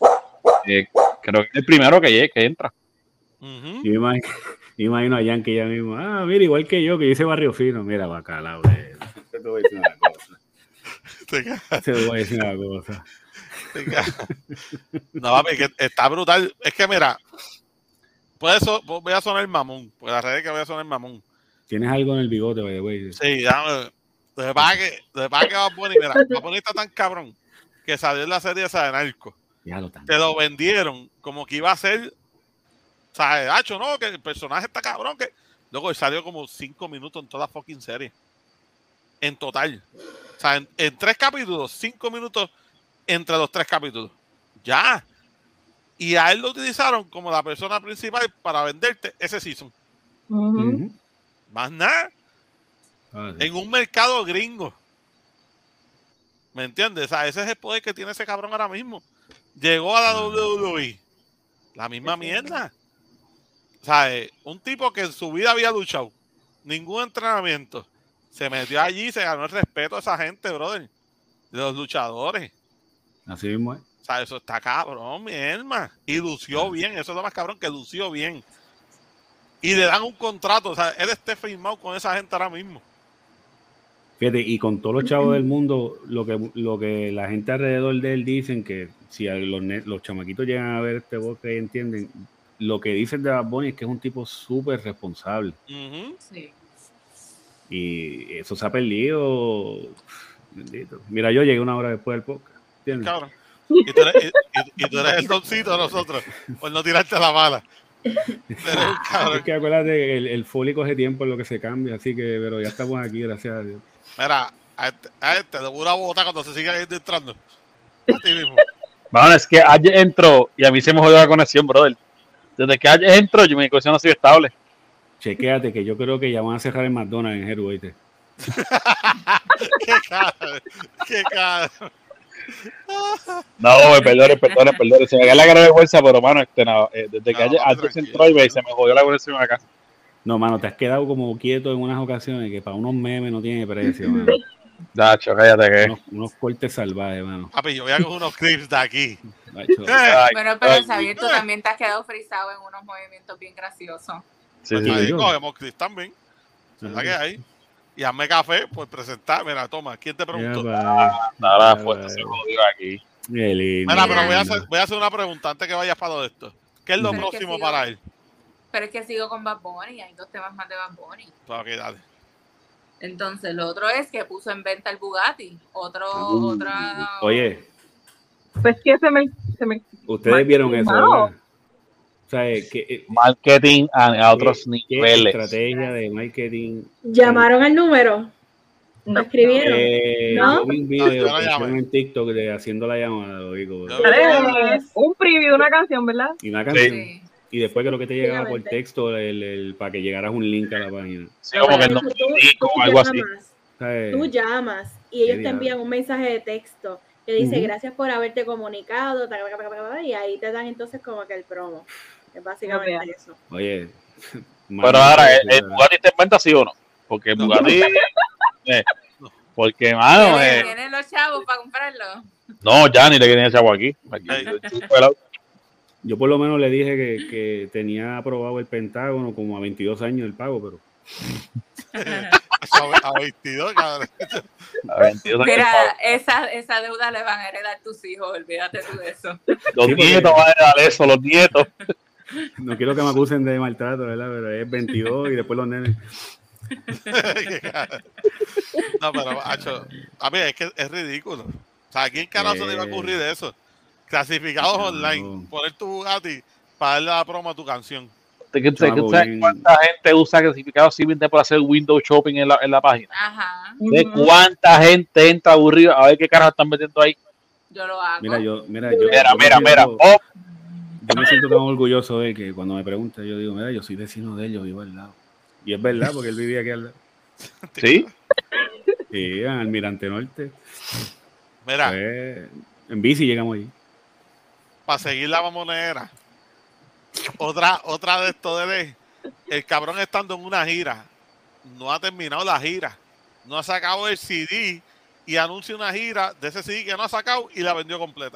G: Eh, creo que es el primero que, llegue, que entra.
A: Ujú.
F: Yo me imagino, me imagino a Yankee ya mismo. Ah, mira, igual que yo, que hice Barrio Fino. Mira, bacalao. eh. Te voy a decir una cosa.
A: Te ca-
F: Te voy a decir una cosa.
A: te ca- No, papi, que está brutal. Es que mira, puede so- voy a sonar mamón, porque la realidad es que voy a sonar mamón.
F: Tienes algo en el bigote, by the way.
A: Sí, ya, de verdad que, de verdad que Bad Bunny, mira, Bad Bunny está tan cabrón que salió en la serie esa de Narco.
F: Ya lo tanto.
A: Te lo vendieron como que iba a ser, o sea, hacho, no, que el personaje está cabrón, que luego él salió como cinco minutos en toda la fucking serie. En total. O sea, en, en tres capítulos, cinco minutos entre los tres capítulos. Ya. Y a él lo utilizaron como la persona principal para venderte ese season.
E: Ujú.
F: Ujú.
A: Más nada.
F: Ah, sí.
A: En un mercado gringo. ¿Me entiendes? O sea, ese es el poder que tiene ese cabrón ahora mismo. Llegó a la W W E. La misma mierda. O sea, eh, un tipo que en su vida había luchado. Ningún entrenamiento. Se metió allí y se ganó el respeto de esa gente, brother. De los luchadores.
F: Así mismo es.
A: O sea, eso está cabrón, mi hermano. Y lució bien. Eso es lo más cabrón, que lució bien. Y le dan un contrato. O sea, él esté firmado con esa gente ahora mismo.
F: Fíjate, y con todos los chavos del mundo, lo que, lo que la gente alrededor de él dicen, que si a los, ne- los chamaquitos llegan a ver este podcast y entienden, lo que dicen de Bad Bunny es que es un tipo súper responsable.
A: Ujú.
B: Sí.
F: Y eso se ha perdido. Bendito. Mira, yo llegué una hora después del podcast. ¿Entiendes?
A: Cabrón. Y tú eres, y, y- y tú eres el doncito de nosotros, por no tirarte la bala. Eres un cabrón.
F: Es que acuérdate, el, el folio coge tiempo en lo que se cambia, así que, pero ya estamos aquí, gracias a Dios.
A: Mira, a este, a este le voy a botar cuando se siga entrando. A ti mismo.
G: Bueno, es que ayer entró y a mí se me jodió la conexión, brother. Desde que ayer entró, yo mi conexión no ha sido estable.
F: chequéate que yo creo que ya van a cerrar el McDonald's en Jeru, ¿oíste?
A: Qué cara, qué cara.
G: No, me perdone, perdone, perdone. Se me cae la cara de vergüenza, pero mano, este, no, eh, desde
A: No,
G: que ayer,
A: papi,
G: antes
A: tranquilo,
G: entró y me,
A: tranquilo.
G: se me jodió la conexión acá.
F: No, mano, te has quedado como quieto en unas ocasiones que para unos memes no tiene precio, mano.
G: Dacho, cállate que.
F: Unos, unos cortes salvajes, mano.
A: Papi, yo voy a coger unos clips de aquí.
F: Macho.
A: Eh,
G: Ay,
B: Bueno, pero
G: ay,
B: Xavier, tú también te has quedado frisado en unos movimientos bien graciosos.
G: sí,
A: pues
G: sí,
A: ahí
F: yo.
A: cogemos clips también. ¿Verdad que hay? Y hazme café por presentar. Mira, toma, ¿quién te
F: Ya,
A: preguntó?
F: pa,
G: Nada,
F: ya,
G: fuerte
F: pa.
G: se jodió aquí.
F: Qué lindo.
A: Mira, pero voy a,
B: Mira.
A: hacer, voy a hacer una pregunta antes que vayas para todo esto. ¿Qué es lo
B: Pero es que
A: próximo
B: sigo-
A: para él?
B: Pero es que sigo con Bad Bunny, hay dos temas más de Bad Bunny.
A: Pues, ok, dale.
B: Entonces, lo otro es que puso en venta el Bugatti. Otro,
G: Uh,
B: otra...
F: Oye,
E: Pues que se me, se me
F: ustedes vieron eso,
E: Mano.
F: ¿verdad? O sea, eh, que, eh,
G: Marketing a, a otros
F: qué, qué
G: niveles.
F: estrategia de marketing.
C: ¿Llamaron al número? ¿Lo
E: no.
C: escribieron?
F: Eh,
C: ¿No?
F: Yo vi un
A: No,
F: video
A: yo no
F: que
A: llamé.
F: hicieron en TikTok de haciendo la llamada, lo digo.
A: Yo-
E: Dale, un preview de una canción, ¿verdad?
F: Y una canción.
B: Sí.
F: Y después creo que te llegaba por
C: Efectivamente.
F: texto el, el- para que llegaras un link a la página.
G: Sí, como que
C: Pero
G: no,
C: tú, tú
G: disco o algo así.
C: llamas,
F: O sea, eh,
C: tú llamas y ellos te
F: diablo.
C: envían un mensaje de texto que dice
F: Ujú.
C: gracias por haberte comunicado, ta, ta, ta, ta, ta, y ahí te dan entonces como que el promo. Es básicamente
E: Ok.
C: eso.
F: Oye.
G: Pero ahora, ¿el, el Bugatti está en venta sí o no? Porque el
A: No.
G: Bugatti. eh, porque, mano,
B: ¿Tienen,
G: eh,
B: tienen los chavos para comprarlo?
G: no, ya ni le quería echar aquí. aquí
A: Ey.
F: Yo por lo menos le dije que, que tenía aprobado el Pentágono como a veintidós años el pago, pero
A: A, a veintidós, cabrón.
G: A veintidós años
B: Mira,
G: pago.
B: esa, esa deuda le van a heredar tus hijos, olvídate tú de eso.
G: Los
F: Sí, porque-
G: nietos van a heredar eso, los nietos.
F: no quiero que me acusen de maltrato, ¿verdad? Pero es veintidós y después los nenes.
A: No, pero, macho, a mí es que es ridículo. O sea, ¿a quién carajo se le iba a ocurrir eso? Clasificados
F: No.
A: online, poner tu Bugatti para darle la promo a tu canción.
G: ¿Te- te- te-
F: Chavo,
G: ¿Sabes
F: bien.
G: cuánta gente usa clasificados simplemente para hacer window shopping en la, en la página?
B: Ajá,
G: ¿De
E: Ujú.
G: cuánta gente entra aburrida a ver qué carajo están metiendo ahí?
B: yo lo hago.
F: Mira, yo, mira, yo,
G: Mira,
F: yo me
G: mira, mira.
F: siento-
G: Oh,
F: yo me siento tan orgulloso de que cuando me pregunta, yo digo, mira, yo soy vecino de él, yo vivo al lado. Y es verdad, porque él vivía aquí al lado.
G: sí.
F: Sí, en Almirante Norte.
A: Mira,
F: Pues, en bici llegamos ahí.
A: para seguir la mamonera. Otra, otra de esto de ley. El cabrón estando en una gira, no ha terminado la gira, no ha sacado el C D y anuncia una gira de ese C D que no ha sacado y la vendió completa.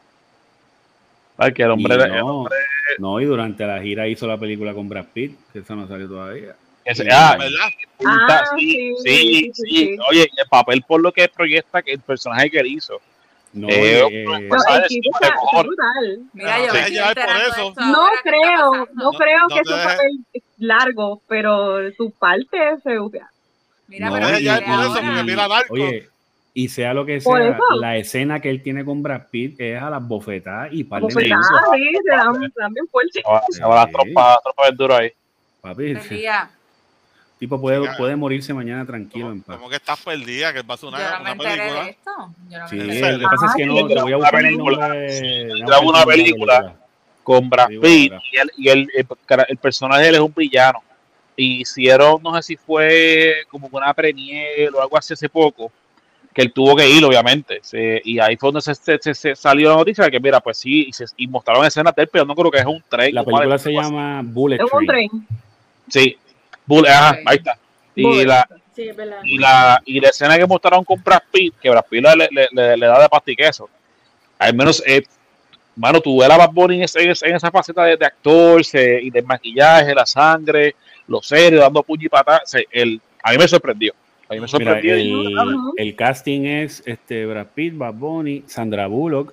G: Ay, que el hombre,
F: Y
G: el
F: no,
G: hombre
F: no, y durante la gira hizo la película con Brad Pitt, que eso no salió todavía.
G: ese-
F: Sí,
G: ah,
A: ¿Verdad?
G: punta,
E: Ah,
G: sí,
E: sí,
G: sí,
E: sí,
G: sí,
E: sí.
G: Oye, el papel por lo que proyecta que el personaje que él hizo.
F: No,
G: Eh,
F: eh,
G: pues,
E: No,
G: ¿sabes?
E: el tipo
G: Sí,
E: está, está
G: mejor.
E: brutal.
B: Mira,
A: No,
B: yo
A: te
B: me estoy
A: dejes llevar por
B: enterando de
A: eso.
B: esto
E: No
B: ahora, ¿qué está
E: creo,
B: pasando?
E: no
A: No,
E: creo
A: no
E: que
A: te
E: es un
A: dejes-
E: papel largo, pero su parte se usa.
B: Mira,
F: No,
B: pero
A: Deja
F: y-
A: ya
B: dile
A: por eso,
B: ahora.
A: porque mira Narco.
F: Oye, y sea lo que
E: Por
F: sea,
E: eso.
F: la escena que él tiene con Brad Pitt es a las bofetadas y par de
E: Pues
G: Sí,
E: nada,
F: minutos.
E: sí, se dan, se dan bien fuerte.
G: Se va, se va las trompas, trompas duras ahí.
F: Papi, el
B: Perdía.
F: tipo puede,
A: Chica,
F: puede morirse mañana tranquilo en
A: ¿Cómo,
F: paz.
A: cómo que estás perdida? Que va a ser
B: Yo
A: una,
B: no me
A: una
B: enteré
A: película.
B: de esto. Yo no me
F: Sí,
B: enteré.
A: serio?
F: lo que pasa es que no, te voy a buscar el nombre.
G: Graba una película con Brad
F: Te digo
G: Pitt
F: ahora.
G: y, el, y el, el, el personaje de él es un villano. Y hicieron, no sé si fue como una premiere o algo así hace poco, que él tuvo que ir, obviamente. Se- y ahí fue donde se, se- se- se salió la noticia de que, mira, pues sí, y, se, y mostraron escenas de él, pero no creo que es un tren.
F: La
G: un
F: película
G: mal-
F: se llama Bullet
E: Es un
F: Train.
E: tren.
G: Sí, Bull- ajá,
B: Ok.
G: ahí está. Y
E: Bullet.
G: la,
C: Sí, es verdad.
G: y la y la escena que mostraron con Brad Pitt, que Brad Pitt le, le, le, le da de pasta y queso. Al menos, eh, mano, tú ves a Bad Bunny en, ese- en esa- en esa faceta de, de actor se- y de maquillaje, la sangre, los serios, dando puño y patada. se- el, a mí me sorprendió. A mí me
F: Mira,
G: sorprendió.
F: el,
E: Ajá.
F: el casting es este Brad Pitt, Bad Bunny, Sandra Bullock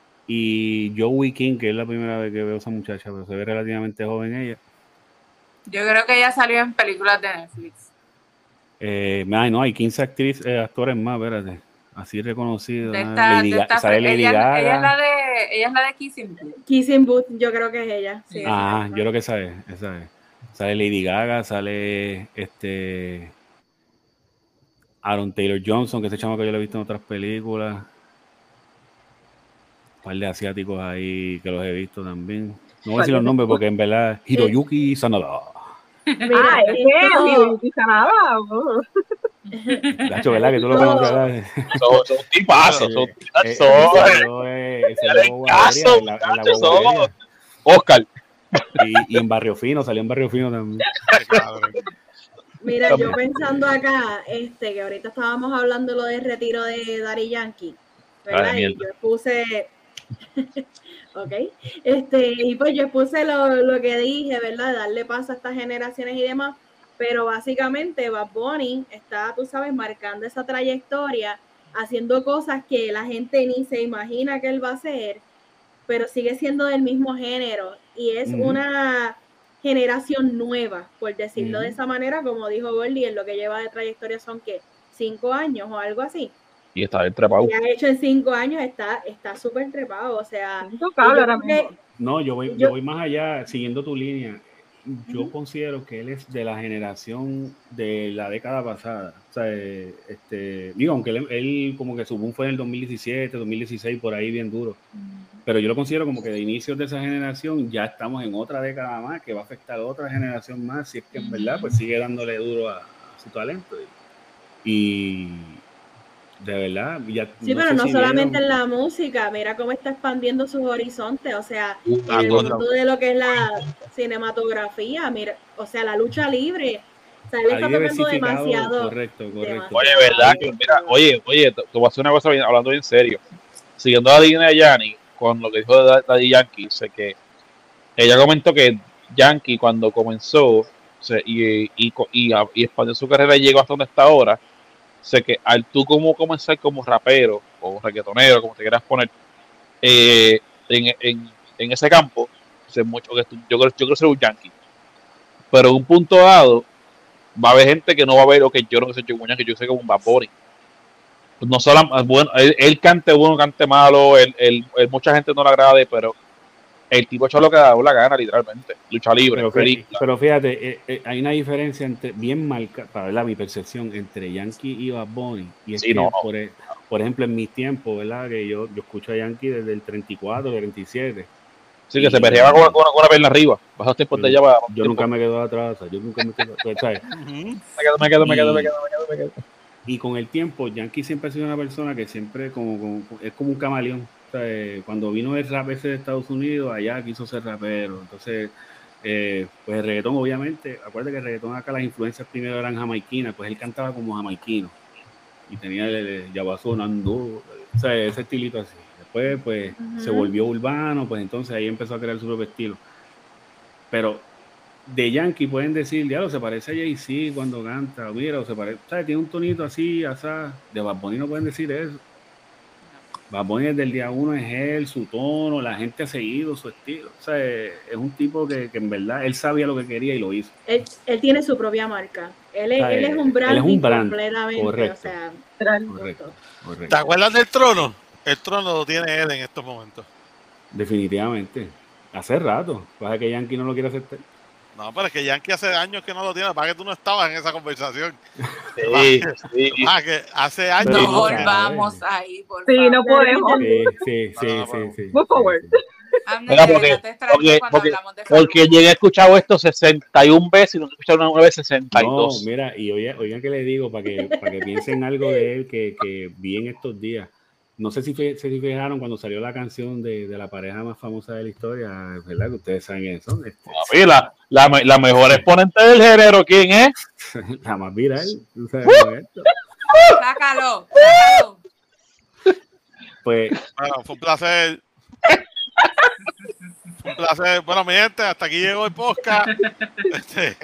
F: y Joey King, que es la primera vez que veo a esa muchacha, pero se ve relativamente joven ella.
B: Yo creo que ella salió en películas de Netflix.
F: Eh, ay, no, hay quince actrices, eh, actores más, espérate, así reconocidos.
B: De
F: ah,
B: esta,
F: Lady
B: de
F: Ga-
B: esta,
F: sale Lady
B: ella,
F: Gaga.
B: ella es la de, ella es la de Kissing Booth.
C: Kissing Booth, yo creo que es ella. Sí,
F: Ah,
C: esa
F: yo creo que esa es, esa es. Sale Lady Gaga, sale este Aaron Taylor Johnson, que ese chamo que yo lo he visto en otras películas. Un par de asiáticos ahí que los he visto también. No voy a decir los nombres porque en verdad Hiroyuki Sanada.
C: Mira,
E: Ah, es
C: esto-
E: que Vivi Sanada.
F: Gacho, ¿verdad? Que tú lo
C: No.
F: conoces, ¿verdad?
G: Son, son tipazos,
F: Eh,
G: son
F: eh,
G: tipazos.
F: ese salió, eh, ese
G: Dale
F: salió en Guaguaria,
G: caso,
F: en la, en la
G: muchachos,
F: Guaguaria.
G: Oscar.
F: Y, y en Barrio Fino, salió en Barrio Fino también.
A: Qué cabrón.
C: Mira, yo pensando acá, este, que ahorita estábamos hablando lo del retiro de Daddy Yankee, ¿verdad?
G: Ay,
C: Y
G: mierda.
C: yo puse, ok, este, y pues yo puse lo, lo que dije, ¿verdad? Darle paso a estas generaciones y demás, pero básicamente Bad Bunny está, tú sabes, marcando esa trayectoria, haciendo cosas que la gente ni se imagina que él va a hacer, pero sigue siendo del mismo género y es
F: Ujú.
C: una generación nueva, por decirlo de
F: Ujú.
C: esa manera, como dijo Gordy, en lo que lleva de trayectoria son que cinco años o algo así.
G: Y está bien trepado.
C: Y ha hecho en cinco años, está está súper trepado, o sea, y
E: Intocable
C: yo
E: ahora
C: creo que-
E: mismo.
F: No, yo voy, yo
C: Yo-
F: voy más allá, siguiendo tu línea. Yo
C: Ujú.
F: considero que él es de la generación de la década pasada. O sea, eh, este, digo, aunque él, él como que su boom fue en el dos mil diecisiete, dos mil dieciséis, por ahí bien duro. Pero yo lo considero como que de inicios de esa generación ya estamos en otra década más que va a afectar a otra generación más, si es que en verdad pues sigue dándole duro a, a su talento. Y, y de verdad, ya
C: Sí,
F: no
C: pero
F: sé
C: no
F: si
C: solamente
F: vieron-
C: en la música, mira cómo está expandiendo sus horizontes, o sea,
G: Uh,
C: en el
A: acuerdo.
C: mundo de lo que es la cinematografía, mira, o sea, la lucha libre, o sea, él
F: ha
C: está tocando
F: diversificado,
C: demasiado.
F: correcto, correcto.
G: Oye,
C: demasiado.
G: ¿verdad? Que, mira, oye, oye, te, te voy a hacer una cosa bien, hablando bien serio. Siguiendo a la línea de Yanni, con lo que dijo de Daddy Yankee, sé que ella comentó que Yankee cuando comenzó se, y, y, co- y, a- y expandió su carrera y llegó hasta donde está ahora, sé que al tú como comenzar como rapero o reggaetonero, como te quieras poner, eh, en, en, en ese campo, sé mucho que tú- yo, creo- yo quiero ser un Yankee. Pero en un punto dado, va a haber gente que no va a ver, ok, yo no sé yo un Yankee, yo sé como un Bad Bunny. No solo, bueno, él, él cante bueno, cante malo, él, él- él- mucha gente no le agrade, pero el tipo ha hecho lo que ha dado la gana, literalmente. Lucha libre,
F: Pero fíjate,
G: película.
F: pero fíjate eh, eh, hay una diferencia entre, bien marcada, para ver mi percepción, entre Yankee y Bad Bunny. Y es
G: Sí,
F: que,
G: no, no.
F: Por, e- por ejemplo, en mis tiempos, ¿verdad? Que yo, yo escucho a Yankee desde el treinta y cuatro, treinta y siete.
G: Sí, que
F: Y-
G: se perreaba con, con, con una pierna arriba. Baja tiempos de
F: Yo,
G: ella para.
F: yo nunca me quedo atrás, o sea, yo nunca me quedo pues, ¿sabes?
A: Ujú.
G: Me quedo, me quedo, me quedo, me
F: Y-
G: quedo, me quedo, me quedo.
F: Y con el tiempo, Yankee siempre ha sido una persona que siempre como, como- es como un camaleón. O sea, eh, cuando vino el rap ese de Estados Unidos, allá quiso ser rapero. Entonces, eh, pues el reggaetón, obviamente, acuérdate que el reggaetón acá las influencias primero eran jamaiquinas, pues él cantaba como jamaiquino. Y tenía el, el Yabazo Nando, o sea, ese estilito así. Después, pues,
C: Ujú.
F: se volvió urbano, pues entonces ahí empezó a crear su propio estilo. Pero de Yankee pueden decir, diablo, se parece a Jay-Z cuando canta, mira, o se parece, ¿sabes? Tiene un tonito así, asá. De Bad Bunny no pueden decir eso. Bad Bunny desde el día uno es él, su tono, la gente ha seguido su estilo. O sea, es un tipo que, que en verdad él sabía lo que quería y lo hizo.
C: Él, él tiene su propia marca. Él es,
F: O sea,
C: él es
F: él
C: un
F: es
C: branding
F: un brand,
C: completamente,
F: correcto.
C: o sea,
F: Correcto,
A: ¿Te
F: correcto.
A: acuerdas del trono? El trono lo tiene él en estos momentos.
F: Definitivamente. Hace rato. Pasa que Yankee no lo quiere aceptar.
A: No, pero es que Yankee hace años que no lo tiene. Para que tú no estabas en esa conversación.
G: Sí, sí.
A: Para que hace años.
F: Pero
B: No
F: no
B: volvamos
F: sabe.
B: ahí, por
E: Sí,
B: favor.
E: no podemos.
F: Sí, sí, sí,
A: No, no,
F: sí,
A: no.
F: sí.
E: Move forward.
F: sí, sí.
B: Amne,
G: Mira,
B: de
G: porque,
B: verdad te extraño
G: porque,
B: cuando
G: porque,
B: hablamos de salud.
G: porque llegué a escuchar esto sesenta y una veces y no he escuchado una vez sesenta y
F: No,
G: dos.
F: mira, y oigan, oigan que le digo para que, para que piensen algo de él que, que vi en estos días. No sé si, fue, si fijaron cuando salió la canción de, de la pareja más famosa de la historia, ¿verdad? Que ustedes saben eso. Este,
G: Papi, la, la, me- la mejor exponente del género, ¿quién es?
F: la más viral. ¿Tú sabes cómo es esto?
B: Sácalo, sácalo.
F: Pues
A: Bueno, fue un placer. Fue un placer. Bueno, mi gente, hasta aquí llegó el podcast. Este,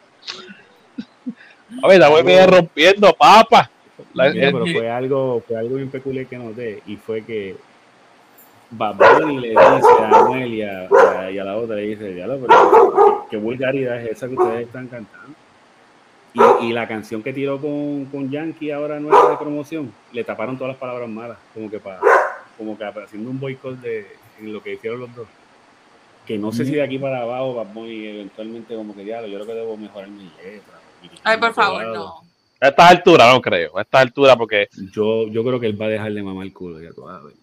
G: A ver, la voy a rompiendo, papa. La-
F: mira,
G: eh,
F: pero fue algo, fue algo bien peculiar que noté y fue que Bad Bunny le dice a Anuel y a, a- y a la otra, le dice, diablo, pero qué vulgaridad es esa que ustedes están cantando. Y, y la canción que tiró con, con Yankee ahora nueva de promoción, le taparon todas las palabras malas, como que para, como que haciendo un boicot de en lo que hicieron los dos. Que no sé si de aquí para abajo Bad Bunny eventualmente como que diablo, yo creo que debo mejorar mi letra.
B: Ay, por favor, no.
G: A estas alturas, no creo. A estas alturas, porque
F: Yo, yo creo que él va a dejar de mamar el culo, ya tú vas a ver.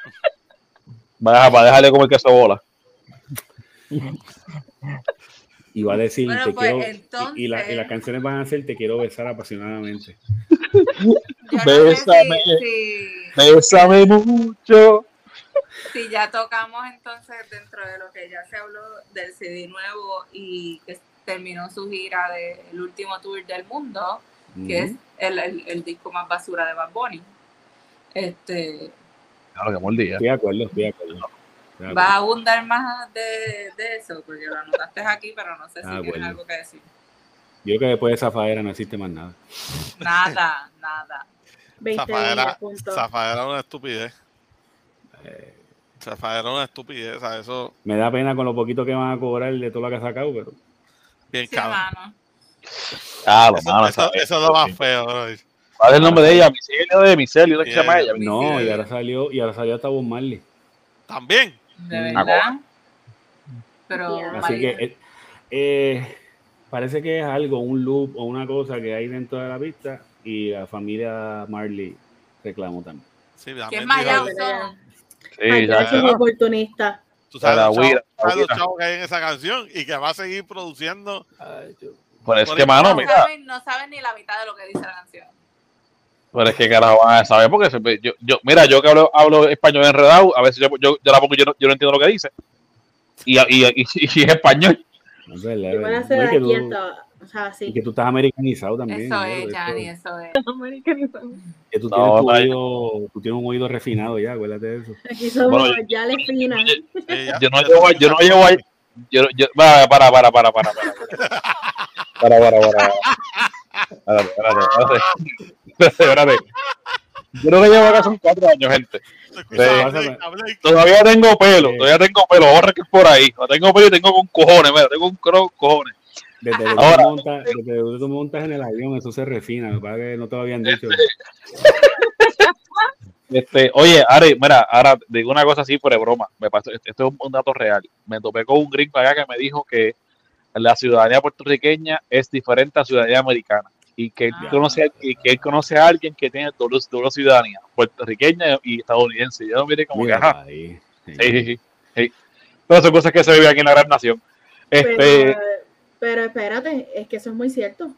G: va a, va a dejarle como el queso bola.
F: Y va a decir,
B: Bueno,
F: te
B: pues,
F: quiero,
B: entonces-
F: y, y la- y las canciones van a ser te quiero besar apasionadamente.
B: Yo no
G: Bésame.
B: sé si, si,
G: Bésame mucho.
B: si ya tocamos entonces dentro de lo que ya se habló del C D nuevo y que terminó su gira del último tour del mundo, que es
F: Ujú.
B: el, el, el disco más basura de Bad Bunny. Este,
G: Claro, que mordía.
F: Estoy de acuerdo, estoy de acuerdo. Estoy de acuerdo.
B: ¿vas a abundar más de, de eso? Porque lo anotaste aquí, pero no sé si
F: Ah,
B: tienes
F: bueno.
B: algo que decir.
F: Yo creo que después de esa fadera no existe más nada.
B: Nada, nada.
C: veinte
A: Zafaera,
C: puntos.
A: Zafaera es una estupidez.
F: Eh,
A: Zafaera es una estupidez. O sea, eso
F: me da pena con lo poquito que van a cobrar de todo lo que ha sacado, pero
A: bien
B: Sí,
A: cabrón.
B: mano.
G: Ah, lo
A: Eso,
G: malo,
A: eso-
G: ¿sabes?
A: eso es lo más feo, bro.
G: ¿Cuál es el nombre de ella? Micelio de Micelio, ¿qué se llama ella?
A: Micelio.
F: no, y
A: sí.
F: ahora salió, y ahora salió hasta Bob Marley.
A: También.
B: De
F: Mm.
B: verdad. Pero
C: Ya.
F: Así
B: María-
F: que eh, eh, parece que es algo, un loop o una cosa que hay dentro de la pista y la familia Marley reclamó también.
A: Sí,
B: que
A: también
B: es Mayao
A: dijo-
B: son.
G: Sí,
C: Ay,
G: ya,
C: ya son oportunistas.
A: Tú sabes
G: La
A: los chavos,
G: huira, la
A: sabes los
G: huira.
A: chavos que hay en esa canción y que va a seguir produciendo.
G: Pues es
A: Por
G: que,
A: eso
G: mano,
B: No
G: mira,
B: saben, no saben ni la mitad de lo que dice la canción.
G: pero es que carajo van a saber porque se- yo, yo, mira, yo que hablo, hablo español enredado, a veces yo, yo, yo la pongo y yo no, yo no entiendo lo que dice. Y, y, y, y es español.
F: No es verdad,
C: Yo voy a
F: es
C: hacer
F: verdad. Y que
C: aquí
F: tú-
C: hasta, o sea,
F: y
C: sí.
F: que tú estás americanizado también.
B: Eso
F: ¿no?
B: es,
F: Eso-
B: Gianni, eso es.
E: Americanizado.
F: Que tú
G: No,
F: tienes tu
G: no,
F: oído, tú tienes un oído refinado ya, acuérdate de eso.
C: Aquí somos
G: Bueno,
C: ya le finas.
A: Sí, ya-
G: Yo no
A: ya
G: llevo,
A: se
G: yo no
A: escucha.
G: llevo ahí. Yo, yo, para, para, para, para, para, para. Para, para, para. Espérate, espérate, espérate. Espérate, espérate. Yo creo que llevo acá son cuatro años, gente.
A: Se escucha
G: Sí.
A: a Blake, a Blake.
G: Todavía tengo pelo,
F: Sí.
G: todavía tengo pelo. Ahora que es por ahí. No tengo pelo y tengo con cojones, mira, tengo un cro cojones.
F: Desde que,
G: Ahora-
F: tú montas, desde que tú montas en el avión, eso se refina. Lo que pasa es que no te lo habían dicho.
G: Este, oye, Ari, mira, ahora digo una cosa así, fuera de broma. Me pasó, esto es un, un dato real. Me topé con un gringo acá que me dijo que la ciudadanía puertorriqueña es diferente a la ciudadanía americana. Y que él,
B: Ah.
G: conoce, a- y que él conoce a alguien que tiene doble, doble ciudadanía, puertorriqueña y estadounidense. Y yo miré como
F: Mira,
G: que, ajá,
F: ahí.
G: sí, sí, sí, sí. Pero son cosas que se viven aquí en la gran nación. Este,
C: Pero, pero espérate, es que eso es muy cierto.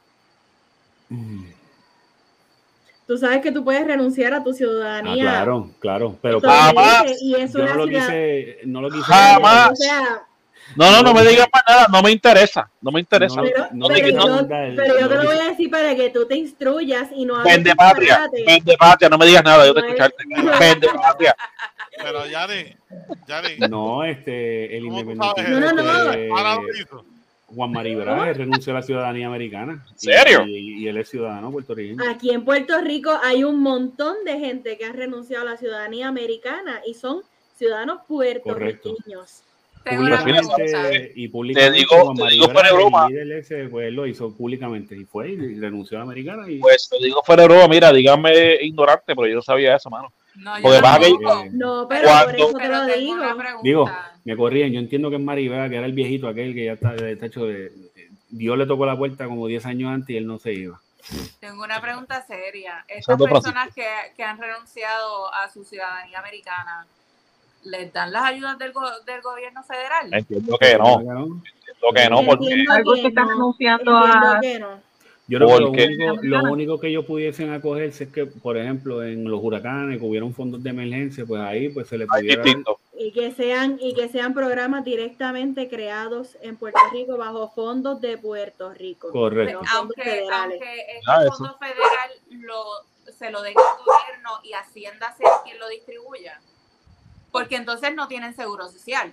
C: Tú sabes que tú puedes renunciar a tu
F: Ah,
C: ciudadanía.
F: claro, claro. Pero
C: estadounidense,
G: Jamás.
C: y es
F: yo
C: una
F: no lo
C: ciudad-
F: quise, no lo quise.
G: Jamás.
C: O sea,
G: no, no, no me digas más nada, no me interesa, no me interesa.
F: No,
C: pero,
F: no
C: pero
F: le quiero
C: yo,
F: mandar,
C: pero yo
F: no
C: te
F: le
C: lo voy
F: quise-
C: a decir para que tú te instruyas y no hables
G: Vende patria,
C: disparate.
G: vende patria, no me digas nada, yo te
C: No
G: escucharte.
C: es-
G: Vende patria.
A: Pero Yanni, Yanni,
F: No, este, el
A: ¿cómo tú
F: independiente.
A: sabes
C: No, no, no.
F: este,
A: ahora lo hizo.
F: Juan Mari Braga renunció a la ciudadanía americana.
G: ¿En serio?
F: Y, y él es ciudadano puertorriqueño.
C: Aquí en Puerto Rico hay un montón de gente que ha renunciado a la ciudadanía americana y son ciudadanos puertorriqueños.
B: Tengo una
G: Mira,
B: pregunta.
F: Públicamente, y públicamente
G: digo-
F: Juan
G: te
F: Mari
G: digo fuera de
F: Braga,
G: broma.
F: el líder ese, pues él lo hizo públicamente y fue y renunció a la americana. Y,
G: Pues te digo fuera de broma, mira, dígame ignorante, pero yo no sabía eso, mano.
B: No, yo
G: Porque vas a
B: tampoco.
F: que-
C: No, pero
G: Cuando-
C: por eso te
B: Pero
C: lo
B: tengo
C: digo.
B: una pregunta.
F: Digo, me corrían, yo entiendo que es Mari Braga, que era el viejito aquel que ya está, está hecho de... Dios le tocó la puerta como diez años antes y él no se iba.
B: Tengo una pregunta seria. Estas
G: Santo
B: personas que, que han renunciado a su ciudadanía americana, ¿les dan las ayudas del, go- del gobierno federal?
G: Entiendo que no, entiendo que no, porque
C: Entiendo
E: Algo
C: que
E: que está
C: no,
E: renunciando
C: entiendo
E: a-
C: que no.
F: Yo creo que lo
G: Porque-
F: único, lo único que ellos pudiesen acogerse es que, por ejemplo, en los huracanes que hubieron fondos de emergencia, pues ahí pues se les
G: es
F: pudiera...
G: distinto.
C: Y que sean y que sean programas directamente creados en Puerto Rico bajo fondos de Puerto Rico.
F: Correcto.
C: No fondos
B: Aunque,
C: federales.
B: aunque este
G: Ah, eso.
B: fondo federal lo, se lo den al gobierno y Hacienda sea quien lo distribuya. Porque entonces no tienen seguro social.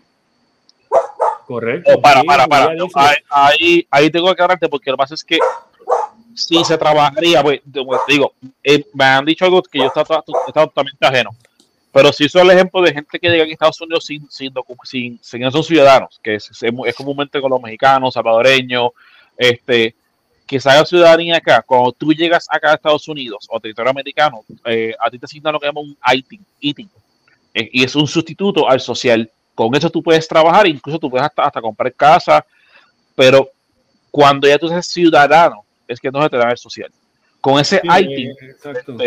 F: Correcto.
G: Oh, para,
F: Sí,
G: para,
F: como
G: para.
F: ella dice.
G: Ahí, ahí, ahí tengo que aclararte porque lo que pasa es que si se trabajaría, pues, te- pues, digo, eh, me han dicho algo que yo estaba totalmente ajeno. Pero si hizo el ejemplo de gente que llega aquí a Estados Unidos sin, sin, docu- sin, sin que son ciudadanos, que es, es, es comúnmente con los mexicanos, salvadoreños, este, que se haga ciudadanía acá. Cuando tú llegas acá a Estados Unidos o territorio americano, eh, a ti te asignan lo que llaman un I T I N, I T I N, eh, y es un sustituto al social. Con eso tú puedes trabajar, incluso tú puedes hasta, hasta comprar casa, pero cuando ya tú eres ciudadano, es que no se te da el social. Con ese
F: Sí,
G: I T I N,
F: exacto.
G: eh,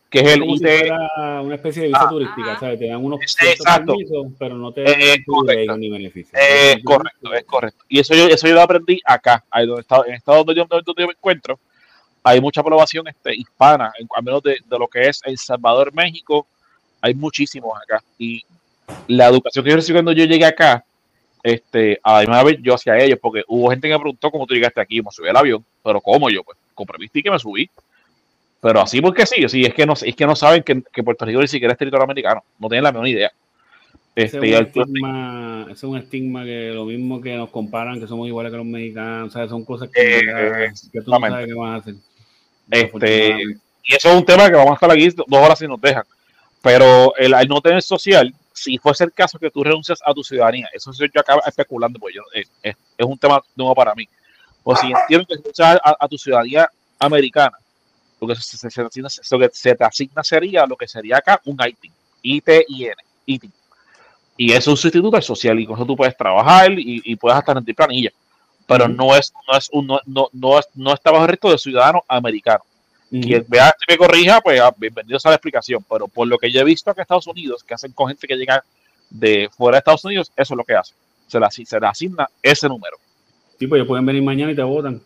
G: que es
F: Es
G: el
F: como
G: I
F: si
G: T.
F: fuera una especie de visa
G: Ah,
F: turística,
B: ajá.
F: ¿sabes? Te dan unos
G: Es-
F: ciertos
G: exacto.
F: permisos, pero no te
G: Eh,
F: dan
G: eh,
F: privilegios
G: correcto.
F: ni beneficios.
G: Eh,
F: Simplemente-
G: correcto, es correcto. Y eso yo, eso yo lo aprendí acá, ahí donde está, en el estado donde yo, donde yo me encuentro. Hay mucha población este, hispana, en- al menos de, de lo que es El Salvador, México, hay muchísimos acá. Y la educación que yo recibí cuando yo llegué acá, este, a la misma vez yo hacia ellos, porque hubo gente que me preguntó cómo tú llegaste aquí, me subí al avión, pero ¿cómo yo? Pues compré mi ticket y me subí. Pero así porque sí, sí, es que no, es que no saben que, que Puerto Rico ni siquiera es territorio americano, no tienen la menor idea.
F: Ese
G: Este,
F: es
G: y
F: un
G: al-
F: estigma, ese es un estigma que lo mismo que nos comparan, que somos iguales que los mexicanos, ¿sabes? Son cosas que,
G: Eh,
F: ¿verdad? que tú no
G: exactamente.
F: sabes qué van a hacer.
G: Este,
F: Desafortunadamente.
G: y eso es un tema que vamos a estar aquí dos horas si nos dejan. Pero el al no tener social, si fuese el caso que tú renuncias a tu ciudadanía, eso sí yo acabo especulando, porque yo, es, es, es un tema nuevo para mí. O si entiendo que renuncias a, a tu ciudadanía americana, lo que se, se, se, asigna- lo que se te asigna sería lo que sería acá un I T, I T I N, I T. Y es un sustituto al social, y con eso tú puedes trabajar y, y puedes hasta rendir planilla. Pero
F: Ujú.
G: no es, no es un, no, no, no, es, no está bajo el resto de ciudadano americano.
F: Ujú.
G: Quien vea esto y me corrija, pues ah, bienvenidos a la explicación. Pero por lo que yo he visto acá en Estados Unidos, que hacen con gente que llega de fuera de Estados Unidos, eso es lo que hacen. Se le, se le asigna ese número.
F: Sí, pues ellos pueden venir mañana y te votan.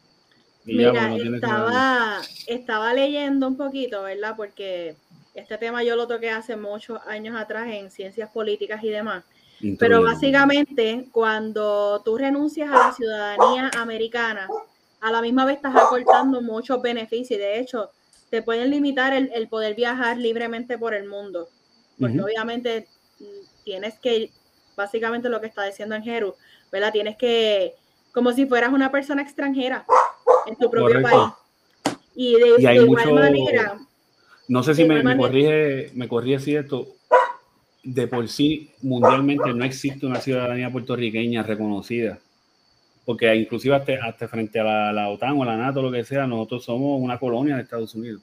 F: Y ya,
C: Mira,
F: pues, no tienes ciudadanía.
C: estaba, estaba leyendo un poquito, ¿verdad? Porque este tema yo lo toqué hace muchos años atrás en ciencias políticas y demás. Pero
F: Intrúyeme.
C: básicamente, cuando tú renuncias a la ciudadanía americana, a la misma vez estás acortando muchos beneficios. Y de hecho, te pueden limitar el, el poder viajar libremente por el mundo. Porque
F: Ujú.
C: obviamente mm, tienes que, básicamente lo que está diciendo Angeru, ¿verdad? Tienes que, como si fueras una persona extranjera en tu propio
F: Correcto.
C: país. Y de,
F: Y hay
C: de igual
F: mucho-
C: manera,
F: No sé si
C: de
F: me,
C: igual
F: me
C: manera-
F: corrige, me corrige si esto, de por sí mundialmente no existe una ciudadanía puertorriqueña reconocida, porque inclusive hasta, hasta frente a la, la OTAN o la NATO, lo que sea, nosotros somos una colonia de Estados Unidos.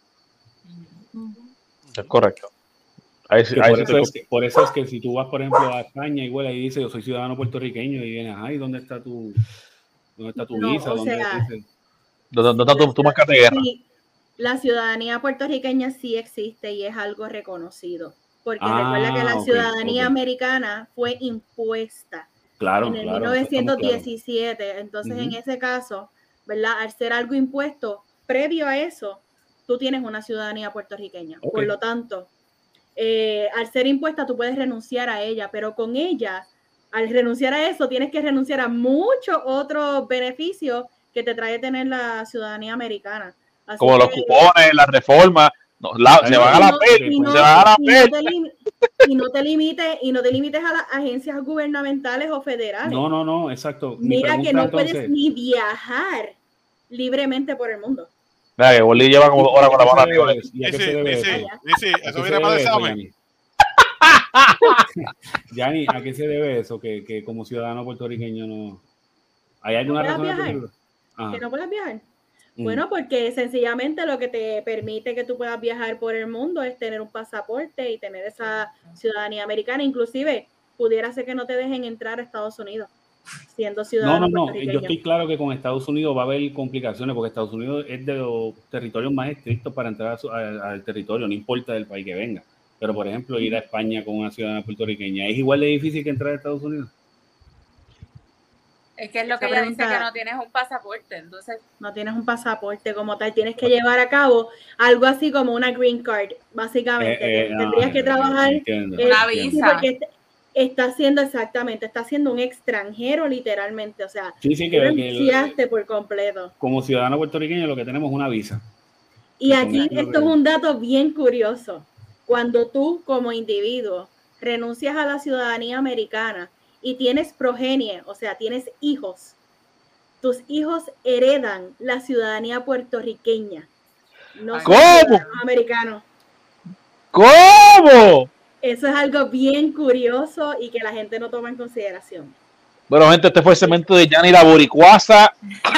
G: Es correcto. Ahí, sí-
F: Que
G: ahí
F: por,
G: sí
F: eso
G: estoy
F: es, por eso es que si tú vas, por ejemplo, a España igual ahí dice yo soy ciudadano puertorriqueño y vienes, ay, ¿dónde está tu, dónde está tu
C: No,
F: visa?
C: o
F: ¿Dónde
C: sea,
F: dice?
G: con- ¿Dónde está tu, tu marca de guerra?
C: Sí, la ciudadanía puertorriqueña sí existe y es algo reconocido. Porque
F: Ah,
C: recuerda que la
F: ok,
C: ciudadanía
F: ok.
C: americana fue impuesta
F: Claro,
C: en el
F: claro,
C: mil novecientos
F: eso estamos
C: diecisiete. Entonces,
F: Ujú.
C: en ese caso, ¿verdad? Al ser algo impuesto, previo a eso, tú tienes una ciudadanía puertorriqueña.
F: Ok.
C: Por lo tanto, eh, al ser impuesta, tú puedes renunciar a ella, pero con ella, al renunciar a eso, tienes que renunciar a muchos otros beneficios que te trae tener la ciudadanía americana. Así
G: Como los
C: que-
G: cupones, las reformas, no, la-
F: Ay,
G: se
F: no,
G: van a
C: y
G: la
C: no-
G: peli,
C: y no-
G: se van a la
C: y no
G: peli.
C: te lim- y no te limites y no te limites a las agencias gubernamentales o federales.
F: No, no, no, exacto. Mi
C: Mira que
F: pregunta,
C: no puedes
F: entonces,
C: ni viajar libremente por el mundo.
G: Mira, que Bolí lleva como dos horas con la mano arriba.
F: ¿y a qué
A: Nici,
F: se debe
A: Nici,
F: eso?
A: Nici,
F: ¿A
A: eso
F: qué se
A: viene para el
F: debe eso,
A: examen.
F: Yanni? Yanni, ¿a qué se debe eso? Que, que como ciudadano puertorriqueño no... ¿Hay alguna
C: ¿No
F: razón?
C: puedes
F: a
C: viajar?
F: eso? Ajá.
C: Que no puedes viajar.
F: Mm.
C: Bueno, porque sencillamente lo que te permite que tú puedas viajar por el mundo es tener un pasaporte y tener esa ciudadanía americana. Inclusive, pudiera ser que no te dejen entrar a Estados Unidos siendo
F: No,
C: ciudadano
F: no, no.
C: puertorriqueño.
F: Yo estoy claro que con Estados Unidos va a haber complicaciones porque Estados Unidos es de los territorios más estrictos para entrar a su- a- al territorio, no importa del país que venga. Pero, por ejemplo, ir a España con una ciudadana puertorriqueña, ¿es igual de difícil que entrar a Estados Unidos?
B: Es que es lo
C: Esa
B: que ella dice,
C: pregunta-
B: que no tienes un pasaporte, entonces
C: No tienes un pasaporte como tal, tienes que llevar a cabo algo así como una green card, básicamente.
F: Eh, eh,
C: Tendrías
F: no,
C: que
F: eh,
C: trabajar.
F: entiendo,
C: eh,
B: Una
C: sí,
B: visa.
C: porque est- está siendo exactamente, está siendo un extranjero literalmente, o sea,
F: Sí, sí,
C: tú
F: que, que el-
C: renunciaste por completo.
F: como ciudadano puertorriqueño lo que tenemos es una visa.
C: Y
F: Sí,
C: aquí
F: como-
C: esto es un dato bien curioso. Cuando tú como individuo renuncias a la ciudadanía americana y tienes progenie, o sea, tienes hijos, tus hijos heredan la ciudadanía puertorriqueña. No son
G: ¿Cómo?
C: ciudadanos americanos.
G: ¿Cómo?
C: Eso es algo bien curioso y que la gente no toma en consideración.
G: Bueno, gente, este fue el segmento de Yanni la Boricuaza.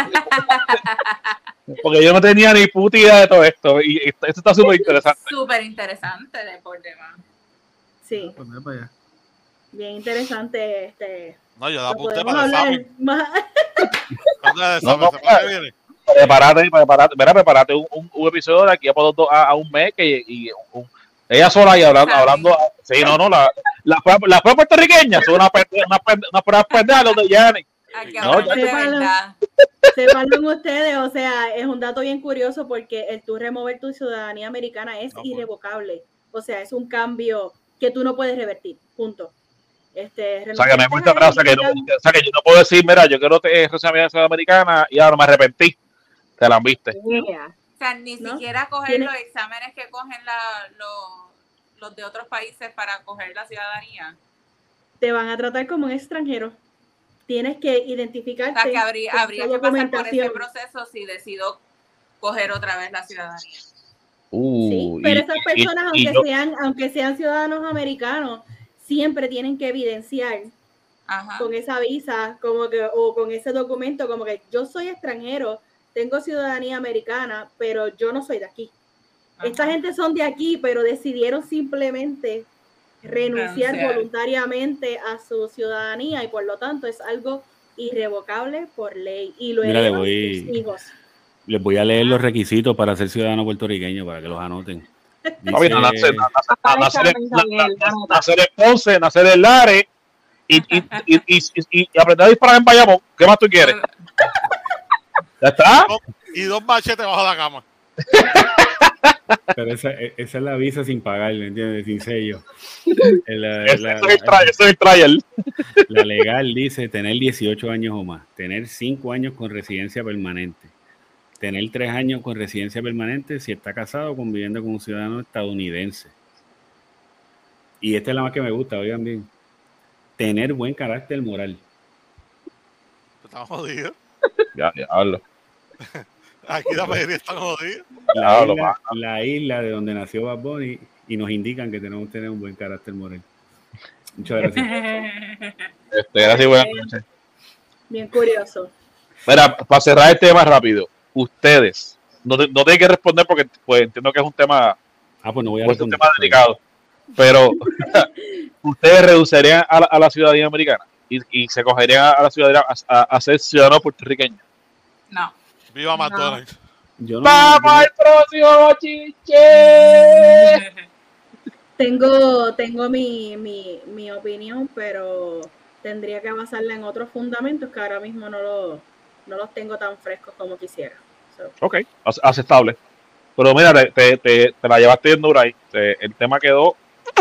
G: Porque yo no tenía ni puta idea de todo esto. Y esto, esto está súper interesante.
B: súper interesante de por demás.
C: Sí,
F: Pues mira para allá.
C: bien interesante. Este,
A: No, yo la
C: lo
A: apunté
C: podemos
A: para el
C: hablar
A: examen.
C: más.
A: ¿Cuándo es el
G: No,
A: examen?
G: no,
A: ¿Semana que viene?
G: prepárate, prepárate, mira, prepárate un, un, un episodio de aquí a, por dos- a, a un mes que, y un- ella sola ahí hablando, hablando, sí, no, no, la, la, la prueba puertorriqueña son una, pende- una, pende- una prueba pendeja los de Yanni.
B: Aquí
G: No,
B: hablamos de
C: Sépalo.
B: verdad.
C: Sepan ustedes, o sea, es un dato bien curioso porque el tú remover tu ciudadanía americana es
A: No, pues.
C: irrevocable. O sea, es un cambio que tú no puedes revertir. Punto. Este,
G: O sea, que me
C: renunciaste
G: fuiste
C: a
G: atrás, o
C: él
G: sea,
C: y
G: que no,
C: ya-
G: o sea, que yo no puedo decir, mira, yo quiero te nacionalidad americana y ahora me arrepentí. Te la viste.
E: Yeah.
B: O sea, ni
C: ¿No?
B: siquiera coger
C: Tiene-
B: los exámenes que cogen la, los, los de otros países para coger la ciudadanía.
C: te van a tratar como un extranjero. Tienes que
B: O
C: identificarte.
B: sea, que habría,
C: con
B: habría
C: esa
B: que pasar por ese
C: documentación.
B: proceso si decido coger otra vez la ciudadanía.
G: Uh,
C: Sí, pero
G: y-
C: esas
G: y-
C: personas,
G: y
C: aunque
G: yo-
C: sean, aunque sean ciudadanos americanos, siempre tienen que evidenciar
B: Ajá.
C: con esa visa, como que, o con ese documento, como que yo soy extranjero, tengo ciudadanía americana, pero yo no soy de aquí.
B: Ajá.
C: Esta gente son de aquí, pero decidieron simplemente renunciar
B: Renunciar.
C: voluntariamente a su ciudadanía y por lo tanto es algo irrevocable por ley y lo
F: Mira, le
C: heredan
F: voy-
C: sus hijos.
F: Les voy a leer los requisitos para ser ciudadano puertorriqueño para que los anoten.
G: Papi, no, nacer,
F: Dice,
G: na- na- nacer,
E: Examen,
G: na-
E: Javier,
G: na-
E: anota.
G: nacer en Ponce, nacer en Lares y, y, y, y, y- y aprender a disparar en Bayamón. ¿Qué más tú quieres? ¿Ya está?
A: Y dos machetes bajo la cama.
F: pero esa, esa es la visa sin pagar, ¿me entiendes? Sin sello. La,
G: Ese
F: la-
G: ese es el trial, ese es el trial.
F: la legal dice tener dieciocho años o más, tener cinco años con residencia permanente, tener tres años con residencia permanente si está casado o conviviendo con un ciudadano estadounidense. Y esta es la más que me gusta, oigan bien. Tener buen carácter moral.
A: Estamos jodidos.
G: Ya, ya, hablo.
A: Aquí la mayoría están jodidos.
F: La
G: Claro,
F: isla, la isla de donde nació Bad Bunny y nos indican que tenemos que tener un buen carácter moral. Muchas gracias.
G: Este, gracias, buenas noches.
C: Bien curioso.
G: Mira, para cerrar el tema rápido, ustedes, no, te- no tienen que responder porque pues, entiendo que es un tema,
F: Ah, pues no voy a
G: pues, es un
F: responder.
G: tema delicado, pero ustedes reducirían a la, a la ciudadanía americana y, y se cogerían a la ciudadanía a, a- a ser ciudadanos puertorriqueños.
B: No.
A: Viva McDonald's.
F: Yo no,
G: ¡Vamos
F: yo-
G: al próximo chiche!
C: Tengo, tengo mi, mi, mi opinión, pero tendría que basarla en otros fundamentos que ahora mismo no, lo, no los tengo tan frescos como quisiera. So,
G: Ok, ace- aceptable. Pero mira, te, te, te- te la llevaste bien dura ahí. Te- el tema quedó.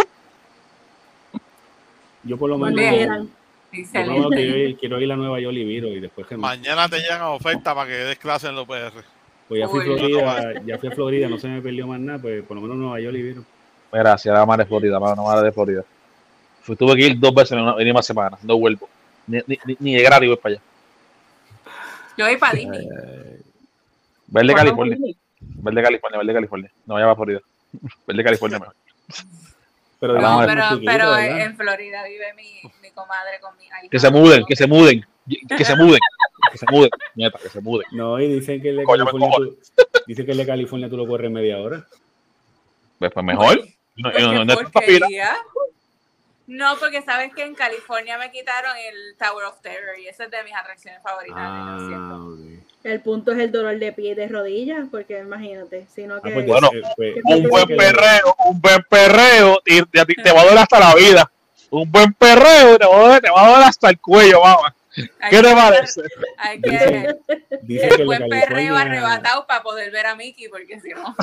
F: yo por lo
C: cuando
F: menos,
B: Bien.
C: quieran.
F: yo por lo menos
B: Excelente.
F: quiero, ir, quiero ir a Nueva York y miro y después que me-
A: Mañana te llegan ofertas para que des clase en los P R.
F: pues ya fui a
B: Uy.
F: Florida, ya fui a Florida, no se me perdió más nada, pues por lo menos Nueva York y miro.
G: Mira, hacia la mar de Florida, mano, no mar de Florida. Fui- tuve que ir dos veces en una, en una semana, no vuelvo. Ni, ni, ni- ni de gratis voy para allá.
B: Yo voy para Disney.
G: Verde
E: ¿Cuándo
G: California,
E: fue?
G: verde California, verde California. No vaya para Florida. Verde California mejor.
F: Pero
G: No,
B: No,
F: Disney es
B: pero,
F: muy chiquito,
B: pero
F: ¿verdad?
B: en Florida vive mi, mi comadre con mi ahí.
G: Que se muden, que se muden, que se muden, que se muden, nieta, que se muden.
F: No, y dicen que el de
G: Coño, me
F: California, tú, dicen que el de California tú lo corres en media hora.
G: Pues, pues mejor. No,
B: Pues
G: no,
B: qué
G: no, no es pa' fila.
B: porquería. No, porque sabes que en California me quitaron el Tower of Terror y esa es de mis atracciones favoritas.
F: Ah,
B: lo siento.
F: ok.
C: El punto es el dolor de pie y de rodillas, porque imagínate, sino
F: Ah,
C: que
F: pues,
G: Bueno,
F: eh, pues,
G: Un
F: dicen
G: buen
F: que-
G: perreo, un buen perreo, y te, te va a doler hasta la vida. Un buen perreo, te va a doler, te va a doler hasta el cuello, mamá.
B: Hay
G: ¿Qué
B: que
G: te
B: estar-
G: parece?
B: Hay que
F: Dicen, dicen que
B: el
F: el de
B: buen perreo
F: California,
B: arrebatado para poder ver a Mickey, porque si no.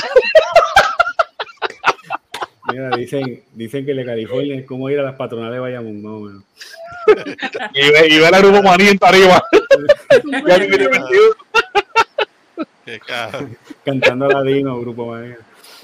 F: mira, dicen, dicen que el de California es como ir a las patronales de Bayamón, más o menos.
G: Y ve, y ve la grupo maní en tarima. Ya ni me he metido.
A: Qué cara.
F: Cantando ladino, grupo María.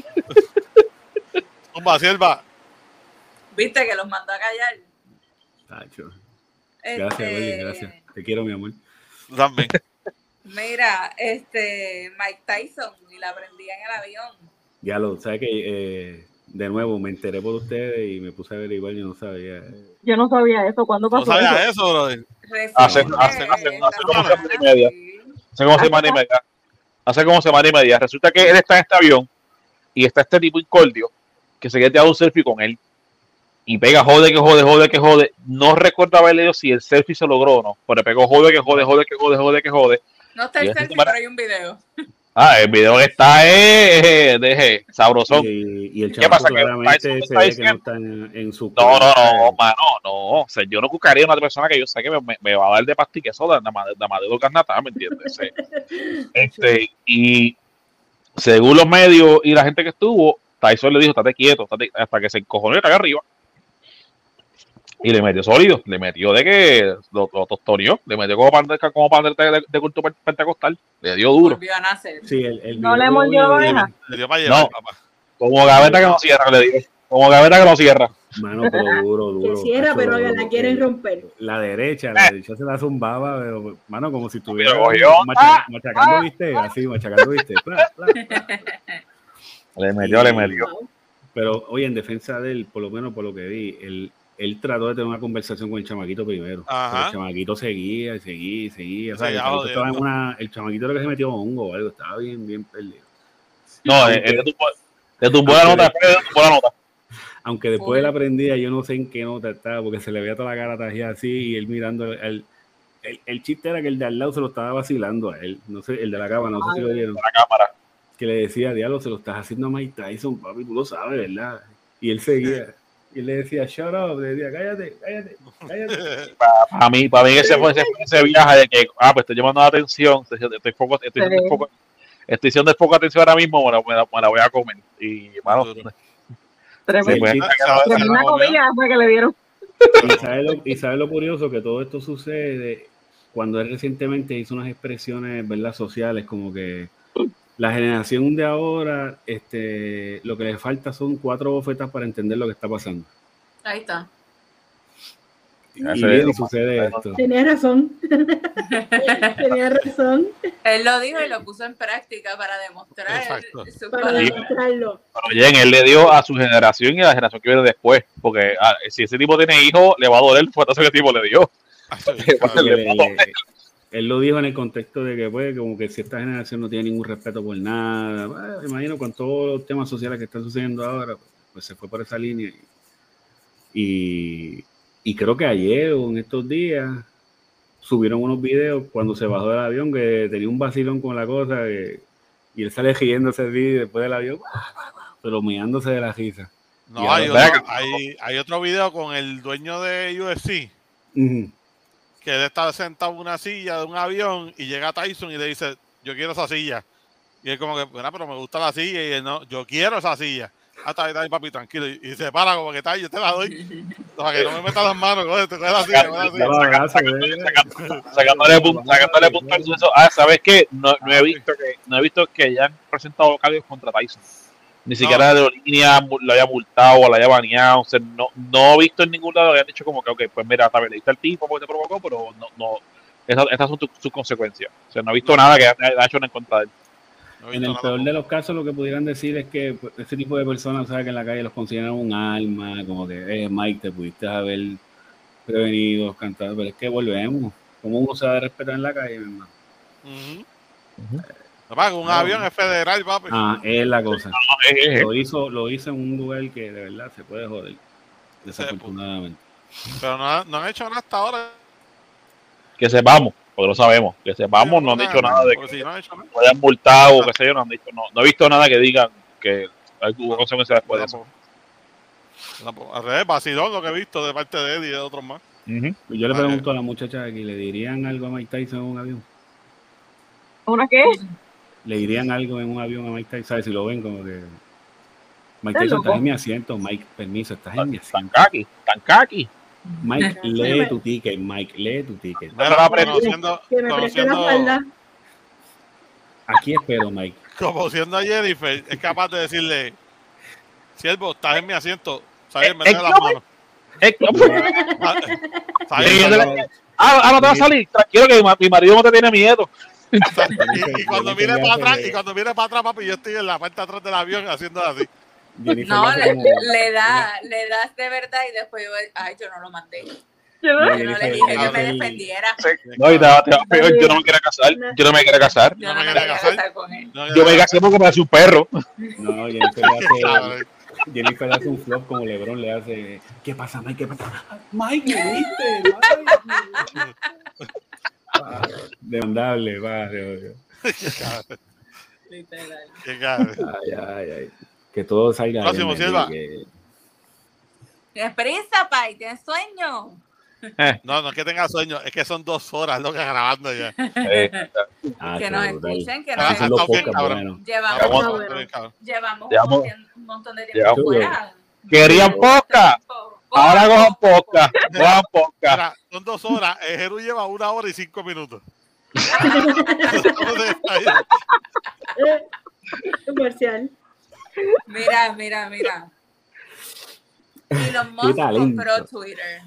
A: Tumba, sierva.
B: Viste que los mandó a callar.
F: Tacho. Gracias,
B: Este,
F: Willy, gracias. Te quiero, mi amor.
A: También.
B: Mira, este Mike Tyson y la prendía en el avión.
F: Ya lo, ¿sabes que eh, de nuevo me enteré por ustedes y me puse a averiguar, yo no sabía.
E: Yo no sabía eso. ¿Cuándo
A: ¿No
E: pasó eso?
A: sabías eso, brother?
G: Hace-
B: Resulta
G: hace-
B: que
G: hace-
B: esta
G: hace como
B: semana,
G: semana y media.
B: sí.
G: Hace como semana y media. Hace como semana y media. Resulta que él está en este avión y está este tipo incordio que se quiere tirar un selfie con él y pega jode que jode, jode que jode. No recuerdo haber leído si el selfie se logró o no, pero pegó jode que jode, jode que jode, jode que jode.
B: No está el selfie, pero hay un video.
G: Ah, el video que está es de sabrosón.
F: Y, y el
G: ¿Qué pasa?
F: chamaco claramente se ve que no está en, en su
G: No, no, no, mano, no. O sea, yo no buscaría a una persona que yo sé que me, me, me va a dar de pastique soda, nada más, nada más de dos garnatas, ¿me entiendes? este, y según los medios y la gente que estuvo, Tyson le dijo, estate quieto, estate, hasta que se encojonó y está acá arriba. Y le metió sólido, le metió de que lo, lo tostoneó, le metió como pan de, como pan de, de, de culto pentecostal, le dio duro.
B: Volvió a nacer.
F: Sí, el, el
E: no le mordió la oreja.
A: Le dio para llevar,
G: No,
A: papá.
G: Como gaveta que no cierra, le digo. Como gaveta que no cierra.
F: Mano, pero duro, duro.
C: Que cierra, pero que la quieren romper.
F: La derecha, la derecha se la zumbaba, pero, mano, como si estuviera
G: Pero,
F: macha, machacando, ah, ¿viste? Así, machacando, ¿viste? Pla, pla.
G: Le metió, y, le metió.
F: Pero, oye, en defensa de él, por lo menos por lo que vi, él, él trató de tener una conversación con el chamaquito primero. El chamaquito seguía y seguía y seguía. O sea, el, chamaquito estaba en una, el chamaquito era que se metió hongo o algo, estaba bien, bien perdido.
G: No, es de tu, de tu buena nota, de tu buena nota.
F: Aunque después él aprendía, yo no sé en qué nota estaba, porque se le veía toda la cara tajada así y él mirando. El, el, el chiste era que el de al lado se lo estaba vacilando a él. No sé, el de la cámara, no sé si lo vieron.
G: La cámara.
F: Que le decía, diablo, se lo estás haciendo a Mike Tyson, papi, tú lo sabes, ¿verdad? Y él seguía. Y él le decía, shut up, le decía, cállate, cállate, cállate.
G: Para, para mí, para mí ese fue ese, ese viaje de que, ah, pues estoy llamando la atención, estoy, estoy, foco, estoy, sí. foco, estoy haciendo poco atención ahora mismo, bueno, me la, me la voy a comer. Y, mano,
E: tremenda comida fue que le dieron.
F: Y sabe, lo, y sabe lo curioso, que todo esto sucede cuando él recientemente hizo unas expresiones, ¿verdad?, sociales, como que la generación de ahora, este, lo que le falta son cuatro bofetas para entender lo que está pasando.
B: Ahí está.
F: Y, y bien, sucede esto.
C: Tenía razón. Tenía razón.
B: Él lo dijo y lo puso en práctica para demostrar su
C: para demostrarlo.
G: Oye, él le dio a su generación y a la generación que viene después, porque ah, si ese tipo tiene hijos, le va a doler el fuetazo que el tipo le dio.
F: Él lo dijo en el contexto de que, pues, como que si esta generación no tiene ningún respeto por nada, bueno, me imagino con todos los temas sociales que están sucediendo ahora, pues se fue por esa línea. Y, y, y creo que ayer o en estos días subieron unos videos cuando se bajó del avión que tenía un vacilón con la cosa que, y él sale riéndose así después del avión, pero mirándose de la risa.
A: No, hay otro, hay, hay otro video con el dueño de U F C. Uh-huh. Que él está sentado en una silla de un avión y llega Tyson y le dice, yo quiero esa silla. Y él como que, bueno, pero me gusta la silla. Y él, no, yo quiero esa silla. Hasta ahí, está ahí, papi, tranquilo. Y, y se para como que está, yo te la doy. Para que no me metas las manos, coge, te coge la silla.
G: Sacándole punta al suelo. Ah, ¿sabes qué? No, no, he visto que, no he visto que hayan presentado cargos contra Tyson. Ni siquiera no. de línea lo haya multado o lo haya baneado. O sea, no, no he visto en ningún lado que hayan dicho como que, ok, pues mira, está bien, le diste al tipo porque te provocó, pero no, no esas, estas son sus su consecuencias. O sea, no he visto nada que haya hecho en contra de él.
F: No en el peor como... de los casos, lo que pudieran decir es que pues, ese tipo de personas, ¿sabes? Que en la calle los consideran un alma, como que, eh, Mike, te pudiste haber prevenido, cantado, pero es que volvemos. ¿Cómo uno se va a respetar en la calle, mi hermano?
A: Uh-huh. Uh-huh. Papá, un no, avión es federal, papi.
F: Ah, es la cosa. Lo hizo, lo hizo en un lugar que de verdad se puede joder, desafortunadamente.
A: Pero no, no han hecho nada hasta ahora.
G: Que sepamos, porque lo sabemos. Que sepamos, no han dicho nada de que
A: si no han hecho nada.
G: hayan multado o qué sé yo, no han dicho. No, no he visto nada que digan que hubo consecuencias después de eso.
A: No, al revés, vacilón lo que he visto de parte de él y de otros más.
F: Uh-huh. Yo le pregunto a la muchacha aquí, ¿le dirían algo a Mike Tyson en un avión?
E: ¿Una qué?
F: Le dirían algo en un avión a Mike Tyson, ¿sabes? Si lo ven como que Mike Tyson, estás en mi asiento, Mike, permiso, estás en mi asiento.
G: Tankaki, Tankaki.
F: Mike, lee tu ticket, Mike, lee tu ticket.
A: Bueno, conociendo,
C: que me
A: conociendo,
C: la
F: aquí espero, Mike.
A: Conociendo a Jennifer, es capaz de decirle, siervo, estás en mi asiento, ¿sabes? Me las manos.
G: Ah, no te va a salir, tranquilo que mi marido no te tiene miedo.
A: Y, y cuando mire para atrás, y cuando mire para atrás, papi, yo estoy en la parte de atrás del avión haciendo así.
B: No, le, le da, le das de verdad y después yo, ay, yo no lo mandé. Yo no, yo no le dije que me defendiera.
G: No, y te va, te va peor, yo no me quiero casar, yo no me quiero casar.
B: Yo no me quiero casar con él.
G: Yo me casé porque me hace un perro.
F: No, Jennifer le hace, Jennifer le hace un flop como LeBron le hace, ¿qué pasa, Mike? ¿Qué pasa? Mike, ¿me viste? Mike. Demandable, padre.
B: Literal.
A: Qué cabrón.
F: Ay, ay, ay. Que todo salga
A: Próximo,
F: bien.
A: Silva.
F: Que...
B: ¿Tienes prisa, Pai? ¿Tienes sueño?
A: No, no es que tenga sueño, es que son dos horas lo que grabando ya.
G: Eh,
F: Ah,
B: Que
F: qué
B: nos
F: brutal.
B: escuchen, que
A: Ah,
B: nos
F: Así son los
A: está bien,
B: escuchen.
F: podcasts
A: cabrón.
F: buenos.
B: Llevamos,
G: Vamos.
A: Está
B: llevamos,
A: bien, cabrón.
B: llevamos un,
G: Llevamos-
B: montón, un montón de tiempo
G: llevamos-
B: fuera.
G: Querían podcast. Ahora cojan podcast. Cojan podcast.
A: Mira, son dos horas, el Jeru lleva una hora y cinco minutos.
C: Eh, comercial.
B: Mira, mira, mira. Elon Musk
F: talento.
B: compró Twitter.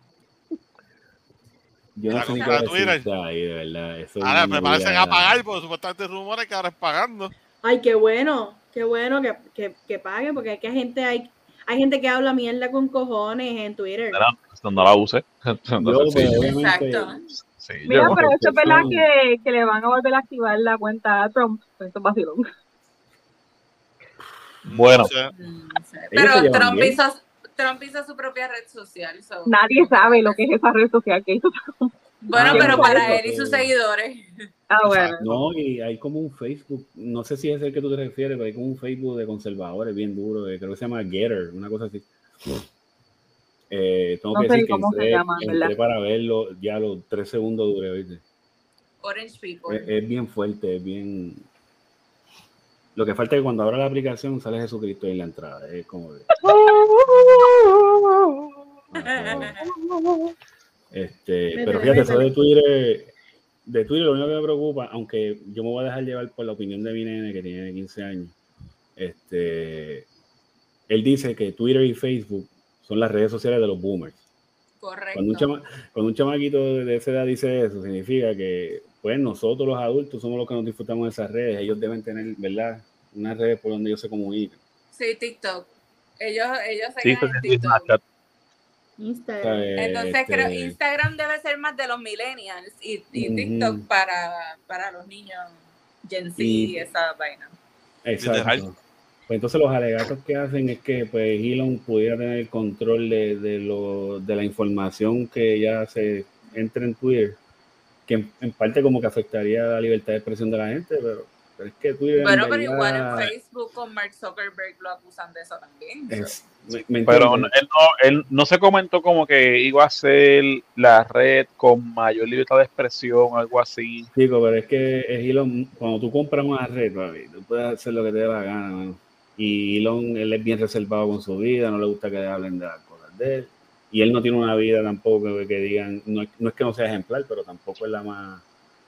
F: Yo no
A: La
F: sé ni qué
A: compra de Twitter.
F: decirte ahí, de verdad. Eso
A: Ahora
F: es
A: me
F: mi
A: parecen
F: vida.
A: a pagar porque supuestamente rumores que ahora es pagando.
C: Ay, qué bueno, qué bueno que, que, que paguen, porque hay que gente, hay, hay gente que habla mierda con cojones en Twitter.
G: No, esto no la use.
F: Yo,
G: Entonces,
F: pues,
G: sí,
F: obviamente,
B: Exacto.
G: sí,
E: Mira,
G: yo-
E: pero eso es verdad
F: son-
E: que, que le van a volver a activar la cuenta a Trump. Pues eso es vacilón.
G: Bueno.
A: No sé.
B: Mm, sí.
F: Ellos se
B: Pero
F: llevan
B: Trump
F: bien.
B: hizo, Trump hizo su propia red social. so-
E: Nadie sabe lo que es esa red social que hizo.
B: Bueno,
F: Ah,
B: pero
F: bueno,
B: para
F: eso,
B: él y sus
F: pero-
B: seguidores.
E: Ah, bueno.
A: Exacto.
F: No, y hay como un Facebook, no sé si es el que tú te refieres, pero hay como un Facebook de conservadores bien duro, eh, creo que se llama Getter, una cosa así. Eh, tengo
E: No
F: que
E: sé
F: decir que
E: cómo se
F: entré,
E: llama,
F: entré
E: ¿verdad?
F: para verlo, ya los tres segundos duré, ¿viste?
B: Orange People.
F: Es, es bien fuerte, es bien... Lo que falta es que cuando abra la aplicación sale Jesucristo en la entrada, es como... de- Este,
C: Vete,
F: pero fíjate,
C: vete.
F: eso de Twitter, de Twitter lo único que me preocupa, aunque yo me voy a dejar llevar por la opinión de mi nene que tiene quince años, este, él dice que Twitter y Facebook son las redes sociales de los boomers.
B: Correcto.
F: Cuando un, chama, cuando un chamaquito de esa edad dice eso, significa que pues nosotros los adultos somos los que nos disfrutamos de esas redes, ellos deben tener, ¿verdad? Unas redes por donde ellos se comunican.
B: Sí, TikTok. Ellos, ellos se
G: Sí,
B: quedan en
G: sí,
B: TikTok.
G: Snapchat.
C: Instagram.
F: ¿Sabes?
B: Entonces
F: Este,
B: creo Instagram debe ser más de los millennials y, y
F: Ujú.
B: TikTok para, para los niños Gen Z y,
F: Y-
B: esa vaina.
F: Exacto.
A: Literal.
F: Pues entonces los alegatos que hacen es que pues Elon pudiera tener el control de, de, lo, de la información que ya se entra en Twitter, que en, en parte como que afectaría la libertad de expresión de la gente, pero, pero es que Twitter en
B: Bueno, pero
F: verdad
B: igual en Facebook con Mark Zuckerberg lo acusan de eso también.
F: es- me- me
G: Pero él
F: entiendes.
G: no, él no se comentó como que iba a ser la red con mayor libertad de expresión, algo así.
F: Chico, pero es que es Elon, cuando tú compras una red, papi, tú puedes hacer lo que te dé la gana, mano. Y Elon, él es bien reservado con su vida, no le gusta que le hablen de las cosas de él. Y él no tiene una vida tampoco que, que digan, no, es- no es que no sea ejemplar, pero tampoco es la más,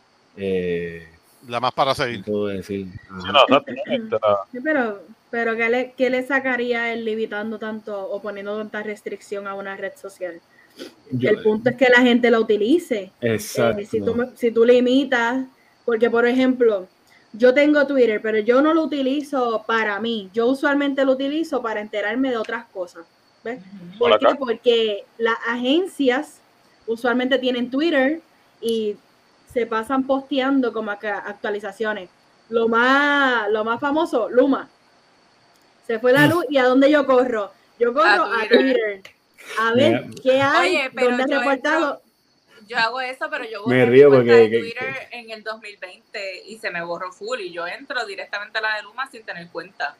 F: eh,
A: La más para
F: ¿qué
A: seguir.
F: puedo decir? Ajá.
G: Sí, no, exacto, ¿no? Este,
C: Sí, pero, pero ¿qué le, qué le sacaría él limitando tanto o poniendo tanta restricción a una red social?
F: Yo-
C: El punto es que la gente la utilice.
F: exacto.
C: Eh, si, tú, me- si tú limitas, porque por ejemplo, yo tengo Twitter, pero yo no lo utilizo para mí. Yo usualmente lo utilizo para enterarme de otras cosas. ¿Ves? ¿Por
G: Hola,
C: qué?
G: acá.
C: Porque las agencias usualmente tienen Twitter y se pasan posteando como acá actualizaciones. Lo más, lo más famoso, Luma. Se fue la luz y ¿a dónde yo corro? Yo corro
B: A
C: a
B: Twitter.
C: Twitter. A ver
F: Mira.
C: qué hay,
B: Oye, pero
C: dónde
B: yo
C: ha reportado.
B: Yo hago eso, pero yo
F: Me
B: borré mi
F: río
B: cuenta
F: porque-
B: de
F: que-
B: Twitter en el dos mil veinte y se me borró full y yo entro directamente a la de Luma sin tener cuenta.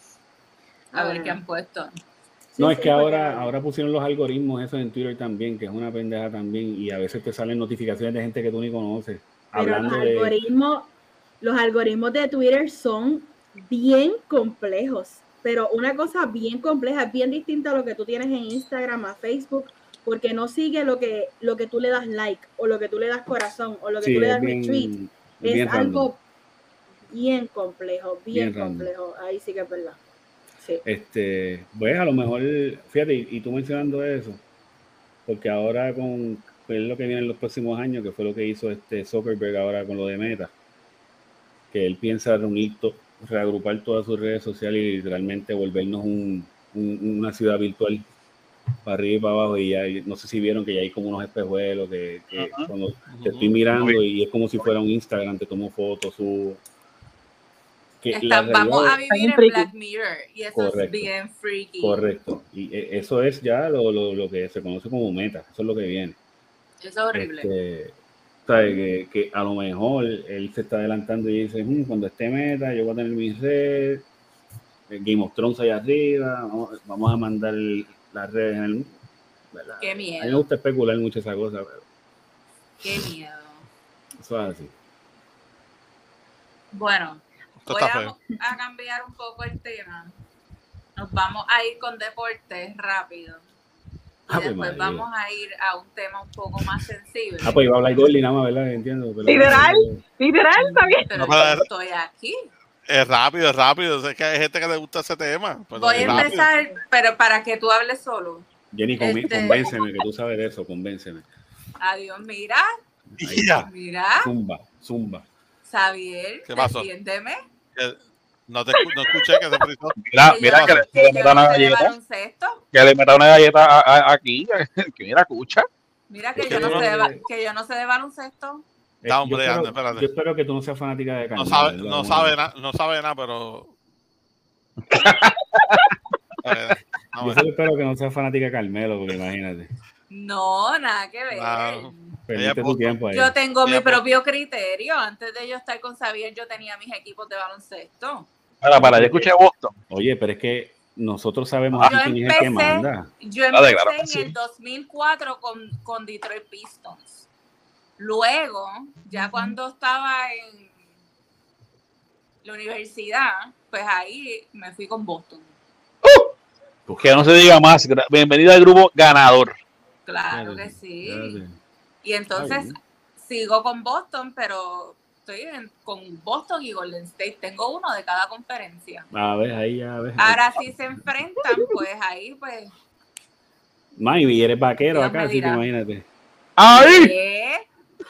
B: A
C: Ah.
B: ver qué han puesto.
F: No,
C: Sí,
F: es
C: sí,
F: que ahora,
C: porque-
F: ahora pusieron los algoritmos esos en Twitter también, que es una pendeja también, y a veces te salen notificaciones de gente que tú ni conoces.
C: Pero
F: Hablando
C: los
F: de...
C: algoritmos, los algoritmos de Twitter son bien complejos, pero una cosa bien compleja, bien distinta a lo que tú tienes en Instagram, a Facebook, porque no sigue lo que, lo que tú le das like, o lo que tú le das corazón, o lo que
F: Sí,
C: tú le
F: es
C: das retweet.
F: bien, es
C: Es
F: bien random.
C: algo bien complejo, bien,
F: Bien random.
C: complejo. Ahí sí que es verdad. Sí.
F: Este, pues a lo mejor, fíjate, y, y tú mencionando eso, porque ahora con pues, lo que viene en los próximos años, que fue lo que hizo este Zuckerberg ahora con lo de Meta, que él piensa reunir, to- reagrupar todas sus redes sociales y literalmente volvernos un, un- una ciudad virtual para arriba y para abajo, y ya, y no sé si vieron que ya hay como unos espejuelos que, que
G: Ajá.
F: cuando te estoy mirando y es como si fuera un Instagram, te tomo fotos, subo. Que la
B: Están- vamos
F: realidad-
B: a vivir en
E: freaky.
B: Black Mirror y eso
F: Correcto.
B: es bien freaky.
F: Correcto. Y eh, eso es ya lo, lo, lo que se conoce como meta. Eso es lo que viene.
B: Eso es horrible.
F: Este, ¿Sabes? Que, que a lo mejor él se está adelantando y dice, "Hmm, cuando esté meta, yo voy a tener mi red, Game of Thrones allá arriba, vamos, vamos a mandar las redes en el... ¿verdad?
B: Qué
F: A mí me
B: miedo,
F: gusta especular mucho esa cosa, pero
B: qué miedo.
F: eso es así.
B: Bueno,
A: Esto
B: voy
A: está
B: a,
A: feo.
B: a cambiar un poco el tema. Nos vamos a ir con deportes rápido. Y
F: Ave
B: después
F: María.
B: vamos a ir a un tema un poco más sensible.
F: Ah, pues iba a hablar Gordy nada más, ¿verdad? Entiendo. Pero...
E: Literal. Literal, está bien.
B: Pero
A: No,
B: yo
A: pero-
B: estoy aquí.
A: Es rápido, es rápido. Es que hay gente que le gusta ese tema. Pero
B: Voy a
A: es rápido.
B: empezar, pero para que tú hables solo.
F: Jenny, con-
B: Este-
F: convénceme, que tú sabes de eso, convénceme.
B: Adiós, mira,
F: Ahí,
A: Ya.
B: mira,
F: Zumba, zumba.
B: Xavier,
A: ¿Qué pasó?
B: defiéndeme.
A: Que- No, te escu- no escuché que se frizó.
G: Mira,
B: Que
G: mira
B: yo
G: que,
B: no-
G: le- que
B: que
G: le
B: yo
G: meta una
B: no sé de
G: galleta,
B: baloncesto.
G: que le meta una galleta a- a- aquí, que mira, escucha.
B: Mira que
F: Es
B: yo
F: que
B: no
F: tú
B: sé de,
F: no-
B: ba- que yo no sé de baloncesto.
F: Eh,
A: Da,
F: yo,
A: hombre,
F: espero,
A: anda, espérate.
F: yo espero que tú no seas fanática de
A: No
F: Carmelo.
A: sabe,
F: ¿verdad?
A: no
F: Vamos
A: sabe
F: a-
A: nada, no sabe nada, pero. A ver,
F: Yo
A: vamos a
F: solo
A: ver.
F: espero que no seas fanática de Carmelo, porque imagínate.
B: No, nada que ver.
A: No.
F: Perdiste
A: Ella es
F: tu
A: Boston.
F: tiempo ahí.
B: Yo tengo
A: Ella
B: mi
A: pues-
B: propio criterio. Antes de yo estar con Xavier, yo tenía mis equipos de baloncesto.
G: Para, para, yo escuché Boston.
F: Oye, pero es que nosotros sabemos
B: Yo
F: aquí quién es el que
B: empecé-
F: manda.
B: Yo
G: Ah,
B: empecé
G: de claro que
B: en
G: sí.
B: el dos mil cuatro con, con Detroit Pistons. Luego, ya cuando estaba en la universidad, pues ahí me fui con Boston.
G: Que no se diga más. Gra- Bienvenida al grupo ganador.
B: Claro que
F: Espérate,
B: sí.
F: espérate.
B: Y entonces
F: bien.
B: sigo con Boston, pero estoy en- con Boston y Golden State. Tengo uno de cada conferencia.
F: A ver, ahí ya ves.
B: Ahora si se enfrentan, pues ahí pues...
F: Mami, y eres vaquero
B: Dios
F: acá,
B: me
F: así que
B: dirá.
F: imagínate.
G: ¡Ahí!
B: ¿Qué?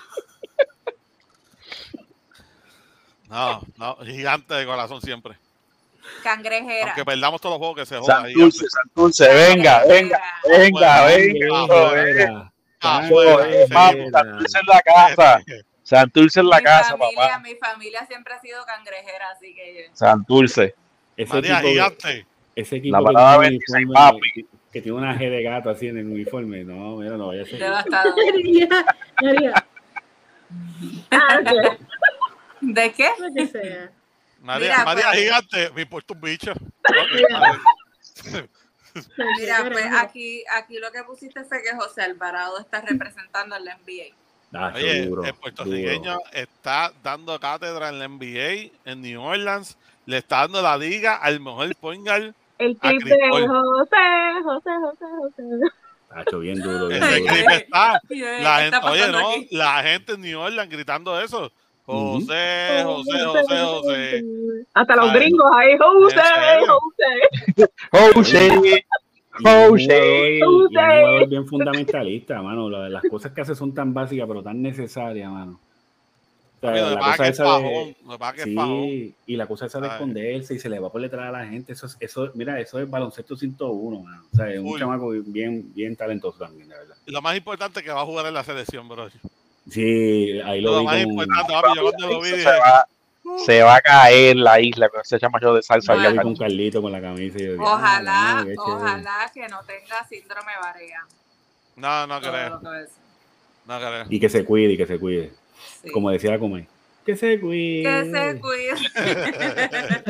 A: No, no, gigante de corazón siempre.
B: Cangrejera.
A: Aunque perdamos todos los juegos que se joda.
G: Santurce, Santurce, venga, venga, venga, venga.
F: Fuera.
A: Afuera.
G: Vamos, Santurce en la casa. Santurce en la
B: mi
G: casa,
B: familia,
G: papá.
B: Mi familia siempre ha sido cangrejera, así que...
G: Santurce.
F: Ese
A: María
F: equipo,
A: gigante.
F: ese equipo
G: La
F: que
G: parada
F: tiene un
G: veintiséis,
F: uniforme,
G: papi.
F: que, que tiene una G de gato así en el uniforme. No, mira, no vaya a ser.
B: Devastador.
C: María, María,
E: Ah, ok.
B: ¿De qué?
C: lo que sea.
A: María,
B: Mira,
A: María
B: pues-
A: gigante, me importa un bicho.
C: Mira.
B: Mira, pues
C: Carajo.
B: aquí, aquí lo que pusiste fue que José Alvarado está representando en la N B A.
F: Ah,
A: Oye,
F: duro,
A: el puertorriqueño está dando cátedra en la N B A, en New Orleans, le está dando la liga al mejor point guard.
E: El
A: A
E: clip
A: Chris
E: de
A: Paul.
E: José, José, José, José.
F: Tacho, bien duro, bien
A: Ese
F: duro.
A: clip está.
B: Y, eh,
A: La
B: ¿qué está
A: gente, oye,
B: pasando
A: no,
B: aquí?
A: la gente en New Orleans gritando eso.
F: Ujú.
A: José, José, José, José.
E: Hasta los
A: Ay,
E: gringos ahí, José,
A: ¿en serio?
E: José.
G: Jose,
F: Y un
G: Jose.
F: jugador- y un
E: Jose.
F: jugador bien fundamentalista, mano. La- Las cosas que hace son tan básicas, pero tan necesarias, mano. O sea,
A: Lo que
F: la
A: pasa
F: cosa
A: que es
F: esa de-
A: fajón, lo que pasa que es fajón.
F: Sí, y la cosa esa de
A: Ay.
F: esconderse y se le va por detrás a la gente, eso, es- eso mira, eso es baloncesto ciento uno, mano. O sea, es un
A: Full.
F: chamaco bien, bien talentoso también, de verdad.
A: Y lo más importante es que va a jugar en la selección, bro.
F: Sí, ahí lo
A: Lo
F: vi
A: más
F: con,
A: importante, papi, yo cuando lo vi
G: Se
A: dije,
G: va, se va a caer la isla con ese chamacho de salsa.
F: ahí lo vi
G: ya.
F: con Carlito con la camisa. Y yo,
B: Ojalá,
F: "Diablo, qué chévere".
B: ojalá que no tenga síndrome Barea.
A: no, no
B: Todo
A: creo,
B: lo que voy a decir.
A: no creo.
F: Y que se cuide, y que se cuide.
B: Sí.
F: Como decía la Comay. Que se cuide.
B: Que se cuide.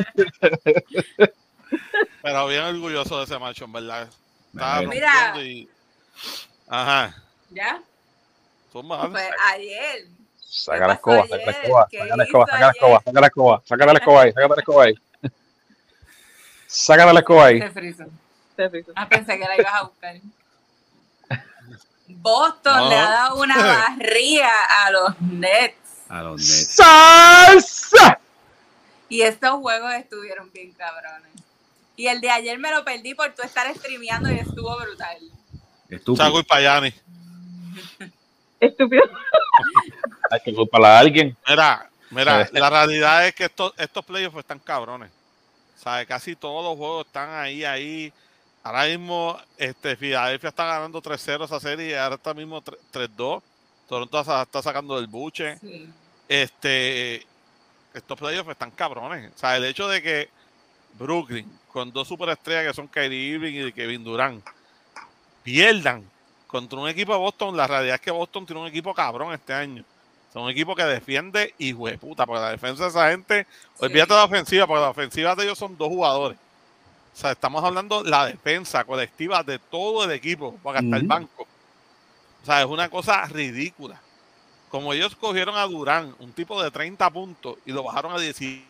A: Pero bien orgulloso de ese macho, en verdad. Estaba
F: Mira.
A: rompiendo y... Ajá.
B: ¿Ya?
A: Zumba,
B: Pues ayer.
G: Saca la
B: ¿Qué pasó
G: escoba, saca la
B: ayer?
G: escoba,
B: ¿Qué
G: saca la escoba,
B: hizo
G: saca la escoba,
B: ayer?
G: saca la escoba, saca la escoba ahí, saca la escoba ahí. Saca la escoba ahí.
B: Se frizó.
E: Se frizó.
B: Ah, pensé que la ibas a buscar. Boston
A: No.
B: le ha dado una barría a los Nets.
F: A los Nets.
G: ¡Salsa!
B: Y estos juegos estuvieron bien cabrones. Y el de ayer me lo perdí por tú estar streameando y estuvo brutal.
F: Estúpido.
A: Chago y Payani.
E: Estúpido.
G: Hay que culparla a alguien.
A: Mira, mira,
G: Eh.
A: la realidad es que estos, estos playoffs están cabrones. ¿Sabes? Casi todos los juegos están ahí, ahí. Ahora mismo, este, Filadelfia está ganando tres cero esa serie y ahora está mismo tres dos. Toronto está, está sacando del buche.
B: Sí.
A: Este, estos playoffs están cabrones. O sea, el hecho de que Brooklyn, con dos superestrellas que son Kyrie Irving y Kevin Durant, pierdan contra un equipo de Boston, la realidad es que Boston tiene un equipo cabrón este año. Son un equipo que defiende y hueputa, porque la defensa de esa gente, sí. Olvídate de la ofensiva, porque la ofensiva de ellos son dos jugadores. O sea, estamos hablando de la defensa colectiva de todo el equipo, porque hasta uh-huh. el banco. O sea, es una cosa ridícula. Como ellos cogieron a Durán, un tipo de treinta puntos, y lo bajaron a dieciocho,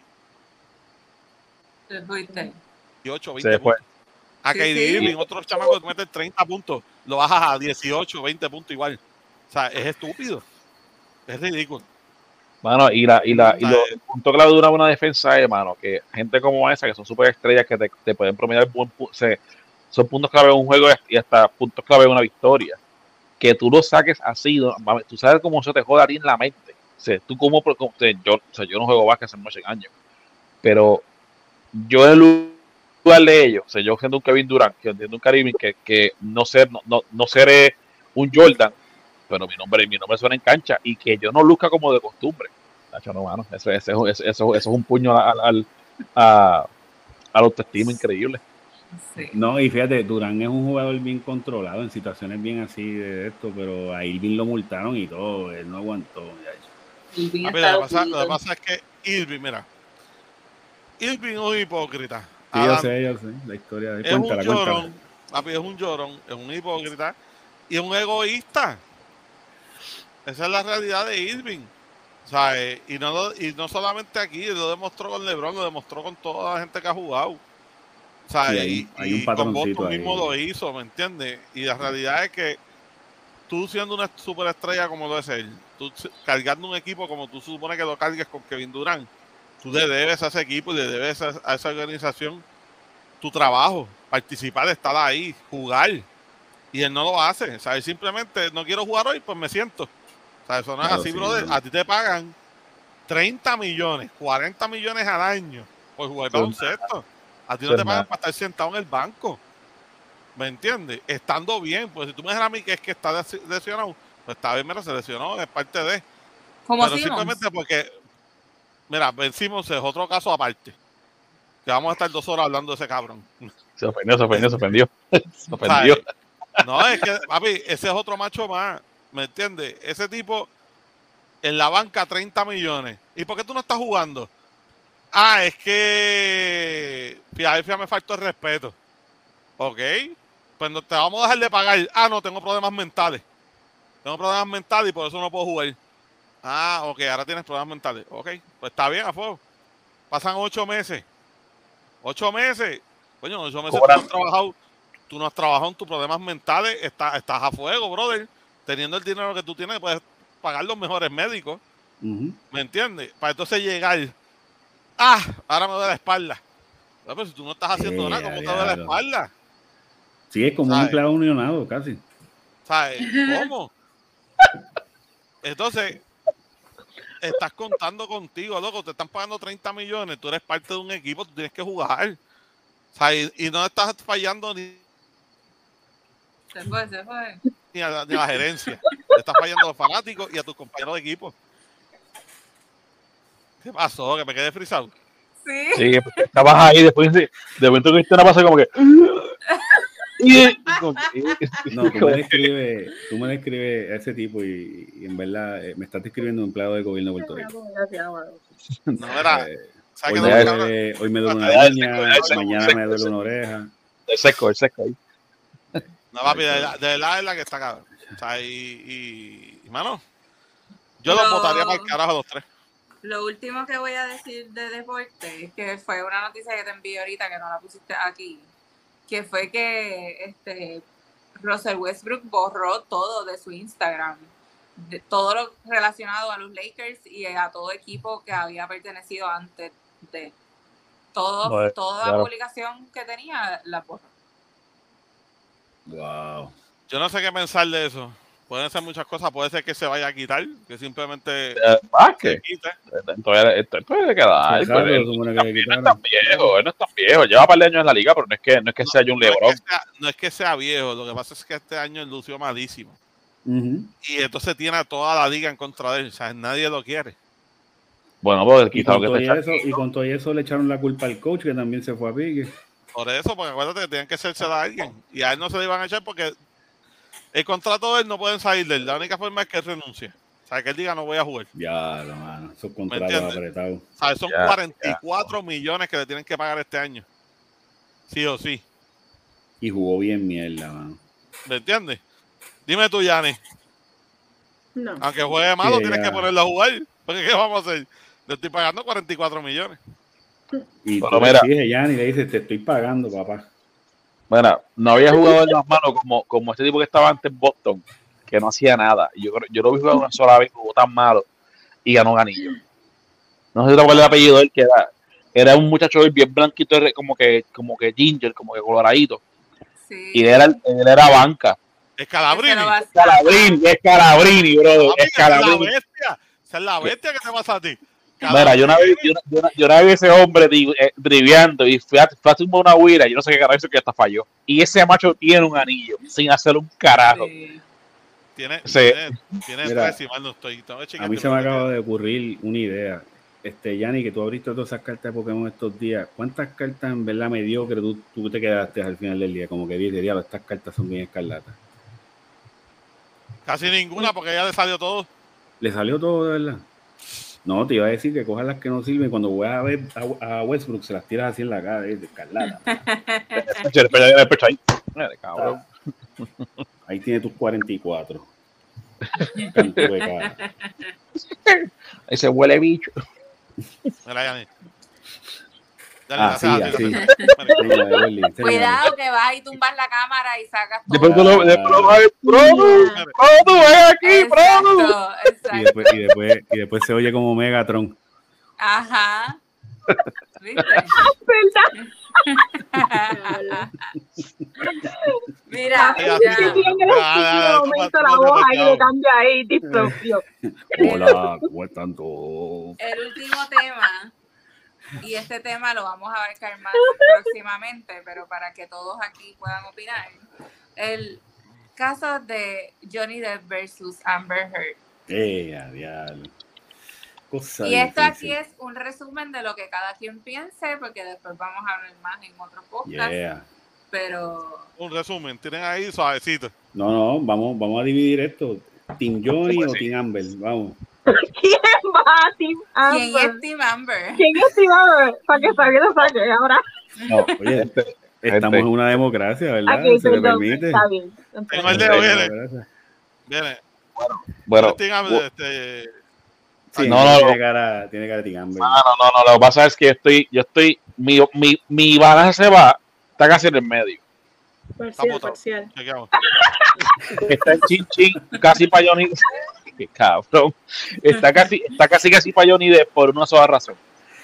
A: veinte puntos. A sí, Kyrie sí. Irving, otros chamacos que meten treinta puntos, lo bajas a dieciocho, veinte puntos igual. O sea, es estúpido. Es ridículo.
G: Mano, y la, y la, y lo, el punto clave de una buena defensa es, mano, que gente como esa, que son super estrellas que te, te pueden promediar buen, se, son puntos clave en un juego y hasta puntos clave en una victoria. Que tú lo saques así, ¿no? Tú sabes cómo se te joda a ti en la mente. O sea, tú como, como o sea, yo, o sea, yo no juego básquet hace muchos años, pero yo en el lugar de ellos, o sea, yo siendo un Kevin Durant, que siendo un Karim, que, que no ser, no, no, no seré un Jordan, pero mi nombre, mi nombre suena en cancha y que yo no luzca como de costumbre. Nacho, no, mano, eso, eso, eso, eso, eso es un puño al, al, a, a la autoestima increíble.
F: Sí. No, y fíjate, Durán es un jugador bien controlado en situaciones bien así de esto, pero a Irving lo multaron y todo, él no aguantó.
A: Irving ver, lo, que pasa, lo que pasa es que Irving, mira, Irving es un hipócrita.
F: Sí, Adam, yo sé, yo sé, la historia de
A: es cuéntala, un llorón, papi, es un llorón, es un hipócrita y es un egoísta. Esa es la realidad de Irving. O sea, eh, y, no, y no solamente aquí, lo demostró con LeBron, lo demostró con toda la gente que ha jugado. O sea, sí, hay, y, hay un y con Boston mismo lo hizo, ¿me entiendes? Y la realidad es que tú siendo una superestrella como lo es él, tú cargando un equipo como tú supones que lo cargues con Kevin Durant, tú le debes a ese equipo y le debes a, a esa organización tu trabajo, participar, estar ahí, jugar. Y él no lo hace. O sea, él simplemente no quiero jugar hoy, pues me siento. O sea, eso no es claro, así, sí, brother. No. A ti te pagan treinta millones, cuarenta millones al año por jugar baloncesto. A ti no te pagan para estar sentado en el banco. ¿Me entiendes? Estando bien. Pues si tú me dijeras a mí que es que está lesionado, pues está bien, mira, se lesionó, es parte de.
B: ¿Cómo
A: Pero simplemente porque, mira, Ben Simmons es otro caso aparte. Que vamos a estar dos horas hablando de ese cabrón.
G: Se ofendió, se ofendió, se ofendió. Se ofendió.
A: No, es que, papi, ese es otro macho más. ¿Me entiendes? Ese tipo en la banca treinta millones. ¿Y por qué tú no estás jugando? Ah, es que Filadelfia me faltó el respeto. Ok. Pues no, te vamos a dejar de pagar. Ah, no, tengo problemas mentales. Tengo problemas mentales y por eso no puedo jugar. Ah, ok, ahora tienes problemas mentales. Ok, pues está bien, a fuego. Pasan ocho meses. Ocho meses. Coño, ocho meses tú no has trabajado. Tú no has trabajado en tus problemas mentales. Estás, estás a fuego, brother. Teniendo el dinero que tú tienes, puedes pagar los mejores médicos. Uh-huh. ¿Me entiendes? Para entonces llegar. Ah, ahora me duele la espalda. Pero si tú no estás haciendo eh, nada, ¿cómo te duele la espalda?
F: Sí, es como ¿sabes? Un empleado unionado, casi.
A: ¿Sabes? ¿Cómo? Entonces, estás contando contigo, loco. Te están pagando treinta millones. Tú eres parte de un equipo, tú tienes que jugar. ¿Sabes? Y, y no estás fallando ni.
B: Se fue, se fue.
A: Ni a, ni a la gerencia. Te estás fallando a los fanáticos y a tus compañeros de equipo. ¿Qué pasó? ¿Que me quedé frisado?
B: Sí.
G: Sí, estabas ahí, después de, de momento que usted pasa como que.
F: No, tú me describes, tú me describes a ese tipo y, y en verdad eh, me estás describiendo un empleado del gobierno de Puerto Rico.
A: No, era.
F: Eh, hoy, me duele, hoy me duele una niña, mañana me duele una oreja.
G: El seco, el seco ahí.
A: No, papi, de verdad de la, es la que está acá. O sea, y, y, y mano, yo los votaría para el carajo a los tres.
B: Lo último que voy a decir de deporte es que fue una noticia que te envié ahorita que no la pusiste aquí, que fue que este Russell Westbrook borró todo de su Instagram, de todo lo relacionado a los Lakers y a todo equipo que había pertenecido antes de todo, no, toda claro. La publicación que tenía la borró.
F: Wow.
A: Yo no sé qué pensar de eso. Pueden ser muchas cosas, puede ser que se vaya a quitar, que simplemente
G: ¿Ah, qué? se quite. Entonces, esto puede quedar. Él, él, él, no es tan viejo, él no es tan viejo, lleva un par de años en la liga, pero no es que, no es que no, sea un LeBron.
A: No es que sea, no es que sea viejo, lo que pasa es que este año él lució malísimo. Uh-huh. Y entonces tiene a toda la liga en contra de él, o sea, nadie lo quiere.
G: Bueno, pues quizás
F: lo que eso, y con todo eso le echaron la culpa al coach, que también se fue a pique.
A: Por eso, porque acuérdate que tenían que hacerse a alguien, y a él no se le iban a echar porque el contrato de él no pueden salir de él. La única forma es que él renuncie. O sea, que él diga no voy a jugar.
F: Ya, lo mano, esos contratos apretados.
A: O sea, son
G: Ya,
A: cuarenta y cuatro millones que le tienen que pagar este año. Sí o sí.
F: Y jugó bien mierda, mano.
A: ¿Me entiendes? Dime tú, Yanni.
C: No.
A: Aunque juegue malo,
F: Sí,
A: tienes
F: ya.
A: que ponerlo a jugar. Porque ¿qué vamos a hacer? Le estoy pagando cuarenta y cuatro millones.
F: Y
G: Pero
F: tú
G: mira.
F: le dices, Yanni, le dices, te estoy pagando, papá.
G: Bueno, no había jugador más malo como, como este tipo que estaba antes en Boston, que no hacía nada. Yo, creo- yo lo vi jugar una sola vez, jugó tan malo y ganó ganillo. No sé si te acuerdas el apellido de él, que era, era un muchacho bien blanquito, como que, como que ginger, como que coloradito.
B: Sí.
G: Y él era, él era banca.
A: Es Calabrini.
B: Ese no va a-
G: Calabrini, es Calabrini, bro.
A: Papi,
G: Es
A: esa es la
G: Calabrini.
A: bestia. Esa es la bestia que te pasa a ti.
G: Mira, yo una vez, yo, yo, yo una vez vi ese hombre di- eh, driviando y fue a, fue a tumbar una huira, yo no sé qué carajo hizo que hasta falló. Y ese macho tiene un anillo, sin hacer un carajo.
B: Sí.
A: Tiene,
G: Sí.
A: tiene, tiene
F: Mira,
A: tres, si mal no estoy. Tengo que chequear
F: A mí
A: si
F: se
A: lo
F: me
A: tengo.
F: acaba de ocurrir una idea. Este, Yanni, que tú abriste todas esas cartas de Pokémon estos días. ¿Cuántas cartas en verdad mediocres tú, tú te quedaste al final del día? Como que dices, diablo, estas cartas son bien escarlatas.
A: Casi ninguna, porque ya le salió todo.
F: ¿Le salió todo de verdad? No, te iba a decir que cojas las que no sirven. Cuando voy a ver a, a Westbrook, se las tiras así en la cara, de escarlata.
G: El pecho ahí. Mira, cabrón.
F: Ahí tiene tus cuarenta y cuatro. Canto de cara.
G: Ese huele bicho.
A: Mira, Yanni. Dale,
F: Ah,
A: hace
F: sí,
A: así,
F: así.
A: hace-
F: Venga, de Berlín, enséñame.
B: Cuidado que vas y tumbas la cámara y sacas todo.
G: Después tú lo después lo vas a ver, Produ,
C: Ya.
G: Produ, ven aquí, Produ.
B: Exacto,
F: Y
B: exacto.
F: después, y, después, y después se oye como Megatron.
B: Ajá. ¿Viste?
E: ¿Verdad?
B: Mira,
A: Ya,
B: ya.
E: Sí, bien
A: Ya, ya, ya,
E: en
A: toma-
E: momento
A: toma
E: la voz ahí
A: demasiado.
E: le cambia ahí, distorsión.
F: Hola, ¿cómo están todos?
B: El último tema, y este tema lo vamos a abarcar más próximamente, pero para que todos aquí puedan opinar, el caso de Johnny Depp versus Amber Heard.
F: Eh, a diablo. Cosa
B: Y esto aquí
F: difícil.
B: es un resumen de lo que cada quien piense, porque después vamos a hablar más en otro podcast,
F: Yeah.
B: pero
A: Un resumen, tienen ahí suavecito.
F: No, no, vamos, vamos a dividir esto. ¿Team Johnny o Team Amber? Vamos.
E: ¿Quién va a Team
B: ¿quién
E: Amber?
B: es Team Amber?
E: ¿Quién es Team Amber? Para que Xavier lo saque ahora.
F: No, oye,
G: Este,
F: estamos en una democracia, ¿verdad?
E: Aquí,
F: Se le
E: perdón,
F: permite.
E: está bien.
A: Tengo el dedo, viene.
F: Democracia.
A: Viene.
G: Bueno,
A: Team Amber, este,
F: Sí,
G: No, no,
F: tiene
G: no.
F: cara, tiene cara de Team Amber.
G: no, no, no, lo que pasa es que yo estoy, yo estoy, mi, mi, mi balance se va, está casi en el medio.
C: Parcial,
A: Vamos,
C: parcial.
A: chequeamos.
G: Está en chin chin, casi para Johnny. Qué cabrón. Está casi, está casi casi para Johnny Depp por una sola razón.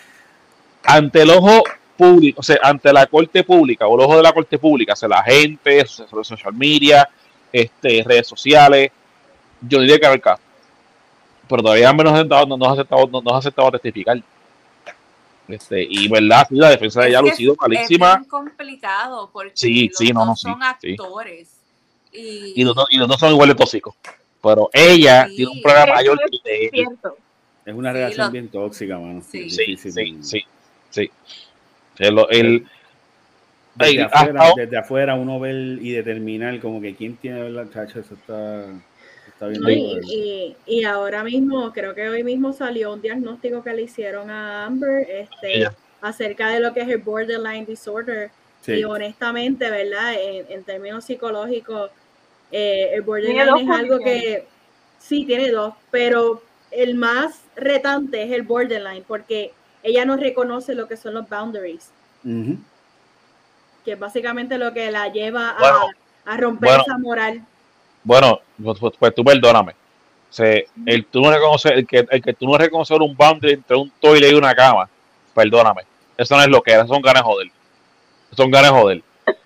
G: Ante el ojo público, o sea, ante la corte pública, o el ojo de la corte pública, o sea, la gente, social media, este, redes sociales, Johnny Depp cabe el caso. Pero todavía no nos ha aceptado, no nos ha aceptado, no nos ha aceptado testificar. Este, y verdad, sí, la defensa de ella ha
B: Es que
G: lucido
B: es
G: malísima.
B: bien complicado porque
G: Sí,
B: los
G: sí, no,
B: dos
G: no, sí,
B: son
G: sí.
B: actores. Y,
G: Y los dos, y los dos son igual de tóxicos. Pero ella
B: Sí.
G: tiene un programa
E: Eso
G: mayor
E: es
G: que él.
E: cierto.
F: Es una
B: Sí,
F: relación
B: lo-
F: bien tóxica, mano.
B: Sí.
F: Es
G: Sí,
F: difícil.
G: sí, sí, sí. El, el,
F: Desde,
G: Ey,
F: afuera,
G: hasta-
F: desde afuera uno ver y determinar como que quién tiene verdad, chacho, eso está, está bien.
C: No,
F: duro,
C: y,
F: ¿verdad?
C: y, y ahora mismo, creo que hoy mismo salió un diagnóstico que le hicieron a Amber este,
G: Ella.
C: acerca de lo que es el borderline disorder.
F: Sí.
C: Y honestamente, ¿verdad? En, en términos psicológicos, eh, el
E: Tiene
C: borderline
E: dos
C: es algo
E: condiciones.
C: que sí tiene dos, pero el más retante es el borderline porque ella no reconoce lo que son los boundaries,
F: Ujú.
C: que es básicamente lo que la lleva a,
G: Bueno,
C: a romper
G: bueno.
C: esa moral.
G: bueno, pues, pues- pues tú perdóname. O sea, el, tú no reconocer, el, que, el que tú no reconocer un boundary entre un toilet y una cama, perdóname. Eso no es lo que era, son ganas de joder. Son ganas de joder.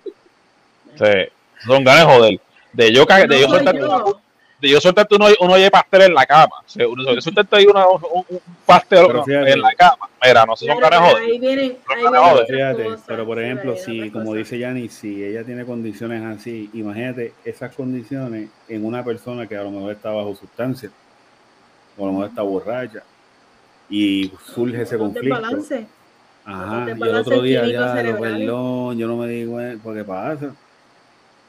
G: O sea, son ganas de joder. De yo, ca- de
C: No
G: yo
C: soy
G: soltarte,
C: yo.
G: de yo soltarte uno, uno de pastel en la cama. O sea, uno, de soltarte ahí una- un, un pastel
F: Pero fíjate.
G: en la cama. Mira, no, eso son
C: Claro,
G: ganas de
C: pero
G: joder.
C: ahí vienen, ahí
G: Pero
C: vienen otras
F: Fíjate,
C: cosas,
F: pero por
C: sí,
F: ejemplo,
C: hay
F: si,
C: otras
F: como
C: cosas.
F: dice Yanni, si ella tiene condiciones así, imagínate esas condiciones en una persona que a lo mejor está bajo sustancia, o a lo mejor está borracha, y surge ese
C: Los
F: conflicto.
C: desbalances.
F: Ajá,
C: Los
F: y el
C: desbalances
F: otro día
C: químicos
F: ya,
C: cerebrales.
F: perdón, yo no me di cuenta, porque pasa.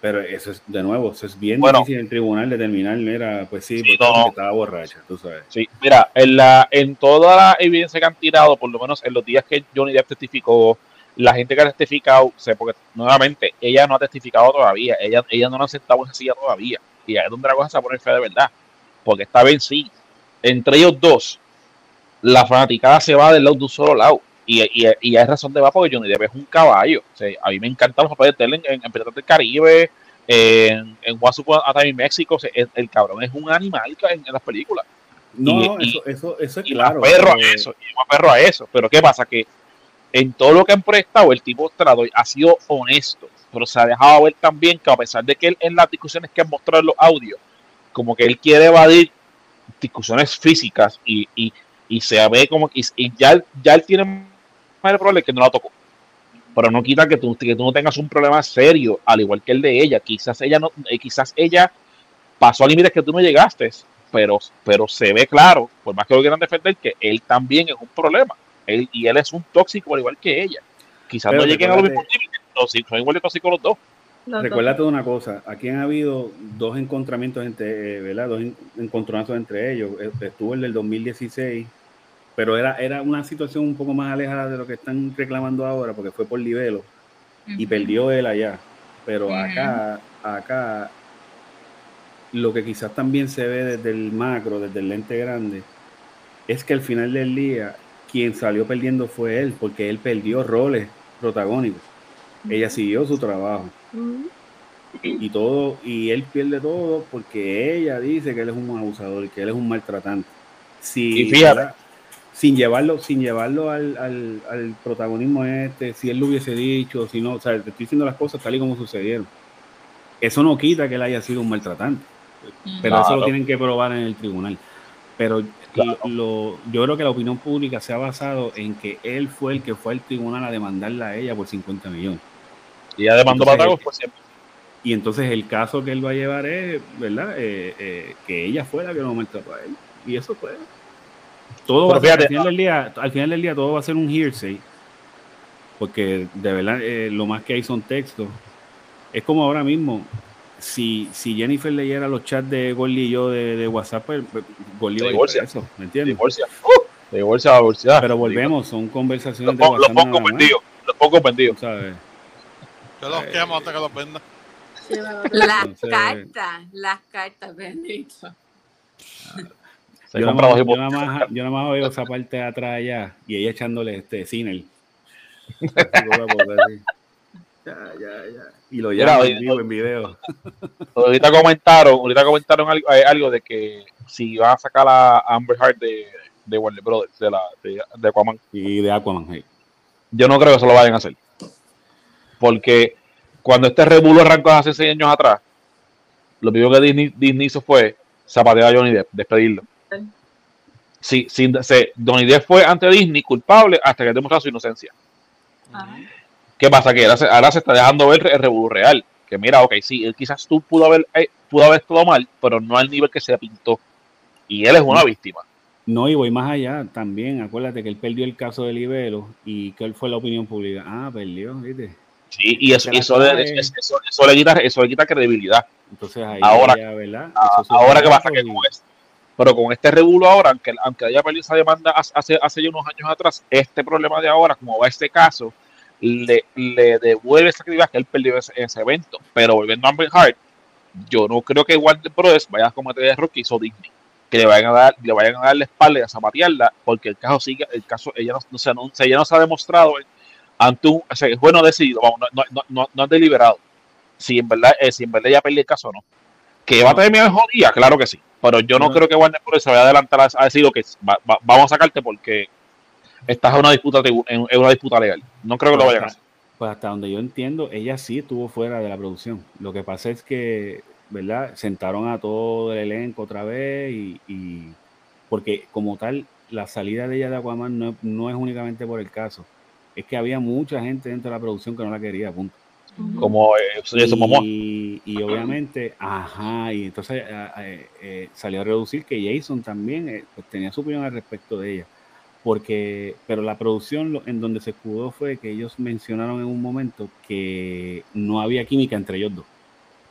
F: Pero eso es, de nuevo, eso es bien
G: Bueno.
F: difícil en el tribunal determinar, mira, pues sí,
G: Sí,
F: porque
G: no.
F: estaba borracha, tú sabes.
G: Sí, mira, en, la, en toda la evidencia que han tirado, por lo menos en los días que Johnny Depp testificó, la gente que ha testificado, o sea, porque nuevamente, ella no ha testificado todavía, ella, ella no la ha sentado en esa silla todavía, y ahí es donde la cosa se va a poner fea de verdad, porque esta vez sí, entre ellos dos, la fanaticada se va del lado de un solo lado, y, y, y hay razón de va porque Johnny Depp es un caballo, o sea, a mí me encantan los papeles de él en, en, en Piratas del Caribe, en, en Once Upon a Time in Mexico, o sea, el, el cabrón es un animal en, en las películas.
F: No,
G: Y-
F: no,
G: y-
F: eso, eso, eso es
G: Y
F: claro.
G: más perro
F: pero-
G: a eso, y más perro a eso. Pero ¿qué pasa? Que en todo lo que han prestado, el tipo tratado, ha sido honesto, pero se ha dejado ver también que a pesar de que él en las discusiones que han mostrado en los audios, como que él quiere evadir discusiones físicas y, y, y se ve como y, y ya, ya él tiene más el problema que no la tocó. Pero no quita que tú, que tú no tengas un problema serio, al igual que el de ella. Quizás ella no, eh, quizás ella pasó a límites que tú no llegaste, pero, pero se ve claro, por más que lo quieran defender, que él también es un problema. Él, y él es un tóxico al igual que ella. Quizás
F: Pero
G: no lleguen a los
F: recuérdate-
G: mismos límites, pero sí, son igual de tóxicos los dos.
E: Los
F: Recuérdate de una cosa, aquí han habido dos encontramientos entre, eh, ¿verdad? Dos en- encontronazos entre ellos. Eh, Estuvo el del dos mil dieciséis, pero era, era una situación un poco más alejada de lo que están reclamando ahora, porque fue por libelo y
B: Ujú.
F: perdió él allá. Pero
B: Ujú.
F: acá, acá, lo que quizás también se ve desde el macro, desde el lente grande, es que al final del día, quien salió perdiendo fue él, porque él perdió roles protagónicos. Ella siguió su trabajo.
E: Mm.
F: Y todo, y él pierde todo porque ella dice que él es un abusador y que él es un maltratante. Si,
G: Y fíjate.
F: ¿verdad? sin llevarlo, sin llevarlo al, al, al protagonismo este, si él lo hubiese dicho, si no, o sea, te estoy diciendo las cosas tal y como sucedieron. Eso no quita que él haya sido un maltratante, pero eso
G: Claro.
F: lo tienen que probar en el tribunal. Pero
G: Claro.
F: lo, lo- yo creo que la opinión pública se ha basado en que él fue el que fue al tribunal a demandarla a ella por cincuenta millones.
G: Y ella demandó
F: Entonces,
G: patagos
F: eh,
G: por siempre.
F: Y entonces el caso que él va a llevar es, ¿verdad? Eh, eh, que ella fue la que lo maltrató a él. Y eso fue. Todo va
G: Pero
F: a ser,
G: fíjate,
F: al final del día, al final del día todo va a ser un hearsay. Porque de verdad eh, lo más que hay son textos. Es como ahora mismo. Si, si Jennifer leyera los chats de Gordy y yo de, de WhatsApp, pues pues, Gordy
G: Se
F: va a ir
G: divorcia.
F: preso, ¿me entiendes?
G: Divorcia. Uh, divorcia, divorcia.
F: Pero volvemos, son conversaciones
G: Los
F: de
G: pongo, los
F: WhatsApp
G: pongo
F: nada más,
G: vendidos. Los pongo vendidos.
F: tú ¿sabes?
A: Yo los quemo hasta que los venda.
B: Las
F: Entonces-
B: cartas, las cartas, bendito.
G: Se
F: Yo
G: compra
F: nada,
G: dos
F: más,
G: hipot-
F: yo, nada más, yo nada más veo esa parte de atrás allá y ella echándole este Ciner. Así, poco a poco, así. Ya, ya, ya. Y lo
G: Mira,
F: llama
G: oye,
F: en vivo, en video.
G: Ahorita comentaron, ahorita comentaron algo, eh, algo de que si van a sacar a Amber Heard de, de Warner Brothers, de la de, de Aquaman.
F: Y de Aquaman. Hey.
G: Yo no creo que eso lo vayan a hacer. Porque cuando este revuelo arrancó hace seis años atrás, lo primero que Disney, Disney hizo fue zapatear a Johnny Depp, despedirlo. Sí, sí, se, Johnny Depp fue ante Disney culpable hasta que demostró su inocencia.
B: Ajá.
G: ¿Qué pasa? Que ahora se, ahora se está dejando ver el revuelo real. Que mira, ok, sí, él quizás tú pudo haber, eh, pudo haber estado mal, pero no al nivel que se pintó. Y él es una
F: No.
G: víctima.
F: No, y voy más allá también. Acuérdate que él perdió el caso de Libelo y que él fue la opinión pública. Ah, perdió, ¿viste?
G: Sí, y eso,
F: Se la
G: eso, le,
F: trae.
G: eso, eso- eso le quita, eso le quita credibilidad.
F: Entonces ahí
G: Ahora-
F: ella, ¿verdad?
G: A-
F: Hizo su
G: ahora que pasa
F: trabajo
G: que
F: y-
G: con este, pero con este revuelo ahora, aunque, aunque haya perdido esa demanda hace, hace, hace ya unos años atrás, este problema de ahora, como va este caso, le, le devuelve esa credibilidad que él perdió ese, ese evento. Pero volviendo a Amber Heard, yo no creo que Warner Brothers vaya a cometer el error que hizo Disney, que le vayan a dar, le vayan a dar la espalda y a zapatearla, porque el caso sigue, el caso ella no, no, se, no, ella no se ha demostrado ante un, o sea, es bueno decidido, vamos, no, no, no, no es deliberado. Si en verdad, eh, si en verdad ella perdió el caso o no. Que va a terminar jodida, claro que sí. Pero yo no
F: No.
G: creo que Warner Bros. Se vaya a adelantar a, a decir lo que es, va- va- vamos a sacarte porque estás en una disputa tribu- en, en una disputa legal. No creo que lo
F: Pues
G: vayan a
F: hasta,
G: hacer.
F: pues hasta donde yo entiendo, ella sí estuvo fuera de la producción. Lo que pasa es que, ¿verdad? Sentaron a todo el elenco otra vez y, y- porque como tal, la salida de ella de Aquaman no, no es únicamente por el caso. Es que había mucha gente dentro de la producción que no la quería, punto.
G: Como eh, Jason Momoa.
F: Y, y obviamente, ajá, y entonces eh, eh, eh, salió a reducir que Jason también eh, pues, tenía su opinión al respecto de ella. Porque, pero la producción lo- en donde se escudó fue que ellos mencionaron en un momento que no había química entre ellos dos.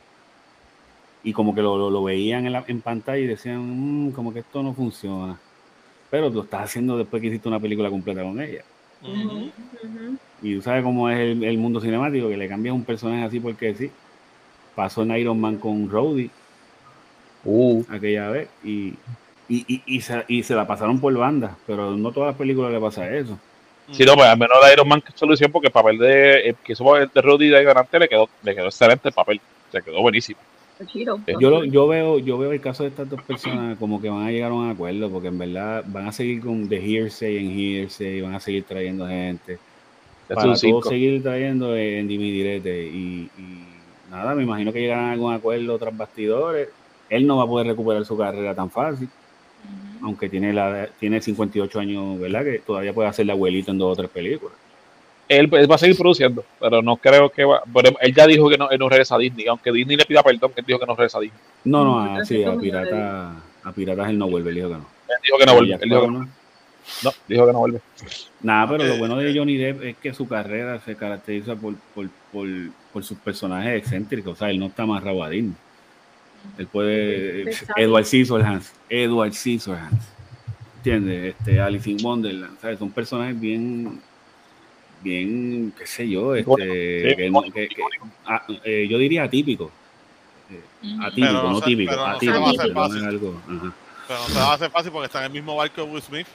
F: y como que lo, lo, lo veían en, la, en pantalla y decían, mmm, como que esto no funciona. Pero lo estás haciendo después que hiciste una película completa con ella.
A: Ujú.
C: Ujú.
F: Y tú sabes cómo es el, el mundo cinemático, que le cambias un personaje así porque sí. Pasó en Iron Man con Rhodey
G: Uh,
F: aquella vez y, y, y, y, se, y se la pasaron por banda, pero no todas las películas le pasa eso.
G: sí, no, pues al menos la Iron Man que solución, porque el papel de eh, que hizo papel de Roddy de Garante le quedó, le quedó excelente el papel, se quedó buenísimo.
E: Chido.
G: Eh,
F: Yo, lo, yo veo yo veo el caso de estas dos personas como que van a llegar a un acuerdo, porque en verdad van a seguir con The Hearsay en Hearsay, van a seguir trayendo gente,
G: es
F: para
G: un
F: todo
G: cinco.
F: seguir trayendo en Dimi Direte y, y nada, me imagino que llegarán a algún acuerdo tras bastidores. Él no va a poder recuperar su carrera tan fácil, uh-huh. aunque tiene la tiene cincuenta y ocho años, ¿verdad? Que todavía puede hacer de abuelito en dos o tres películas.
G: Él, él va a seguir produciendo, pero no creo que va. Pero él ya dijo que no, él no regresa a Disney, aunque Disney le pida perdón, que él dijo que no regresa a Disney.
F: No, no, a, sí, a Pirata, a Piratas él no vuelve, él dijo que no.
G: Él dijo que no vuelve. Él dijo que no. No, dijo que no vuelve.
F: Nada, pero lo bueno de Johnny Depp es que su carrera se caracteriza por, por, por, por sus personajes excéntricos. O sea, él no está amarrado a Disney. Él puede. Edward Scissorhands. Edward Scissorhands. ¿Entiendes? Este, Alice in Wonderland. ¿Sabes? Son personajes bien. Bien, qué sé yo. Este, sí, que, que, que, a, eh, yo diría atípico. Eh, atípico, no, no se, típico.
A: Pero
F: atípico.
A: No se va a hacer
F: fácil.
A: Algo, pero no se va a hacer fácil porque está en el mismo barco de Will Smith.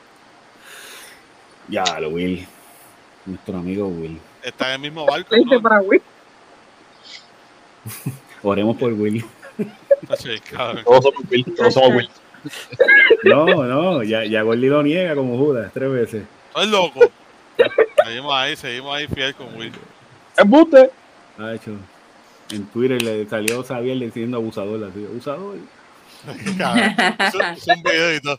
F: Ya, lo Will. Nuestro amigo Will.
A: Está en el mismo barco.
E: ¿No? Para Will?
F: Oremos por Will.
G: Todos somos Will. Todos somos Will.
F: No, no, ya, ya Gordy lo niega como Judas tres veces.
A: Estoy loco. Seguimos ahí, seguimos ahí fiel con Will.
G: ¡Embuste!
F: Ha hecho. En Twitter le salió Xavier diciendo abusador, así, abusador.
A: Es un video y todo.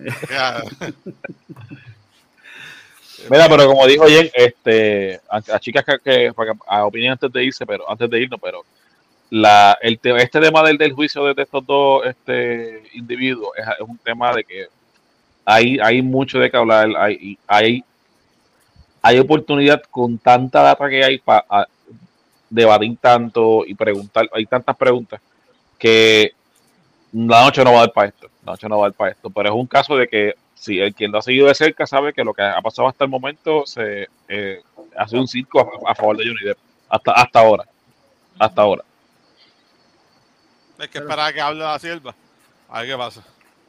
G: Mira, pero como dijo Jen, este, a, a chicas que, que a opinión antes de irse, pero antes de irnos, pero la, el te, este tema del, del juicio de, de estos dos este, individuos es, es un tema de que hay, hay mucho de que hablar, hay, hay, hay oportunidad con tanta data que hay para debatir tanto y preguntar, hay tantas preguntas que la noche no va a dar para esto, la noche no va a dar para esto, pero es un caso de que si el quien lo ha seguido de cerca sabe que lo que ha pasado hasta el momento se eh, hace un circo a, a favor de Johnny Depp, hasta, hasta ahora, hasta ahora.
A: Hay que esperar a que hable la sierva, a ver qué pasa.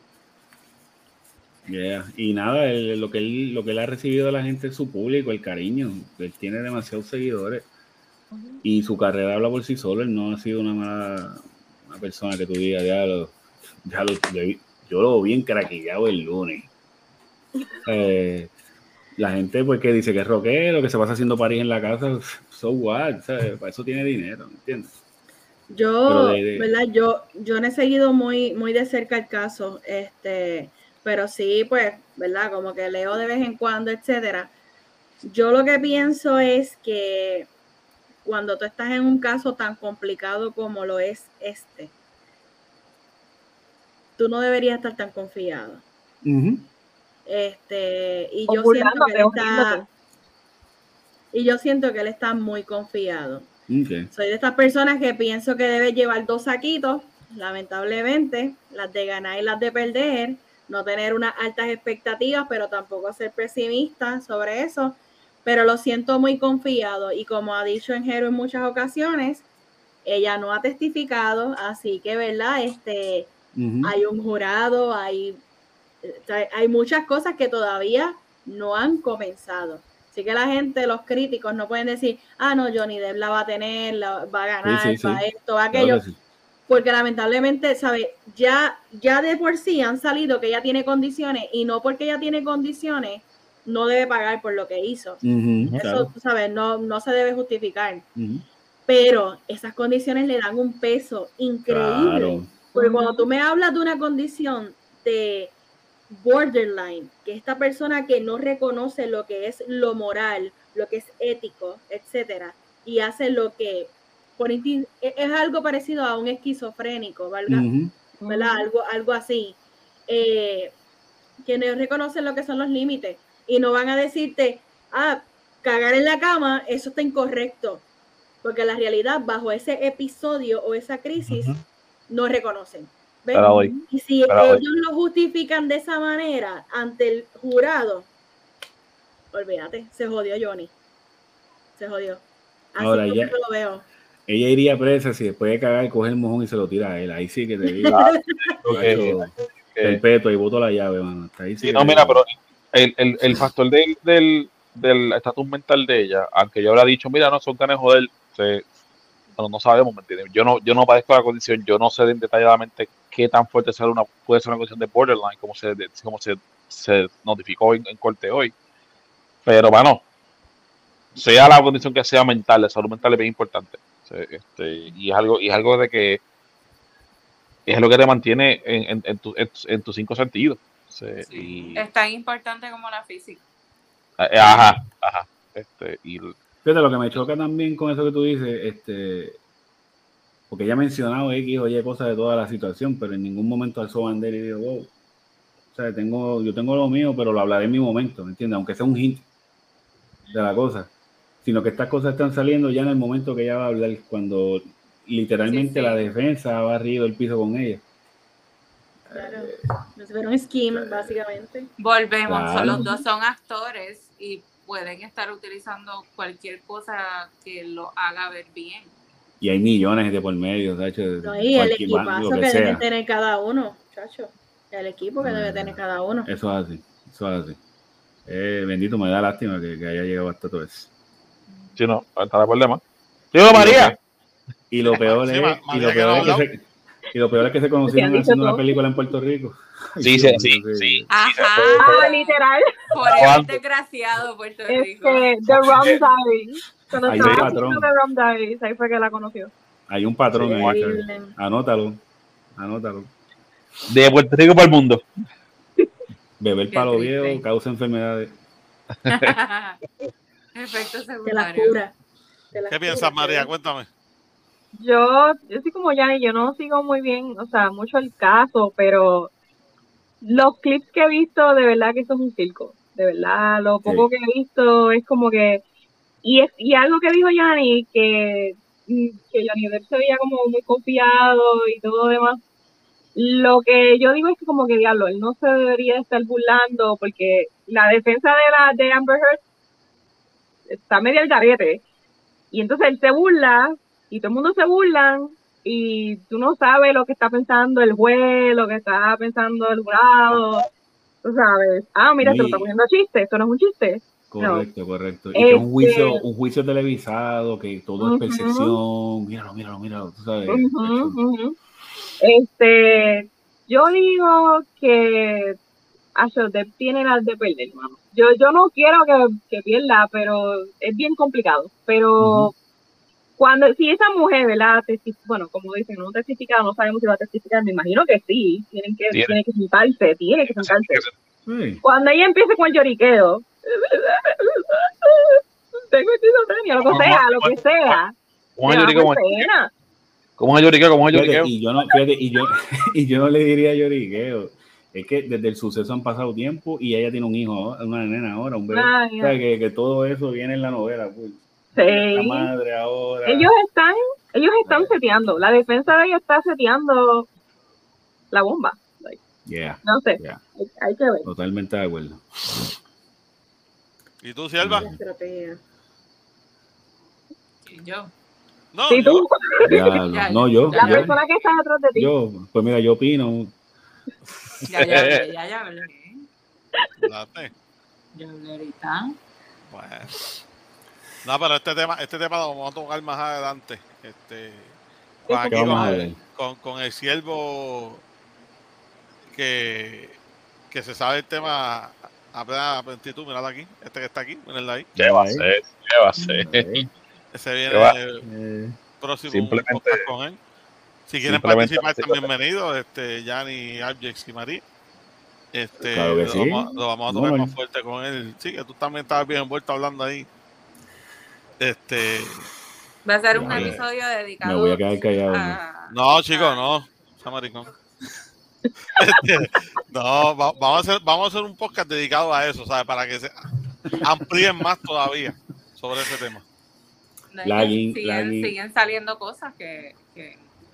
F: Yeah. Y nada, él, lo, que él, lo que él ha recibido de la gente es su público, el cariño. Él tiene demasiados seguidores uh-huh. y su carrera habla por sí solo. Él no ha sido una mala una persona que tú digas, ya lo, ya lo, yo lo vi encraquillado el lunes. Eh, la gente pues que dice que es rockero, que se pasa haciendo parís en la casa, so what, ¿sabes? Para eso tiene dinero, ¿entiendes?
C: Yo, de, de... ¿verdad? Yo, yo no he seguido muy, muy de cerca el caso, este, pero sí, pues, ¿verdad? Como que leo de vez en cuando, etcétera. Yo lo que pienso es que cuando tú estás en un caso tan complicado como lo es este, tú no deberías estar tan confiado.
F: Uh-huh.
C: Este, y yo siento que él está, y yo siento que él está muy confiado.
F: Okay.
C: Soy de estas personas que pienso que debe llevar dos saquitos, lamentablemente, las de ganar y las de perder, no tener unas altas expectativas, pero tampoco ser pesimista sobre eso, pero lo siento muy confiado y como ha dicho en Jero en muchas ocasiones, ella no ha testificado, así que, ¿verdad? Este, uh-huh. Hay un jurado, hay, hay muchas cosas que todavía no han comenzado. Así que la gente, los críticos, no pueden decir, ah, no, Johnny Depp la va a tener, la va a ganar, sí, sí, va sí. esto, va aquello. Claro sí. Porque lamentablemente, ¿sabes? Ya, ya de por sí han salido que ella tiene condiciones y no porque ella tiene condiciones no debe pagar por lo que hizo.
F: Uh-huh,
C: Eso,
F: claro.
C: ¿sabes? No, no se debe justificar.
F: Uh-huh.
C: Pero esas condiciones le dan un peso increíble.
F: Claro.
C: Porque uh-huh. cuando tú me hablas de una condición de borderline, que esta persona que no reconoce lo que es lo moral, lo que es ético, etcétera, y hace lo que por instinto, es algo parecido a un esquizofrénico, ¿verdad?
F: Uh-huh.
C: ¿verdad? Algo, algo así. Eh, que no reconocen lo que son los límites y no van a decirte, ah, cagar en la cama, eso está incorrecto. Porque la realidad, bajo ese episodio o esa crisis, uh-huh. no reconocen. ¿Ves?
G: Te la doy.
C: Y si
G: Te la doy.
C: ellos lo justifican de esa manera ante el jurado, olvídate, se jodió Johnny. Se jodió. Así
F: Ahora,
C: que
F: ya-
C: yo lo veo.
F: Ella iría presa si después de cagar coge el mojón y se lo tira a él. Ahí sí que te digo.
G: Claro,
F: Macho,
G: que-
F: perpetuo, y boto la llave, mano. Hasta ahí sí
G: Sí,
F: que
G: no,
F: te
G: mira,
F: digo.
G: pero el, el, el factor del, del, del estatus mental de ella, aunque yo habrá dicho, mira, no, son ganas de joder, se, bueno, no sabemos, ¿me entiendes? Yo no, yo no padezco la condición, yo no sé detalladamente qué tan fuerte sea una, puede ser una condición de borderline, como se, de- como se, se notificó en, en corte hoy. Pero, bueno, sea la condición que sea mental, la salud mental es bien importante. Se- Este, y es algo, y es algo de que es lo que te mantiene en, en, en, tu- en, en tus cinco sentidos. Se-
B: Sí.
G: y,
B: Es tan importante como la física.
G: eh, ajá, ajá. Este, y
F: Fíjate, lo que me choca también con eso que tú dices, este, porque ella ha mencionado X o Y cosas de toda la situación, pero en ningún momento alzó bandera y dijo, wow, o sea, tengo, yo tengo lo mío, pero lo hablaré en mi momento, ¿me entiendes? Aunque sea un hint de la cosa, sino que estas cosas están saliendo ya en el momento que ella va a hablar, cuando literalmente
B: Sí, sí.
F: la defensa ha barrido el piso con ella.
C: Claro. No se fueron scheme, básicamente.
B: Volvemos,
F: Claro.
B: son- los dos son actores y pueden estar utilizando cualquier cosa que lo haga ver bien.
F: Y hay millones de por medio, ¿sabes?
C: No, y el
F: Cualquier- va-
C: equipazo
F: lo
C: que,
F: que
C: deben
F: sea.
C: tener cada uno, chacho. El equipo que
F: No,
C: debe
F: no,
C: tener
F: no.
C: cada uno.
F: Eso es así, eso es así. Eh, bendito, me da lástima que, que haya llegado hasta todo eso.
G: si no, está el problema. Digo, María.
F: Y lo peor
A: Sí,
F: es,
A: Ma-
F: y
A: María
F: lo
A: que
F: peor
A: no
F: es que
A: ha
F: se, y lo peor es que se conocieron
E: dicho
F: haciendo
E: todo.
F: una película en Puerto Rico. Ay,
G: Sí,
F: Dios
G: sí,
F: mío,
G: sí, sí.
B: Ajá.
E: Ah, literal.
B: Por el
G: ¿Cuándo?
B: desgraciado Puerto Rico.
E: Este, The Rum Diaries. Cuando
F: Hay
E: estaba
F: un
E: haciendo
F: patrón.
E: The Rum Diaries, ahí fue que la conoció.
F: Hay un patrón
G: Sí,
F: ahí,
C: horrible.
F: ¿sabes? Anótalo, anótalo.
G: De Puerto Rico para el mundo.
F: Beber
B: Qué
F: palo
B: triste.
F: viejo causa enfermedades.
B: Efectos
C: Te la
B: secundarios.
C: cura. Te la
A: ¿Qué
C: cura,
A: piensas, María?
C: ¿sabes?
A: Cuéntame.
E: Yo, yo soy como Yanni, yo no sigo muy bien, o sea, mucho el caso, pero los clips que he visto, de verdad que esto es un circo. De verdad, lo poco
F: Sí.
E: que he visto es como que... Y, es, y algo que dijo Yanni, que, mm, que Johnny Depp se veía como muy confiado y todo lo demás. Lo que yo digo es que como que diablo, él no se debería estar burlando porque la defensa de la de Amber Heard está medio al garete. Y entonces él se burla y todo el mundo se burlan y tú no sabes lo que está pensando el juez, lo que está pensando el jurado. Tú sabes, ah, mira, se lo está
F: Muy-
E: poniendo chiste, esto no es un chiste.
F: Correcto, correcto. Y que es un
E: Este-
F: juicio, un juicio televisado, que todo es
E: Ujú.
F: percepción. Míralo, míralo, míralo. Tú sabes.
E: Ujú,
F: Hecho.
E: ujú. Este, yo digo que Asher Depp tiene las de perder, hermano. Yo, yo no quiero que, que pierda, pero es bien complicado. Pero
F: Ujú.
E: cuando, si esa mujer, ¿verdad? Testi- bueno, como dicen, no testifica, no sabemos si va a testificar, me imagino que sí, tienen que,
G: Tiene.
E: tiene que sentarse, tiene que sentarse.
F: Sí.
E: Cuando ella empiece con el lloriqueo, tengo esquizofrenia, lo que sea, lo que sea,
G: ¿Cómo
E: me
G: es
E: da
G: lloriqueo?
E: pena.
G: ¿Cómo es lloriqueo? ¿Cómo es
F: Fíjate,
G: lloriqueo?
F: y yo no, fíjate, y yo, y yo no le diría lloriqueo. Es que desde el suceso han pasado tiempo y ella tiene un hijo, una nena ahora, un bebé.
E: Ay,
F: O sea, que, que todo eso viene en la novela. Pues.
E: Sí.
F: La madre ahora.
E: Ellos están, ellos están seteando, la defensa de ella está seteando la bomba. Like,
F: Yeah,
E: no sé,
F: yeah,
E: hay, hay que ver.
F: totalmente de acuerdo.
A: ¿Y tú, Sierva?
C: La estrategia.
B: Y yo.
A: No,
E: Si
A: yo.
E: tú,
F: Diablo.
B: Ya,
F: No, yo,
E: la
B: ya,
F: yo,
E: persona que está detrás de ti,
F: yo, pues mira, yo opino.
B: Ya, ya hablé, ya, ya hablé.
A: Date.
B: Ya hablé ahorita.
A: Bueno. No, pero este tema, este tema lo vamos a tocar más adelante. Este, con, aquí
F: ¿Qué vamos
A: con,
F: a
A: el,
F: ver?
A: con, con el siervo que, que se sabe el tema a plena plenitud. Míralo aquí, este que está aquí, mírenlo ahí.
G: ¿Qué va a ser? ¿Qué va a ser?
F: Eh,
A: Ese viene
G: ¿Qué va?
A: el
F: eh,
A: próximo
G: Simplemente-
A: podcast con él. Si quieren
G: simplemente-
A: participar, están bienvenidos, este, Yanni, Abjex y Marí. Este,
F: Claro que
A: lo,
F: sí.
A: vamos, lo vamos a tocar
F: No,
A: más
F: no.
A: fuerte con él. Sí, que tú también estabas bien envuelto hablando ahí. Este,
B: Va a ser un
F: Ya,
B: episodio dedicado
F: me voy a quedar callado. ¿no?
B: a...
A: no, chicos, no. Sea maricón. Este, no, va- vamos a hacer, vamos a hacer un podcast dedicado a eso, ¿sabes? Para que se amplíen más todavía sobre ese tema.
B: No,
F: Lagging,
B: siguen,
F: lagging.
B: siguen saliendo cosas que, que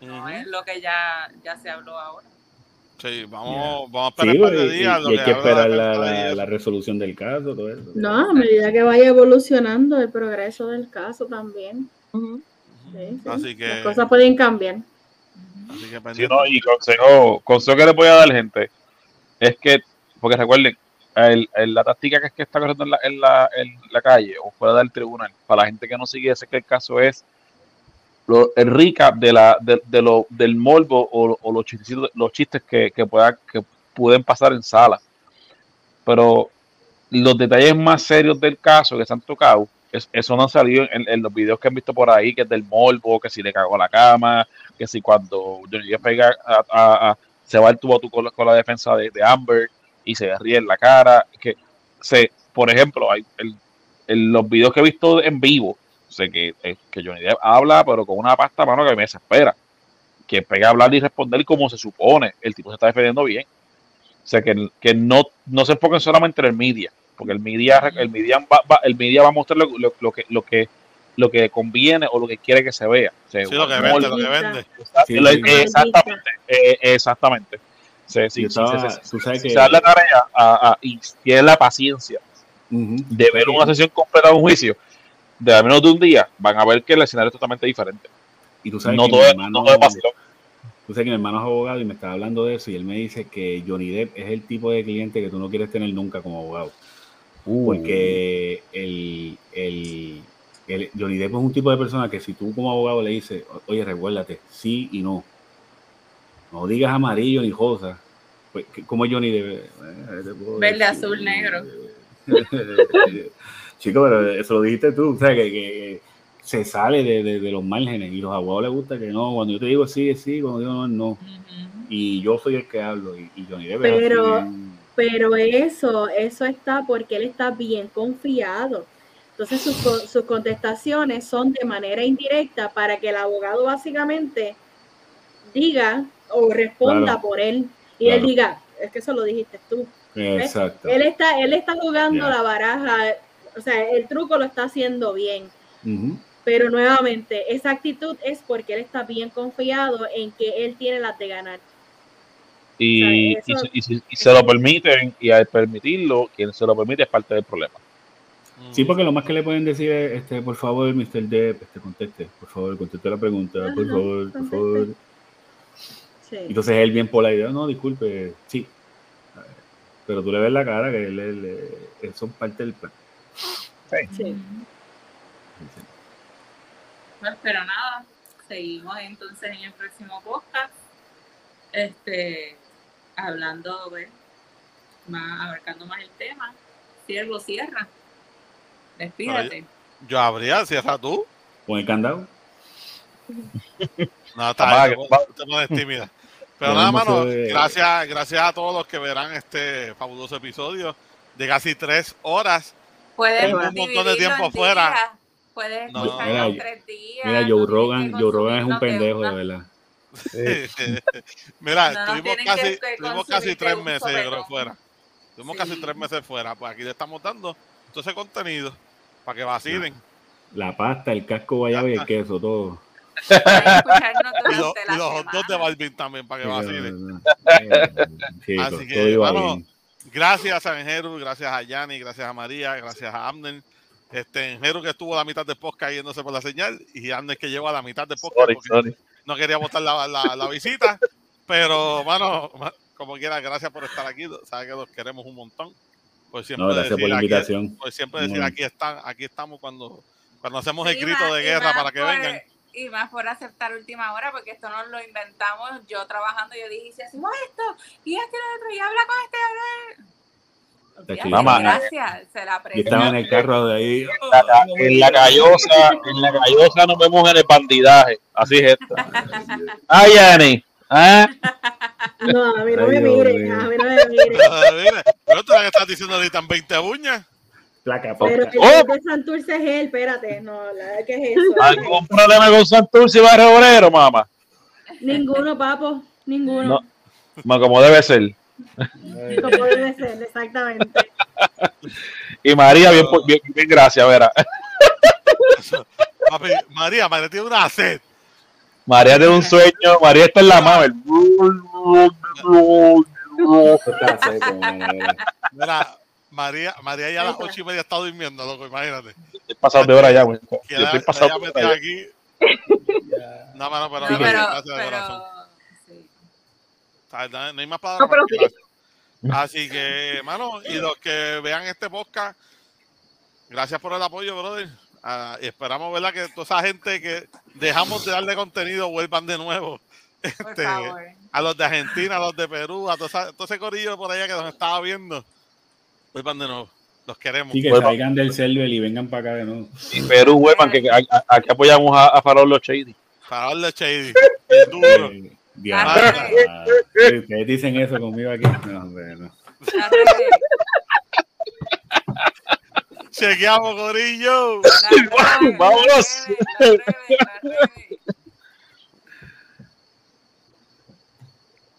B: no
A: Ujú.
B: es lo que ya, ya se habló ahora.
A: Sí, vamos,
F: Yeah.
A: vamos a esperar
F: Sí,
A: un par de
F: y,
A: días.
F: y-
A: lo
F: y hay que
A: habla
F: esperar
A: la
F: la,
A: defensa y
F: la,
A: eso.
F: la resolución del caso, todo eso.
C: No, a medida que vaya evolucionando el progreso del caso también.
E: Ujú.
C: Sí, sí.
A: Así que,
C: Las cosas pueden cambiar.
A: así que
G: Sí,
A: pendiente.
G: no, y consejo, consejo que le voy a dar, gente, es que, porque recuerden, el, el- la táctica que es que está corriendo en la, en, la, en la calle o fuera del tribunal, para la gente que no sigue, ese que el caso es lo, el recap de la, de, de lo, del morbo o, o los chistes, los chistes que, que, pueda, que pueden pasar en sala. Pero los detalles más serios del caso que se han tocado, es- eso no ha salido en, en los videos que han visto por ahí, que es del morbo, que si le cagó la cama, que si cuando Johnny Depp pega a, a- a- se va el tubo a tu con, la con la defensa de, de Amber y se ríe en la cara, que se, por ejemplo, hay el- el- los videos que he visto en vivo, sé que, eh, que Johnny Depp habla, pero con una pasta mano que me desespera, que pega a hablar y responder como se supone, el tipo se está defendiendo bien. O sea, que, que no, no se enfoquen solamente en el media, porque el media, el media, va, va- el media va a mostrar lo, lo- lo que, lo, que, lo que conviene o lo que quiere que se vea. O sea,
A: Sí, lo que
G: un
A: vende,
G: morbo.
A: lo que vende.
F: Sí,
G: Lo-
F: sí.
G: exactamente, eh, exactamente. O sea, si,
F: Yo
G: si se-
F: estaba-
G: si-
F: tú sabes
G: si
F: que-
G: se da la tarea a, a- y tiene la paciencia
F: Ujú.
G: de ver una sesión completa de un juicio, de al menos de un día, van a ver que el escenario es totalmente diferente.
F: Y tú sabes
G: No
F: que
G: todo,
F: mi
G: es,
F: hermano,
G: no todo es vacilón.
F: tú sabes que mi hermano es abogado y me estaba hablando de eso y él me dice que Johnny Depp es el tipo de cliente que tú no quieres tener nunca como abogado. Porque el, el, el Johnny Depp es un tipo de persona que si tú como abogado le dices, oye, recuérdate, sí y no. No digas amarillo ni rosa. Pues, ¿qué- ¿cómo es Johnny Depp? Eh, te puedo
B: Verde,
F: decir.
B: azul, negro.
F: Chico, pero eso lo dijiste tú, o sea, que, que se sale de, de, de los márgenes y los abogados les gusta que no, cuando yo te digo sí, es sí, cuando digo no, es no.
B: Ujú.
F: Y yo soy el que hablo y, y Johnny Depp
C: Pero-
F: es así bien-
C: Pero eso, eso está porque él está bien confiado. Entonces sus, co- sus contestaciones son de manera indirecta para que el abogado básicamente diga o responda
F: Claro.
C: por él. Y
F: Claro.
C: él diga, es que eso lo dijiste tú.
F: Exacto.
C: Él está, él está jugando
F: Ya.
C: la baraja, o sea, el truco lo está haciendo bien.
F: Ujú.
C: Pero nuevamente, esa actitud es porque él está bien confiado en que él tiene las de ganar.
G: Y,
C: O sea, eso-
G: y, se- y se- y se lo permiten, y al permitirlo, quien se lo permite es parte del problema.
F: Sí, porque lo más que le pueden decir es, este, por favor, mister Depp, este, conteste, por favor, conteste la pregunta, por
C: Ajá,
F: favor, por
C: conteste.
F: favor.
C: Sí.
F: Entonces él bien por la idea, no, disculpe, sí. Pero tú le ves la cara que él, él, él- son parte del plan.
C: Sí.
B: Pues, pero nada, seguimos entonces en el próximo podcast, este, hablando, pues, más, abarcando más el tema. Siervo, cierra. Despídate.
A: Yo habría, cierra tú.
F: Con el candado.
A: No, está
G: Apaga,
A: ahí, te pones- te pones tímida. Pero
F: Lo
A: nada,
F: mismo
A: mano,
F: se ve-
A: gracias, gracias a todos los que verán este fabuloso episodio de casi tres horas.
B: Puedes
A: un montón de
B: dividirlo
A: tiempo
B: en
A: afuera.
B: días, puedes
A: No.
B: escuchar
F: Mira,
B: los tres días.
F: Mira,
B: no
F: Joe
B: tienes
F: Rogan,
B: que
F: Joe Rogan es un
B: consumirlos de
F: pendejo, de
B: una.
F: verdad.
A: Mira,
B: No nos
A: tuvimos
B: tienen
A: casi,
B: que- que
A: tuvimos
B: consumir
A: casi
B: de
A: tres
B: un
A: meses, yo creo,
B: sopetón.
A: fuera. Tuvimos
B: Sí.
A: casi tres meses fuera. Pues aquí le estamos dando todo ese contenido para que vacilen.
F: La pasta, el casco guayaba y el queso, todo.
B: Puedes escucharnos
A: Y, los-
B: durante
A: y
B: la
A: los hot dogs de
B: semana.
A: Balvin también para que vacilen.
F: Chicos,
A: Así
F: todo
A: que,
F: iba
A: bueno,
F: bien.
A: gracias a Enjeru, gracias a Yanni, gracias a María, gracias a Amner. Este, Enjeru que estuvo a la mitad del podcast yéndose por la señal y Amner que llegó a la mitad del podcast
G: Sorry,
A: porque
G: sorry.
A: no quería botar la, la, la visita. Pero, mano, como quiera, gracias por estar aquí. Sabes que los queremos un montón. Por siempre
F: No, gracias por la
A: aquí-
F: invitación.
A: por siempre
F: Muy
A: decir,
F: bien.
A: aquí están, aquí estamos cuando, cuando hacemos el
B: Sí,
A: grito
B: más-
A: de
B: y
A: guerra
B: más
A: para que
B: por-
A: vengan.
B: Y más por aceptar última hora, porque esto nos lo inventamos. Yo trabajando, yo dije, si hacemos esto, y este y lo otro, y habla con este, habla.
F: Te
B: Olvídate,
G: Mamá,
B: gracias, se la
F: Yo
B: aprecio.
F: estaba en el carro de ahí.
G: La ca- en la callosa, en la callosa nos vemos en el bandidaje. Así es esto. Ah, Yanni. Ah,
C: No, a mí no
F: Ay,
C: me
F: Dios
C: miren,
F: mío.
C: a mí no me miren.
A: Mira, pero tú la que estás diciendo ahorita en veinte uñas.
F: Placa,
C: Pero
F: placa.
C: el de Santurce es él, espérate, no, la, ¿qué es eso?
G: ¿algún problema con Santurce y Barrio Obrero, mamá?
C: Ninguno, papo, ninguno.
G: No. Ma- Como debe ser.
C: Como debe ser, exactamente.
G: Y María, bien, bien, bien gracias, verá.
A: Papi, María, María tiene una sed.
G: María tiene un sueño, María está en la mama. El...
A: Mira, María, María ya a las ocho y media está durmiendo, loco, imagínate.
G: Estoy pasado de hora ya, güey. Yo
A: Que la-
G: estoy
A: la
G: pasado
A: haya
G: de
A: metido
G: hora ya.
A: aquí. No, mano, pero
B: No,
A: gracias,
B: pero,
A: gracias de corazón.
B: pero, sí.
A: O sea, no, no hay más para
E: No, pero sí.
A: Así que, mano, y los que vean este podcast, gracias por el apoyo, brother. Ah, y esperamos, ¿verdad?, que toda esa gente que dejamos de darle contenido vuelvan de nuevo.
B: Por
A: Este,
B: favor.
A: a los de Argentina, a los de Perú, a todo, esa- todo ese corillo por allá que nos estaba viendo, vuelvan de nuevo. Los queremos.
F: Sí, que
G: Bueno.
F: salgan del server y vengan para acá de nuevo.
G: Y Perú, huevan, que a- a- aquí apoyamos a, a Farol Los Shady.
A: Para darle Shady. El duro.
F: Eh, diablo,
B: Ah,
F: ah, ustedes dicen eso conmigo aquí. No, hombre, no.
B: La red,
A: Chequeamos, corillo.
B: la red,
G: Vámonos.
B: la red, la red, la red.